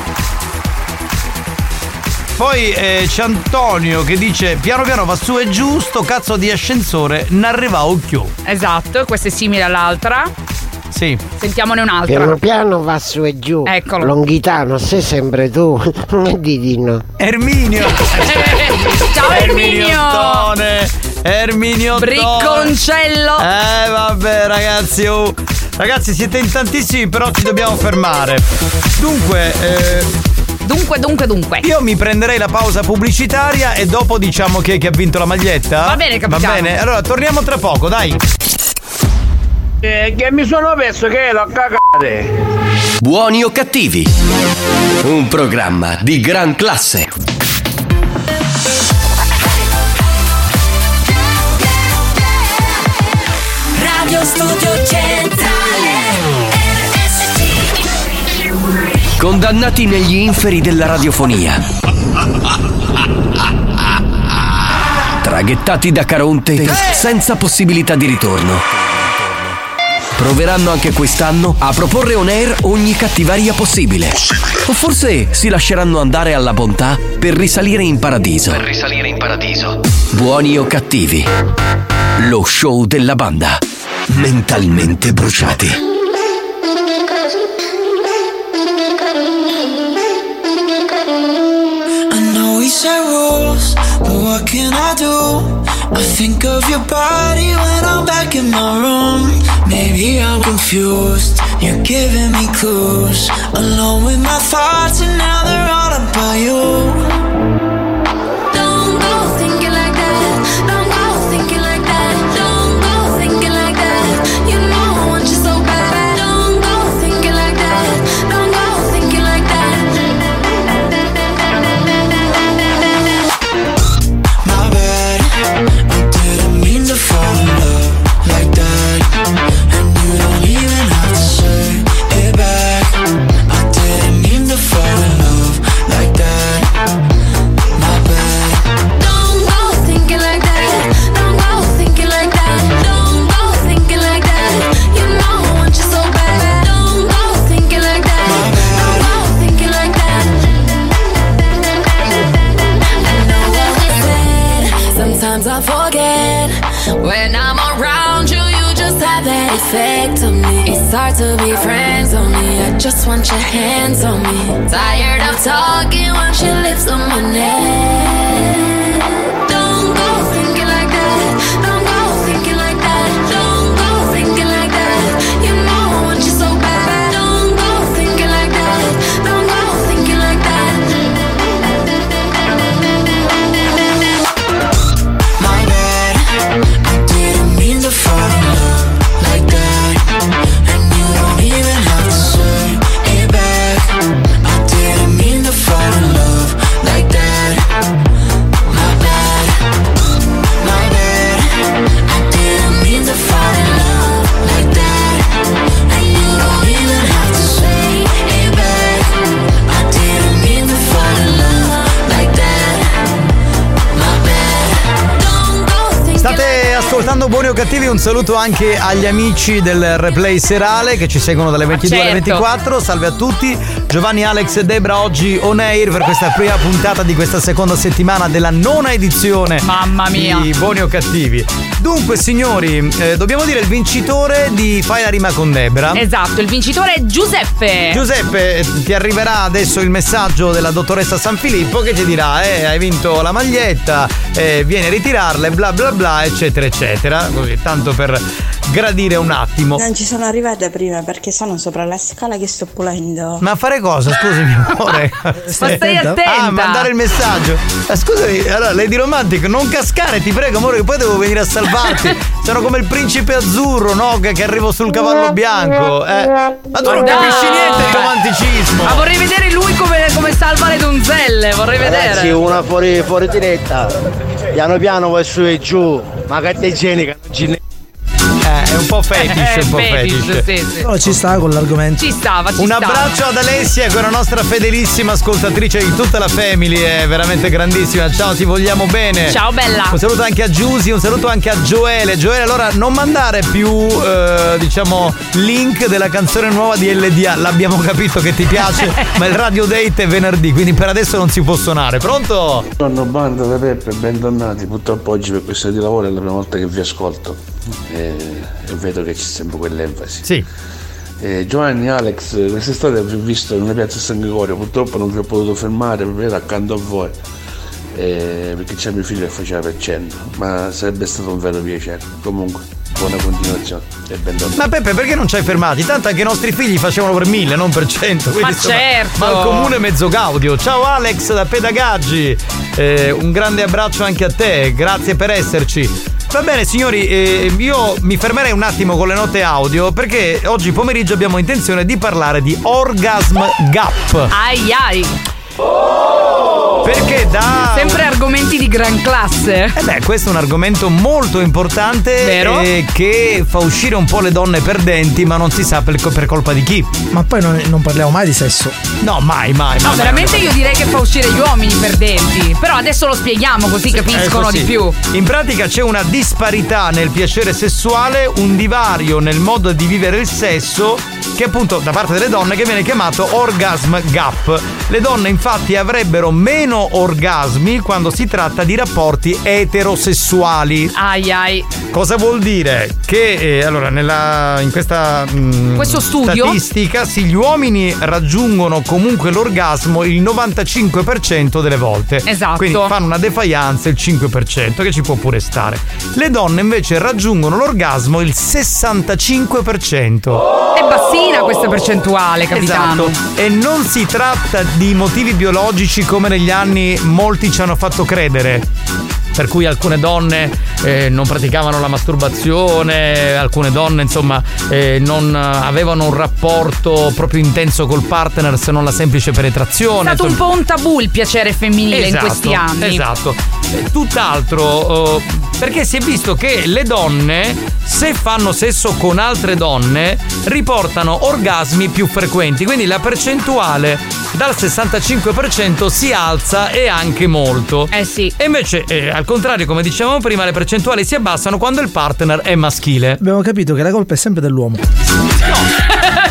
Poi eh, c'è Antonio che dice piano piano va su e giù, sto cazzo di ascensore n'arriva occhio. Esatto, e questa è simile all'altra. Sì. Sentiamone un'altra. Piano piano va su e giù. Eccolo. Longhitano, sei sempre tu. Non di no. Erminio. Ciao Erminio. Erminiottone. Erminiottone. Bricconcello. Eh vabbè ragazzi, oh. Ragazzi siete in tantissimi però ci dobbiamo fermare. Dunque, eh, Dunque, dunque, dunque. io mi prenderei la pausa pubblicitaria e dopo diciamo chi è che ha vinto la maglietta. Va bene, capitano. Va bene, allora torniamo tra poco, dai. Eh, che mi sono perso che l'ho cagate. Buoni o cattivi? Un programma di gran classe. Radio Studio Centrale R S C. Condannati negli inferi della radiofonia. Traghettati da Caronte senza possibilità di ritorno. Proveranno anche quest'anno a proporre on air ogni cattiveria possibile. O forse si lasceranno andare alla bontà per risalire in paradiso. Per risalire in paradiso. Buoni o cattivi? Lo show della banda. Mentalmente bruciati. I know we set rules, but what can I do? I think of your body when I'm back in my room. Maybe I'm confused, you're giving me clues. Alone with my thoughts and now they're all about you. Don't go thinking like that, don't go thinking like that, don't go thinking like that. You know When I'm around you, you just have that effect on me. It's hard to be friends on me. I just want your hands on me. Tired of talking, want your lips on my neck. Don't go thinking like that. Don't go thinking like that. Don't go thinking like that. You know I want you so bad. Don't go thinking like that. Don't go thinking like that. My bad, I didn't mean to fall in love like that. And you don't even have to say it back. I didn't mean to fall in love like that. My bad, my bad. I didn't mean to fall in love like that. And you don't even have to say it back. I didn't mean to fall in love like that. My bad. Don't go thinking. State ascoltando Buoni o Cattivi, un saluto anche agli amici del replay serale che ci seguono dalle ventidue alle certo. ventiquattro. Salve a tutti, Giovanni, Alex e Debra oggi on air per questa prima puntata di questa seconda settimana della nona edizione Mamma mia. di Buoni o Cattivi. Dunque signori, eh, dobbiamo dire il vincitore di Fai la rima con Debra. Esatto, il vincitore è Giuseppe. Giuseppe, ti arriverà adesso il messaggio della dottoressa San Filippo che ti dirà eh, hai vinto la maglietta, eh, vieni a ritirarla e bla bla bla eccetera eccetera, così tanto per gradire un attimo. Non ci sono arrivata prima perché sono sopra la scala che sto pulendo. Ma a fare cosa? Scusami amore. Ma stai attenta. Ah, mandare il messaggio. Ah, scusami, allora Lady Romantic, non cascare, ti prego amore, che poi devo venire a salvarti. Sono come il principe azzurro, no? Che, che arrivo sul cavallo bianco, eh. Ma tu non No. capisci niente di romanticismo. Ma vorrei vedere lui come, come salva le donzelle, vorrei vedere. Ragazzi, una fuori, fuori diretta. Piano piano vai su e giù. Ma carta igienica non ci ne... Eh, è un po' fetish, Eh, un po' fetish, fetish. sì, sì. Però ci sta con l'argomento. Ci stava, ci Un stava. abbraccio ad Alessia, che è una nostra fedelissima ascoltatrice di tutta la family, è veramente grandissima. Ciao, ti vogliamo bene. Ciao, bella. Un saluto anche a Giusy, un saluto anche a Gioele. Gioele, allora non mandare più eh, diciamo link della canzone nuova di L D A. L'abbiamo capito che ti piace, ma il radio date è venerdì, quindi per adesso non si può suonare. Pronto? Buongiorno banda da Peppe, bentornati. Purtroppo oggi per questione di lavoro è la prima volta che vi ascolto e, e vedo che c'è sempre quell'enfasi. Sì. Eh, Giovanni, Alex, quest'estate vi ho visto in una piazza a San Gregorio, purtroppo non vi ho potuto fermare perché ero accanto a voi, eh, perché c'è mio figlio che faceva per cento, ma sarebbe stato un vero piacere. Comunque, buona continuazione e bentornati. Ma Peppe, perché non ci hai fermati? Tanto anche i nostri figli facevano per mille, non per cento. Ma insomma, certo. Ma il comune mezzo gaudio. Ciao Alex da Pedagaggi, eh, un grande abbraccio anche a te, grazie per esserci. Va bene signori, eh, io mi fermerei un attimo con le note audio perché oggi pomeriggio abbiamo intenzione di parlare di Orgasm Gap. Ai ai. Perché da Sempre argomenti di gran classe. Eh beh, questo è un argomento molto importante. Vero? eh, che fa uscire un po' le donne perdenti, ma non si sa per, per colpa di chi. Ma poi non, non parliamo mai di sesso. No, mai, mai. No, mai, veramente mai. io direi che fa uscire gli uomini perdenti. Però adesso lo spieghiamo così Sì, capiscono eh, così. di più. In pratica c'è una disparità nel piacere sessuale, un divario nel modo di vivere il sesso, che appunto da parte delle donne che viene chiamato orgasm gap. Le donne infatti avrebbero meno orgasmi quando si tratta di rapporti eterosessuali. Ai ai. Cosa vuol dire? Che eh, allora nella in questa mh, Questo studio? statistica sì, gli uomini raggiungono comunque l'orgasmo il novantacinque per cento delle volte. Esatto. Quindi fanno una defiance il cinque per cento, che ci può pure stare. Le donne invece raggiungono l'orgasmo il sessantacinque per cento. È bassina questa percentuale, capitano. Esatto. E non si tratta di motivi biologici come negli anni molti ci hanno fatto credere, per cui alcune donne eh, non praticavano la masturbazione, alcune donne insomma eh, non avevano un rapporto proprio intenso col partner se non la semplice penetrazione. È stato insomma. un po' un tabù il piacere femminile Esatto, in questi anni. Esatto. Eh, Tutt'altro, eh, perché si è visto che le donne, se fanno sesso con altre donne, riportano orgasmi più frequenti, quindi la percentuale dal sessantacinque per cento si alza e anche molto. Eh sì. E invece, eh, al contrario, come dicevamo prima, le percentuali si abbassano quando il partner è maschile. Abbiamo capito che la colpa è sempre dell'uomo.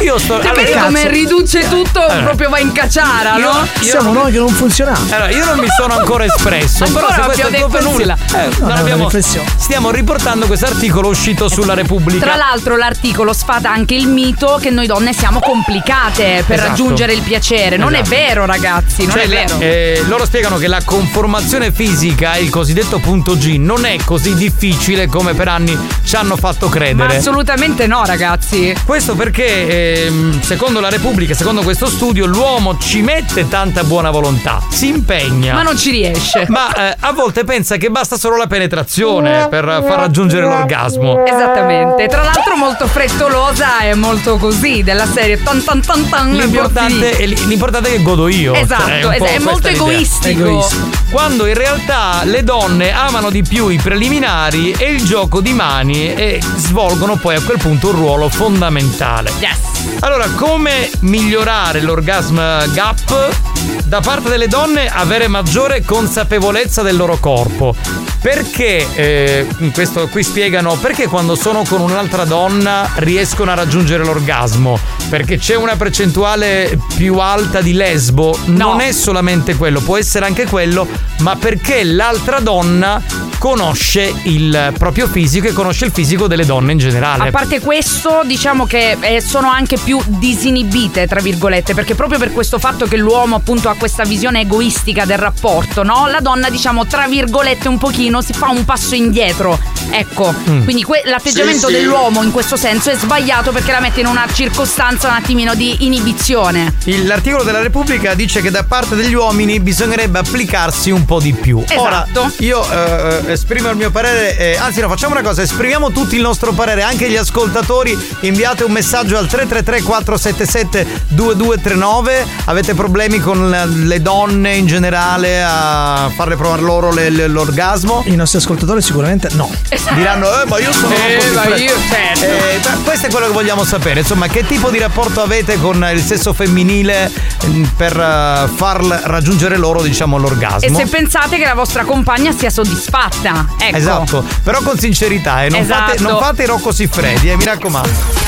io sto Cioè, allora, vedi cazzo. come riduce tutto, Allora, proprio va in cacciara, io- no? io Siamo non- noi che non funzioniamo. Allora, io non mi sono ancora espresso, però Ancora se non questo è il abbiamo tuo detto perfil, nulla. eh, No, non è una abbiamo- riflessione. stiamo riportando questo articolo uscito sulla Repubblica. Tra l'altro l'articolo sfata anche il mito che noi donne siamo complicate per Esatto. raggiungere il piacere. Non Esatto. è vero, ragazzi, non Cioè, è vero. eh, loro spiegano che la conformazione fisica, il cosiddetto punto G, non è così difficile come per anni ci hanno fatto Ma credere. assolutamente no, ragazzi. Questo perché, ehm, secondo la Repubblica, secondo questo studio, l'uomo ci mette tanta buona volontà, si impegna. Ma non ci riesce. Ma eh, a volte pensa che basta solo la penetrazione per far raggiungere l'orgasmo. Esattamente. Tra l'altro molto frettolosa e molto così, della serie tan tan tan tan. L'importante è, l'importante è che godo io. Esatto, Cioè, un es- po' è molto questa l'idea. egoistico. Quando in realtà le donne amano di più i preliminari e il gioco di mani e svolgono poi a quel punto un ruolo fondamentale. Yes. Allora, come migliorare l'orgasm gap? Da parte delle donne avere maggiore consapevolezza del loro corpo. Perché, eh, questo qui spiegano, perché quando sono con un'altra donna riescono a raggiungere l'orgasmo? Perché c'è una percentuale più alta di lesbo? Non è solamente quello, può essere anche quello, ma perché l'altra donna conosce il proprio fisico e conosce il fisico delle donne in generale. A parte questo, diciamo che eh, sono anche più disinibite, tra virgolette, perché proprio per questo fatto che l'uomo appunto ha questa visione egoistica del rapporto, no? La donna, diciamo, tra virgolette, un pochino si fa un passo indietro. Ecco, Mm. quindi que- l'atteggiamento Sì, sì. dell'uomo in questo senso è sbagliato perché la mette in una circostanza un attimino di inibizione. Il- L'articolo della Repubblica dice che da parte degli uomini bisognerebbe applicarsi un po' di più. Ora, Esatto. io eh, esprimo il mio parere, eh, anzi no, facciamo una cosa, esprimiamo tutti il nostro parere, anche gli ascoltatori, inviate un messaggio al tre tre tre quattro sette sette due due tre nove, avete problemi con le- le donne in generale a farle provare loro le- le- l'orgasmo? I nostri ascoltatori sicuramente no. Diranno, eh, ma io sono Eh, così ma freddo. io, certo. Eh, beh, questo è quello che vogliamo sapere. Insomma, che tipo di rapporto avete con il sesso femminile mh, per eh, far raggiungere loro, diciamo, l'orgasmo? E se pensate che la vostra compagna sia soddisfatta, ecco. Esatto, però con sincerità, eh, non, Esatto. fate, non fate i Rocco Siffredi, eh, mi raccomando.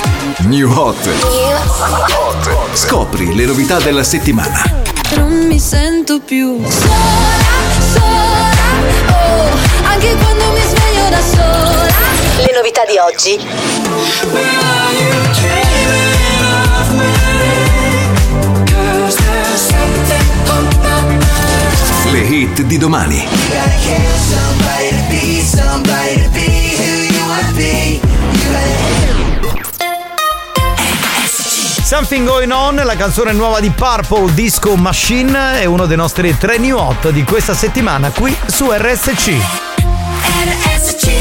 New Hot. Scopri le novità della settimana. Non mi sento più sola, sola, oh, anche quando mi sveglio da sola. Le novità di oggi. Le hit di domani. Something Going On, la canzone nuova di Purple Disco Machine, è uno dei nostri tre new hot di questa settimana qui su R S C. R S C.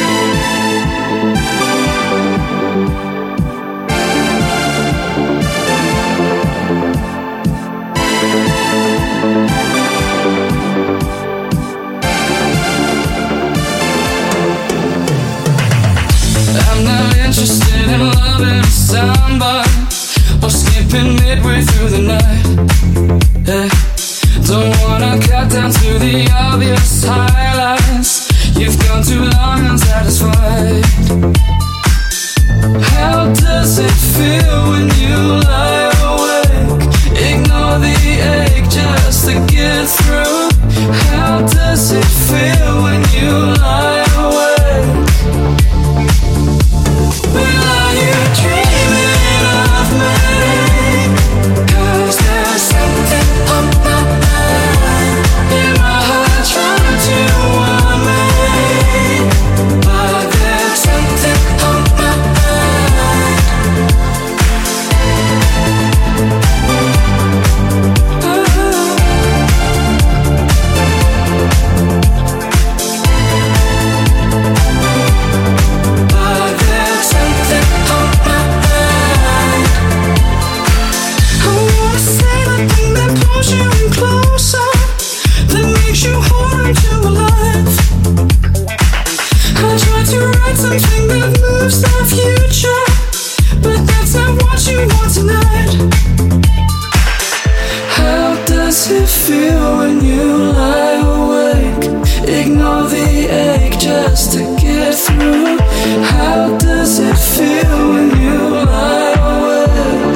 I'm not interested in loving somebody or skipping midway through the night. Yeah. Don't wanna cut down to the obvious highlights. You've gone too long unsatisfied. How does it feel when you lie awake? Ignore the ache just to get through. How does it feel when you lie awake? Well, are you dreaming of me? 'Cause there's something on my mind. In my heart trying to warn me, but there's something on my mind. But there's something on my mind. I wanna say the thing that pulls you in closer, that makes you hold on to alive. I try to write something that moves the future, but that's not what you want tonight. How does it feel when you lie awake? Ignore the ache just to get through. How does it feel when you lie awake?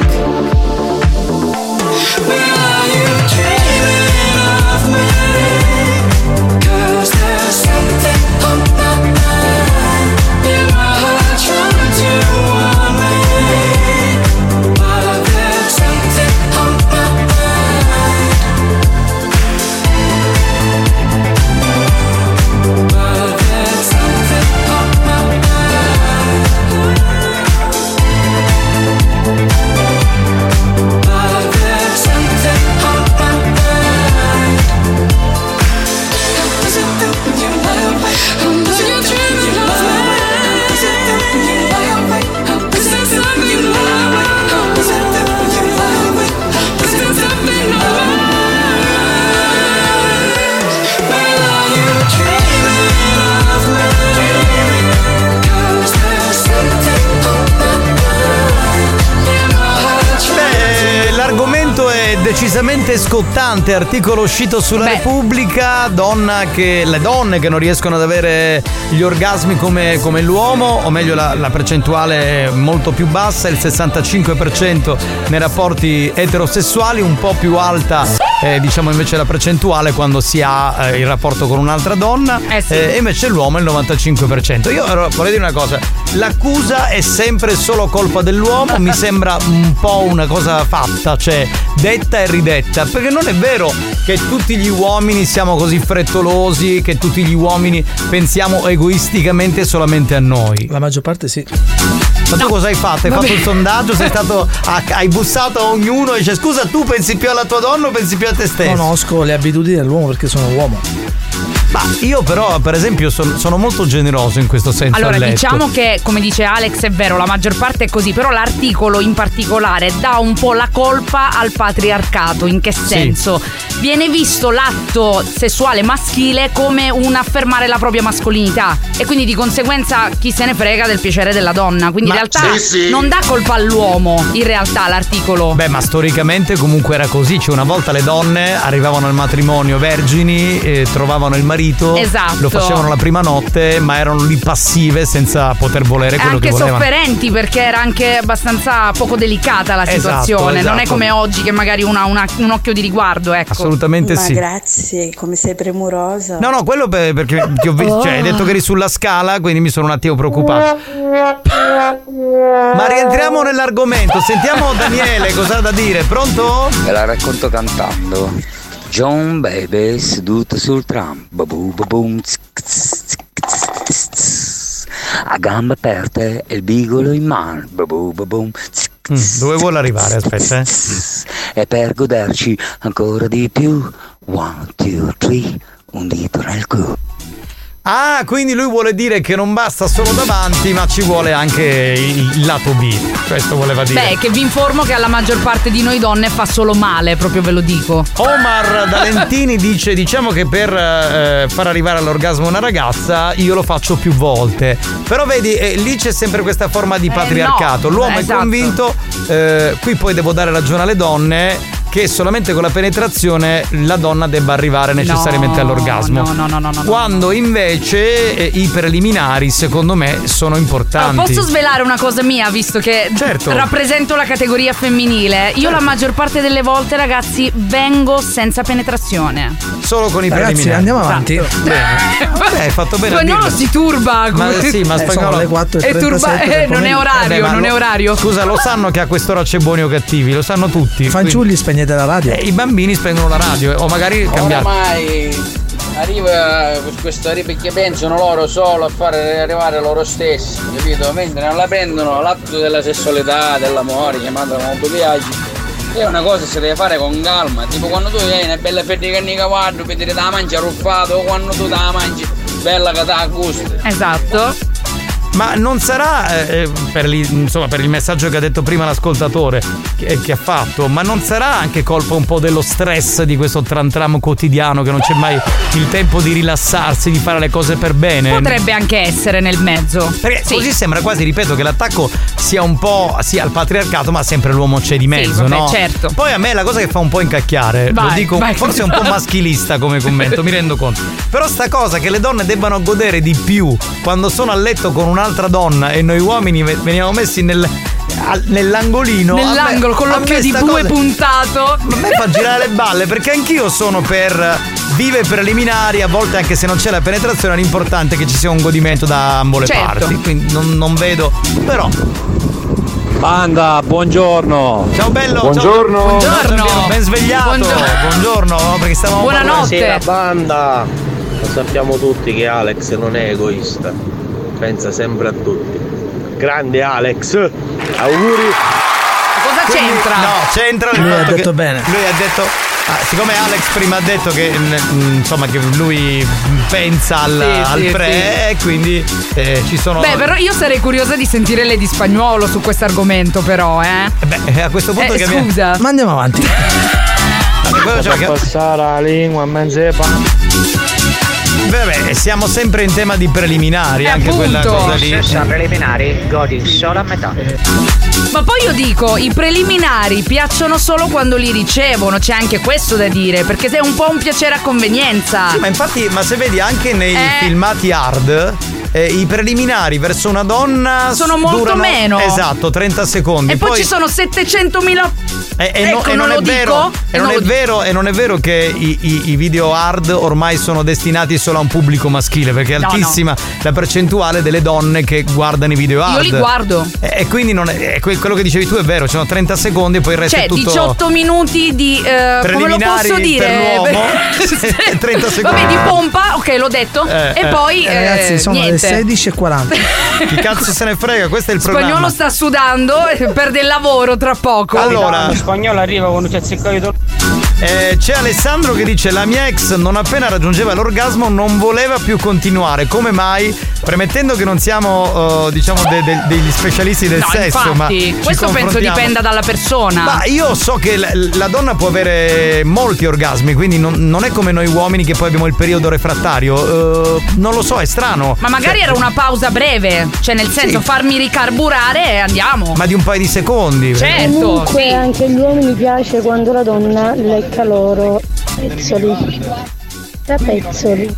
decisamente scottante articolo uscito sulla Beh. Repubblica. Donna che le donne che non riescono ad avere gli orgasmi come, come l'uomo, o meglio la, la percentuale è molto più bassa, il sessantacinque per cento nei rapporti eterosessuali, un po' più alta eh, diciamo invece la percentuale quando si ha eh, il rapporto con un'altra donna, eh sì. eh, e invece l'uomo è il novantacinque per cento. Io vorrei dire una cosa, l'accusa è sempre solo colpa dell'uomo, mi sembra un po' una cosa fatta, cioè detta e ridetta, perché non è vero che tutti gli uomini siamo così frettolosi, che tutti gli uomini pensiamo egoisticamente solamente a noi. La maggior parte sì. Ma tu no. cosa hai fatto? Hai Vabbè. fatto il sondaggio? Sei stato a, hai bussato a ognuno e dice scusa, tu pensi più alla tua donna o pensi più a te stesso? Conosco le abitudini dell'uomo perché sono uomo. Ma io però per esempio son, sono molto generoso in questo senso. Allora diciamo che come dice Alex è vero, la maggior parte è così, però l'articolo in particolare dà un po' la colpa al patriarcato. In che senso? Sì. Viene visto l'atto sessuale maschile come un affermare la propria mascolinità e quindi di conseguenza chi se ne frega del piacere della donna, quindi ma in realtà sì, sì. non dà colpa all'uomo in realtà l'articolo. Beh, ma storicamente comunque era così, cioè una volta le donne arrivavano al matrimonio vergini e trovavano il marito, esatto. lo facevano la prima notte, ma erano lì passive senza poter volere quello anche che volevano. Anche sofferenti perché era anche abbastanza poco delicata la situazione, esatto, esatto. non è come oggi che magari una, una, un occhio di riguardo, ecco. Assolutamente ma sì. Grazie, come sei premurosa. No, no, quello per, perché ti ho visto, oh. cioè, hai detto che eri sulla scala, quindi mi sono un attimo preoccupato. Ma rientriamo nell'argomento, sentiamo Daniele cosa ha da dire, pronto? Ve la racconto cantando. John Baby seduto sul tram, babu babum, a gambe aperte e il bigolo in mano, babu babum. Mm, dove vuole arrivare? Aspetta, eh. E per goderci ancora di più, one, two, three, un dito nel culo. Ah, quindi lui vuole dire che non basta solo davanti, ma ci vuole anche il lato B. Questo voleva dire. Beh, che vi informo che alla maggior parte di noi donne fa solo male, proprio ve lo dico. Omar Dalentini dice: diciamo che per eh, far arrivare all'orgasmo una ragazza io lo faccio più volte. Però vedi, eh, lì c'è sempre questa forma di patriarcato. Eh no, L'uomo esatto. è convinto, eh, qui poi devo dare ragione alle donne, che solamente con la penetrazione la donna debba arrivare necessariamente no, all'orgasmo. No, no, no, no, no. Quando invece eh, i preliminari secondo me sono importanti. Allora, posso svelare una cosa mia, visto che certo. rappresento la categoria femminile? Io certo. la maggior parte delle volte, ragazzi, vengo senza penetrazione. Solo con i ragazzi, preliminari. Andiamo avanti. Esatto. Bene. Vabbè, hai fatto bene. Spagnolo si turba. Ma sì, ma eh, spagnolo sono le quattro e è turba- eh, non è orario, eh beh, non lo, è orario. Scusa, lo sanno che a quest'ora c'è buoni o cattivi, lo sanno tutti. Fanciulli, quindi spegnete la radio. Eh, I bambini spengono la radio, o magari cambiare. Ormai arriva questo perché pensano loro solo a fare arrivare loro stessi, capito? Mentre non la prendono l'atto della sessualità, dell'amore, chiamandolo come tu piaci. È una cosa che si deve fare con calma, tipo quando tu vieni una bella fettina di cavallo per dire da mangia ruffato, o quando tu la mangi bella che dà gusto. Esatto. Ma non sarà eh, per, li, insomma, per il messaggio che ha detto prima l'ascoltatore che, che ha fatto, ma non sarà anche colpa un po' dello stress di questo tram tram quotidiano, che non c'è mai il tempo di rilassarsi, di fare le cose per bene? Potrebbe anche essere nel mezzo. Perché sì. così sembra quasi, ripeto, che l'attacco sia un po' sia al patriarcato, ma sempre l'uomo c'è di mezzo, sì, vabbè, no? certo. Poi a me la cosa che fa un po' incacchiare, vai, lo dico, vai, forse è un po' maschilista come commento, mi rendo conto. Però sta cosa che le donne debbano godere di più quando sono a letto con un'altra donna e noi uomini veniamo messi nel, nell'angolino, nell'angolo me, con l'occhio di bue cosa, puntato, a me fa girare le balle, perché anch'io sono per vive preliminari, a volte anche se non c'è la penetrazione l'importante è che ci sia un godimento da ambo le certo. parti, quindi non, non vedo, però Banda, buongiorno. Ciao bello. Buongiorno. Ciao, buongiorno. Ciao, ben svegliato. Buongiorno. Buongiorno, perché stavamo buonanotte. Buonasera banda. Lo sappiamo tutti che Alex non è egoista, pensa sempre a tutti. Grande Alex. Auguri. Cosa Quindi, c'entra? No, c'entra il lui fatto ha detto che bene. Lui ha detto ah, siccome Alex prima ha detto che insomma che lui pensa al, sì, al sì, pre, sì. quindi eh, ci sono. Beh, però io sarei curiosa di sentire Lady Spagnuolo su questo argomento, però, eh. Beh, a questo punto eh, che scusa. Ma andiamo avanti. Allora, passare la lingua a mezzepa. vabbè, siamo sempre in tema di preliminari, Eh, anche quella appunto. cosa lì. Stesso preliminari, godi solo a metà. Ma poi io dico, i preliminari piacciono solo quando li ricevono, c'è anche questo da dire, perché è un po' un piacere a convenienza. Sì, ma infatti, ma se vedi anche nei Eh. filmati hard, eh, i preliminari verso una donna Sono molto durano, meno. Esatto, trenta secondi. E poi, ci sono settecentomila. E, e no- ecco, e non, non è lo vero, dico, e e non non è lo vero, e non è vero che i, i- i video hard ormai sono destinati solo a un pubblico maschile, perché è No, altissima la percentuale delle donne che guardano i video hard. Io li guardo. E, e quindi non è, è que- quello che dicevi tu è vero, sono trenta secondi e poi il resto Cioè, è tutto diciotto minuti di. eh, come lo preliminari posso dire? per l'uomo. trenta secondi. Vabbè, di pompa, ok, l'ho detto. Eh, e eh. poi. Eh, ragazzi, eh, sono niente. le sedici e quaranta. Chi cazzo se ne frega, questo è il Spagnolo programma. sta sudando e perde il lavoro tra poco. Allora, Spagnolo arriva con un cazzicaio. Eh, c'è Alessandro che dice: la mia ex non appena raggiungeva l'orgasmo non voleva più continuare. Come mai? Premettendo che non siamo uh, diciamo de- de- degli specialisti del No, sesso, ma infatti, ci questo penso confrontiamo. dipenda dalla persona. Ma io so che la, la donna può avere molti orgasmi, quindi non, non è come noi uomini che poi abbiamo il periodo refrattario. Uh, non lo so, è strano. Ma magari Cioè, era una pausa breve, cioè nel senso Sì. farmi ricarburare e andiamo. ma di un paio di secondi. Certo, Comunque sì. anche agli uomini piace quando la donna lecca loro pezzoli. Trapezzoli.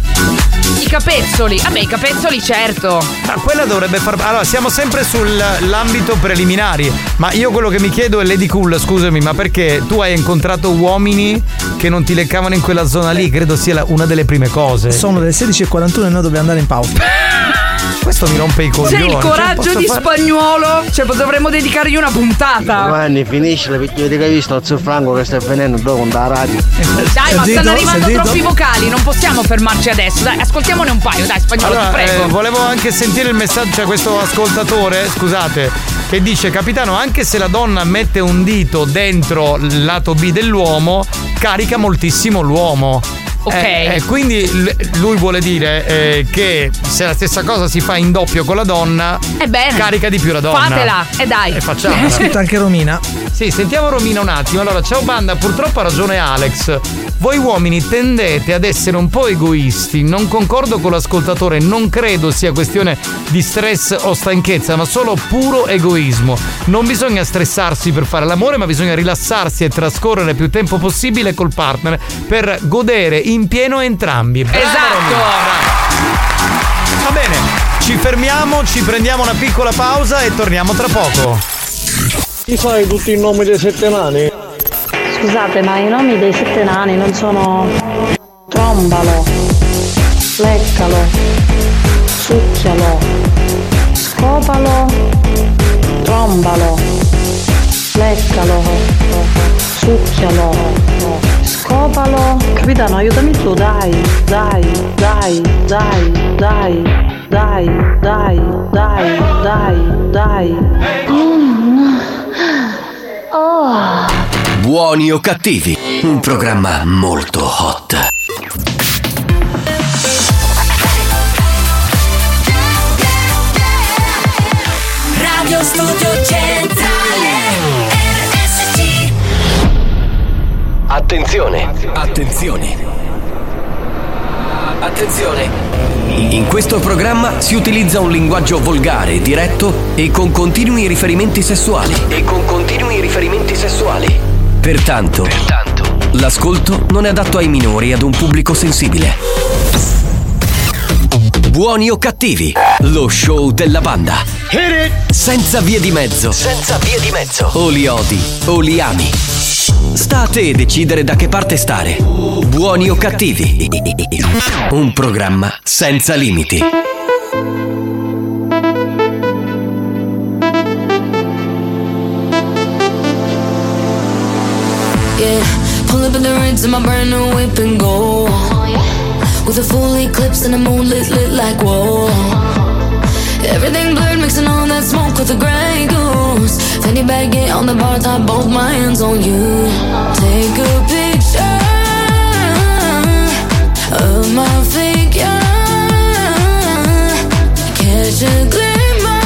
I capezzoli, vabbè, i capezzoli certo. Ma quella dovrebbe far. Allora, siamo sempre sull'ambito preliminari. Ma io quello che mi chiedo è, Lady Cool, scusami, ma perché tu hai incontrato uomini che non ti leccavano in quella zona lì? Credo sia la- una delle prime cose. Sono le sedici e quarantuno e noi dobbiamo andare in pausa. Questo mi rompe i coglioni. C'è il Cioè, coraggio posso di fare- Spagnuolo, cioè dovremmo dedicargli una puntata. Giovanni, finiscila perché vedi che hai visto il Franco che sta venendo dopo da radio. Dai, ma Sentito? stanno arrivando Sentito? troppi vocali, non possiamo fermarci adesso. Dai, ascoltiamone un paio, dai, Spagnolo, Allora, ti prego. eh, volevo anche sentire il messaggio, cioè questo ascoltatore, scusate, che dice: capitano, anche se la donna mette un dito dentro il lato B dell'uomo, carica moltissimo l'uomo. Ok. Eh, eh, quindi l- lui vuole dire eh, che se la stessa cosa si fa in doppio con la donna, Ebbene, carica di più la donna. fatela, e dai. E facciamo. Ascolta anche Romina. Sì, sentiamo Romina un attimo. Allora, ciao banda, purtroppo ha ragione Alex. Voi uomini tendete ad essere un po' egoisti. Non concordo con l'ascoltatore, non credo sia questione di stress o stanchezza, ma solo puro egoismo. Non bisogna stressarsi per fare l'amore, ma bisogna rilassarsi e trascorrere più tempo possibile col partner per godere in pieno entrambi. Brava, Esatto. Romina, brava. Va bene, ci fermiamo, ci prendiamo una piccola pausa e torniamo tra poco. Ti sai tutti i nomi dei sette nani? Scusate, ma i nomi dei sette nani non sono trombalo, leccalo, succhialo, scopalo, trombalo, leccalo, succhialo, scopalo. Capitano, aiutami tu, dai, dai, dai, dai, dai, dai, dai, dai, dai, dai. Mm. Oh. Buoni o cattivi, un programma molto hot. Radio Studio Centrale R S C. Attenzione, attenzione. Attenzione. In questo programma si utilizza un linguaggio volgare, diretto e con continui riferimenti sessuali. E con continui riferimenti sessuali. Pertanto, Pertanto, l'ascolto non è adatto ai minori e ad un pubblico sensibile. Buoni o cattivi, lo show della banda. Senza vie di mezzo. Senza vie di mezzo. O li odi o li ami. Sta a te decidere da che parte stare. Buoni o cattivi. Un programma senza limiti. Yeah, pull up in the rinse in my brand new whip and go. With a full eclipse and the moon lit, lit like whoa. Everything blurred, mixing all that smoke with the Grey Goose. Fanny baggy on the bar top, both my hands on you. Take a picture of my figure. Catch a glimmer.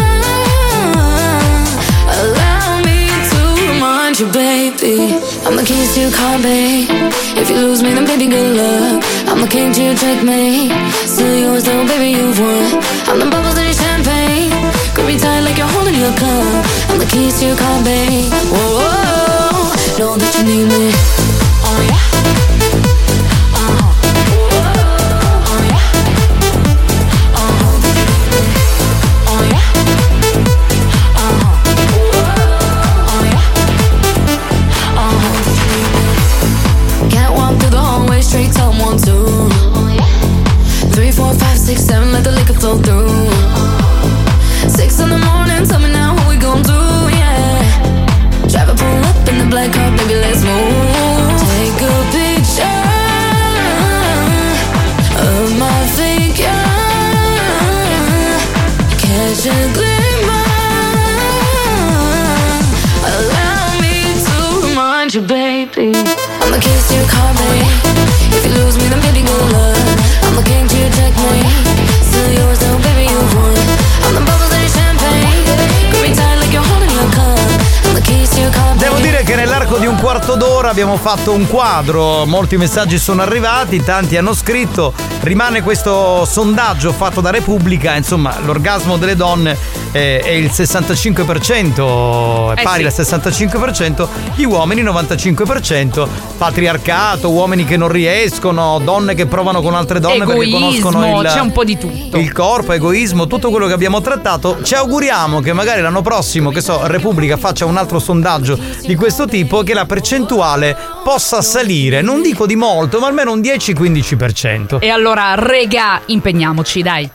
Allow me to remind you, baby, I'm the keys to your car, babe. If you lose me, then baby, good luck. I'm the king to your checkmate. Still yours though, baby, you've won. I'm the bubbles in your champagne. Grip me tight like you're holding your cup. I'm the keys to your car, babe. Whoa, whoa, know that you need me. Oh yeah. Straight top one, two. Three, four, five, six, seven, let the liquor flow through. Six in the morning, tell me now what we gon' do, yeah. Drive a pull up in the black car, baby, let's move. Take a picture of my figure. Catch a glimmer. Allow me to remind you, baby. I'm the keys to your car, baby. If you lose me, then baby, good luck. I'm the king to your checkmate. Still yours though, baby, you've won. I'm the bubbles in your champagne. Grip me tight like you're holding your cup. I'm the keys to your car, baby. Devo dire che nell'arco di un quarto d'ora abbiamo fatto un quadro, molti messaggi sono arrivati, tanti hanno scritto, rimane questo sondaggio fatto da Repubblica, insomma l'orgasmo delle donne è, è il sessantacinque per cento, è Eh pari sì. al sessantacinque per cento, gli uomini novantacinque per cento, patriarcato, uomini che non riescono, donne che provano con altre donne perché conoscono Egoismo, il, c'è un po' di tutto. il corpo, egoismo, tutto quello che abbiamo trattato. Ci auguriamo che magari l'anno prossimo, che so, Repubblica faccia un altro sondaggio di questo tipo, che la percentuale possa salire, non dico di molto, ma almeno un dieci-quindici per cento. E allora, regà, impegniamoci, dai.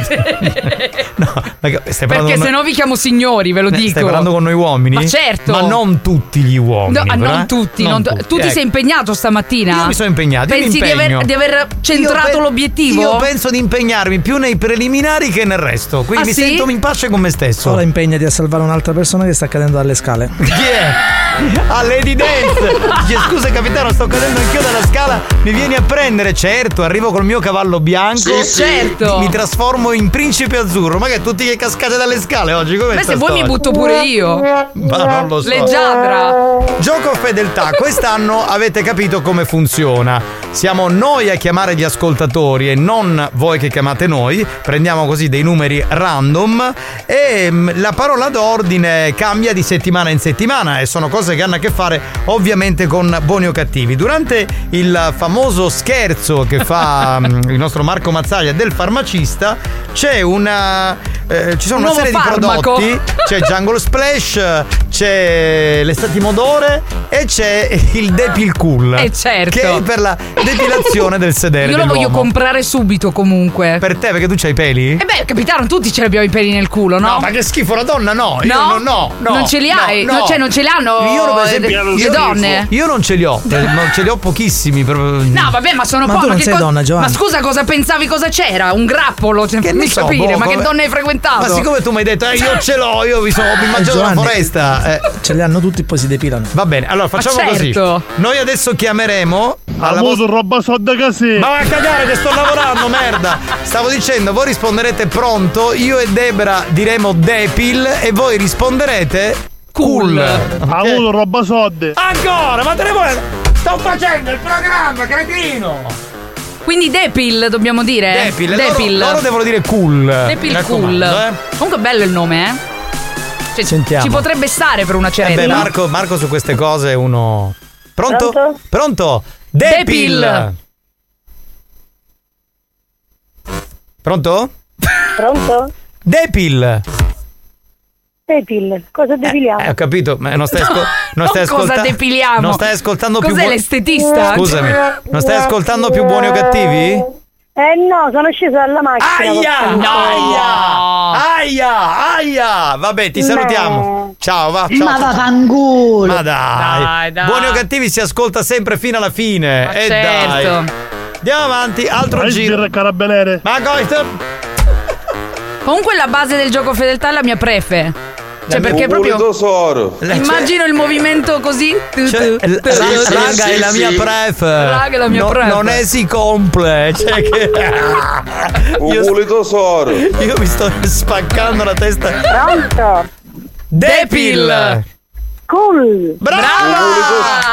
Stai Perché parlando con se no vi chiamo signori, ve lo noi- dico. Stai parlando con noi uomini? Ma certo. Ma non tutti gli uomini. No, ah, però, non eh? tutti, Non non tu- tutti, tu ti ecco. sei impegnato stamattina? Io mi sono impegnato, io Pensi mi di aver, impegno. di aver centrato Io pe- l'obiettivo? Io penso di impegnarmi più nei preliminari che nel resto. Quindi Ah, mi sì? sento in pace con me stesso. Ora impegnati a salvare un'altra persona che sta cadendo dalle scale. Chi è? A Lady Dance. Dice, scusa capitano, sto cadendo anch'io dalla scala, mi vieni a prendere? Certo, arrivo col mio cavallo bianco. Sì, sì. Certo. Mi trasformo in principe azzurro. Ma che tutti che cascate dalle scale oggi? Come Beh, se vuoi mi butto pure io. Ma non lo so. Leggiadra. Gioco fedeltà, quest'anno avete capito come funziona. Siamo noi a chiamare gli ascoltatori e non voi che chiamate noi. Prendiamo così dei numeri random e mm, la parola d'ordine cambia di settimana in settimana e sono cose che hanno a che fare ovviamente con buoni o cattivi. Durante il famoso scherzo che fa mm, il nostro Marco Mazzaglia del farmacista c'è una eh, ci sono Un una serie nuovo di farmaco. prodotti, c'è Jungle Splash, c'è l'estatimodore e c'è il Depil Cool. Eh, certo. Che è per la depilazione del sedere Io lo voglio dell'uomo. comprare subito comunque. Per te, perché tu c'hai i peli? Eh beh, capitano, tutti ce l'abbiamo i peli nel culo, no? No, ma che schifo, la donna no. Io No? no, no, no. Non ce li hai? No, no. Cioè, non ce li hanno Io per esempio, le io- donne? Io non ce li ho, eh, ma ce li ho pochissimi. proprio. No, vabbè, ma sono Ma po'. tu non che sei co- donna, Giovanni. Ma scusa, cosa pensavi cosa c'era? Un grappolo? Cioè, Che fammi ne so, capire, boh, ma che come- donne hai frequentato? Ma siccome tu mi hai detto, eh, io ce l'ho, io mi sono mi immagino una Giovanni, foresta. eh. Ce li hanno tutti e poi si depilano. Va bene, allora facciamo Ma certo. così. Noi adesso chiameremo alla Avuto vostra- roba sodda casì. Ma va a cagare che sto lavorando, merda! Stavo dicendo, voi risponderete pronto, io e Debra diremo Depil e voi risponderete cool. Ha avuto roba sodde. Ancora, ma te ne vuoi? Sto facendo il programma, cretino! Quindi Depil, dobbiamo dire? Depil, Depil. Loro, loro devono dire cool. Depil Mi cool. raccomando, eh. Comunque bello il nome, eh? Cioè, Sentiamo. ci potrebbe stare per una Eh ceretta. beh, Marco, Marco su queste cose è uno. Pronto? Pronto? Pronto? Depil! Depil. Pronto? Pronto? Depil! Depil, cosa depiliamo? Eh, ho capito, ma non stai, ascol- non stai non cosa ascolta- depiliamo. Non stai ascoltando più Cos'è, buoni- l'estetista? Scusami, non stai ascoltando più buoni o cattivi? Eh no, sono scesa dalla macchina. Aia! porca Aia! Aia! Aia! Vabbè, ti No. salutiamo. Ciao, va. Ciao. Ma ciao. vaffanculo. Ma dai. Dai, dai. Buoni o cattivi si ascolta sempre fino alla fine. Ma E certo. dai. Andiamo avanti, altro Vai, giro. sbirra carabinieri. Ma cosa? Comunque la base del gioco fedeltà è la mia prefe. Cioè, perché proprio tesoro. immagino il movimento così. Tu, Cioè, tu, l- tu, ra- tu, raga tu. è la mia pref. Raga è la mia No- pref. Non è si comple. Cioè che io, tesoro. io mi sto spaccando la testa. Pronto? Depil. Cool. Brava!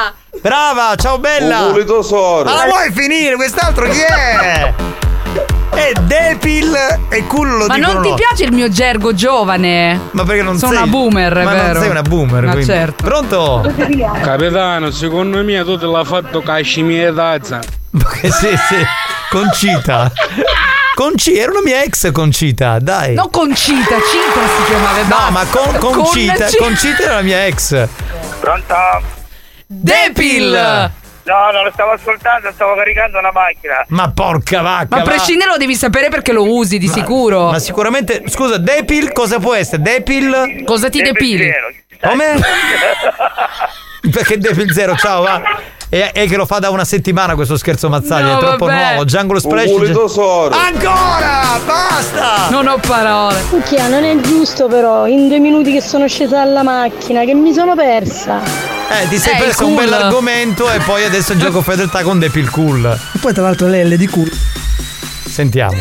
Brava, ciao bella. Un tesoro. Ma la vuoi finire? Quest'altro chi è? È Depil e culo lo Ma dicono non ti loro. piace il mio gergo giovane? Ma perché non Sono sei una boomer, è ma vero? non sei una boomer, Ma quindi. certo. Pronto? Capitano, secondo me tu te l'ha fatto cascimia tazza. Sì, sì. Concita. Conci, era una mia ex Concita, dai. No, Concita, Cita si chiamava. No, ma con, Concita, Con- Concita era la mia ex. Pronto? Depil! No, non lo stavo ascoltando, stavo caricando una macchina. Ma porca vacca. Ma a va. prescindere lo devi sapere perché lo usi di sicuro. Ma sicuramente, scusa, Depil cosa può essere? Depil? Cosa ti depili? Come? Perché Depil zero, ciao, va. E, e che lo fa da una settimana questo scherzo Mazzaglia, No, è troppo vabbè. nuovo. Jungle Splash. Un tesoro. Ancora! Basta! Non ho parole. Cucchia, non è giusto però, in due minuti che sono scesa dalla macchina, che mi sono persa. Eh, ti sei Eh, perso il un cool. bell'argomento e poi adesso gioco fedeltà con Depil Cool. E poi tra l'altro lei è L di culo. Sentiamo.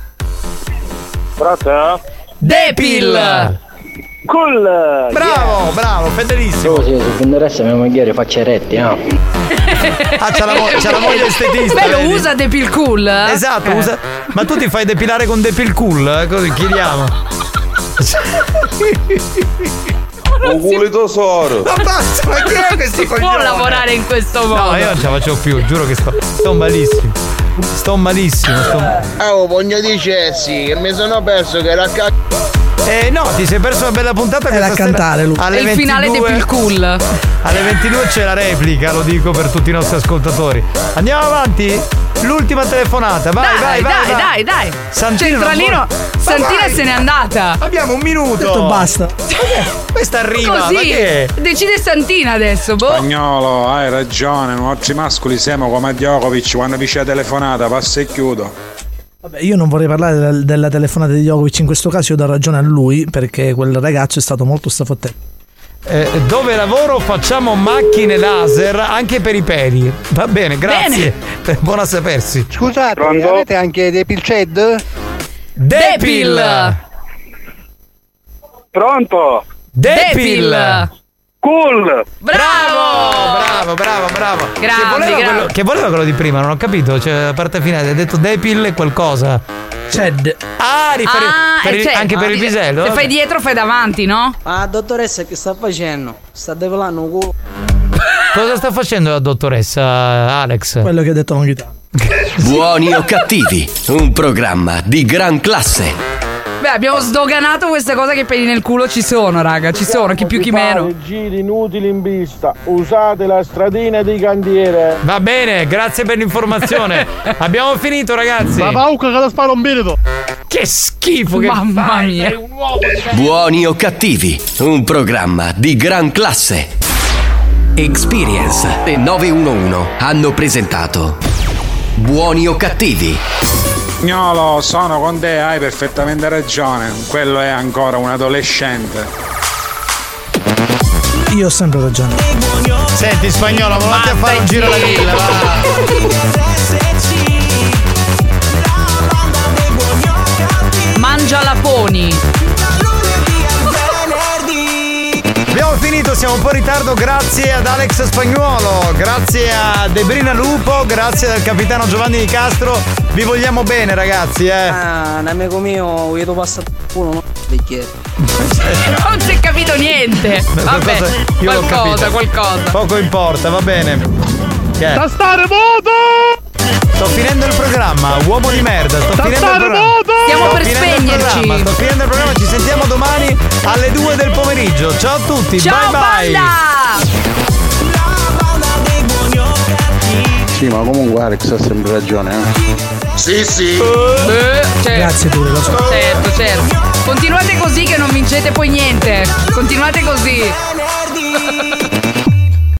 Pronto? Depil! Cool! Bravo, bravo, fedelissimo. Oh, sì, se venderesse mia moglie faccia retti, no? Ah, c'ha la, mo- c'ha la moglie estetista. Beh, lo vedi? usa Depil Cool. eh? Esatto, Eh. usa. Ma tu ti fai depilare con Depil Cool? eh? Così chiediamo. Un culo tesoro. Ma basta, ma chi è questo Si può coglione? lavorare in questo modo. No, io non ce la faccio più, giuro che sto, sto malissimo. Sto malissimo. Sto... Oh, voglio dicessi che mi sono perso che era cazzo. Eh no, ti sei perso una bella puntata Era questa a cantare sera. lui. Alle È il finale ventidue Depil Cool. Alle ventidue c'è la replica, lo dico per tutti i nostri ascoltatori. Andiamo avanti? L'ultima telefonata, vai, Dai, vai, vai. dai, vai. dai, dai. Santino non Centralino, vuole- Santina Ma vai. se n'è andata. Abbiamo un minuto. Ho detto basta. Questa arriva, ma Così. che è? Decide Santina adesso, boh. Spagnolo, hai ragione, noi altri mascoli siamo come Djokovic quando dice la telefonata, passa e chiudo. Vabbè, io non vorrei parlare del- della telefonata di Djokovic in questo caso, io do ragione a lui perché quel ragazzo è stato molto strafottente. Eh, dove lavoro facciamo macchine laser anche per i peli. Va bene, grazie. Buona a sapersi. Scusate, Pronto? avete anche dei pilced? Depil! Pronto? Depil! Cool! Bravo! Bravo, bravo, bravo. Grande, che, voleva grande. quello, che voleva quello di prima, non ho capito. Cioè, la parte finale, hai detto Depil e qualcosa. Ced. Ah, riferi- Ah, per eh, il- cioè, anche per il pisello? Se fai dietro, fai davanti, no? Ma dottoressa che sta facendo? Sta depilando un culo. Cosa sta facendo la dottoressa Alex? Quello che ha detto Longhitano. Buoni o cattivi, un programma di gran classe. Beh, abbiamo sdoganato questa cosa che i peli nel culo ci sono, raga. Ci sono, chi più chi meno. Giri inutili in vista, usate la stradina di cantiere. Va bene, grazie per l'informazione. Abbiamo finito, ragazzi. Ma pauca che la spara un birito. Che schifo che Mamma fai, mia. sei un uomo di- Buoni o cattivi, un programma di gran classe. Experience e nove uno uno hanno presentato Buoni o cattivi. Gnolo, sono con te, hai perfettamente ragione. Quello è ancora un adolescente. Io ho sempre ragione. Senti, Spagnolo, volati a fare un giro alla villa, va. Mangia la poni. Abbiamo finito, siamo un po' in ritardo, grazie ad Alex Spagnuolo, grazie a Debrina Lupo, grazie al capitano Giovanni Di Castro. Vi vogliamo bene, ragazzi, eh. Ah, un amico mio, io ti passo uno, no? Bicchiere. Non si è capito niente. Vabbè, Qualcosa- io l'ho qualcosa, capito. qualcosa. Poco importa, va bene. Che è? Tastare voto! Sto finendo il programma, uomo di merda, sto finendo il programma. Stiamo Sto per finendo il spegnerci. programma, Sto finendo il programma, ci sentiamo domani alle due del pomeriggio. Ciao a tutti, Ciao, bye bye. banda! Sì, ma comunque Alex ha sempre ragione, eh. Sì, sì. Eh, certo. Grazie Turi, lo so. Certo, certo. Continuate così che non vincete poi niente. Continuate così.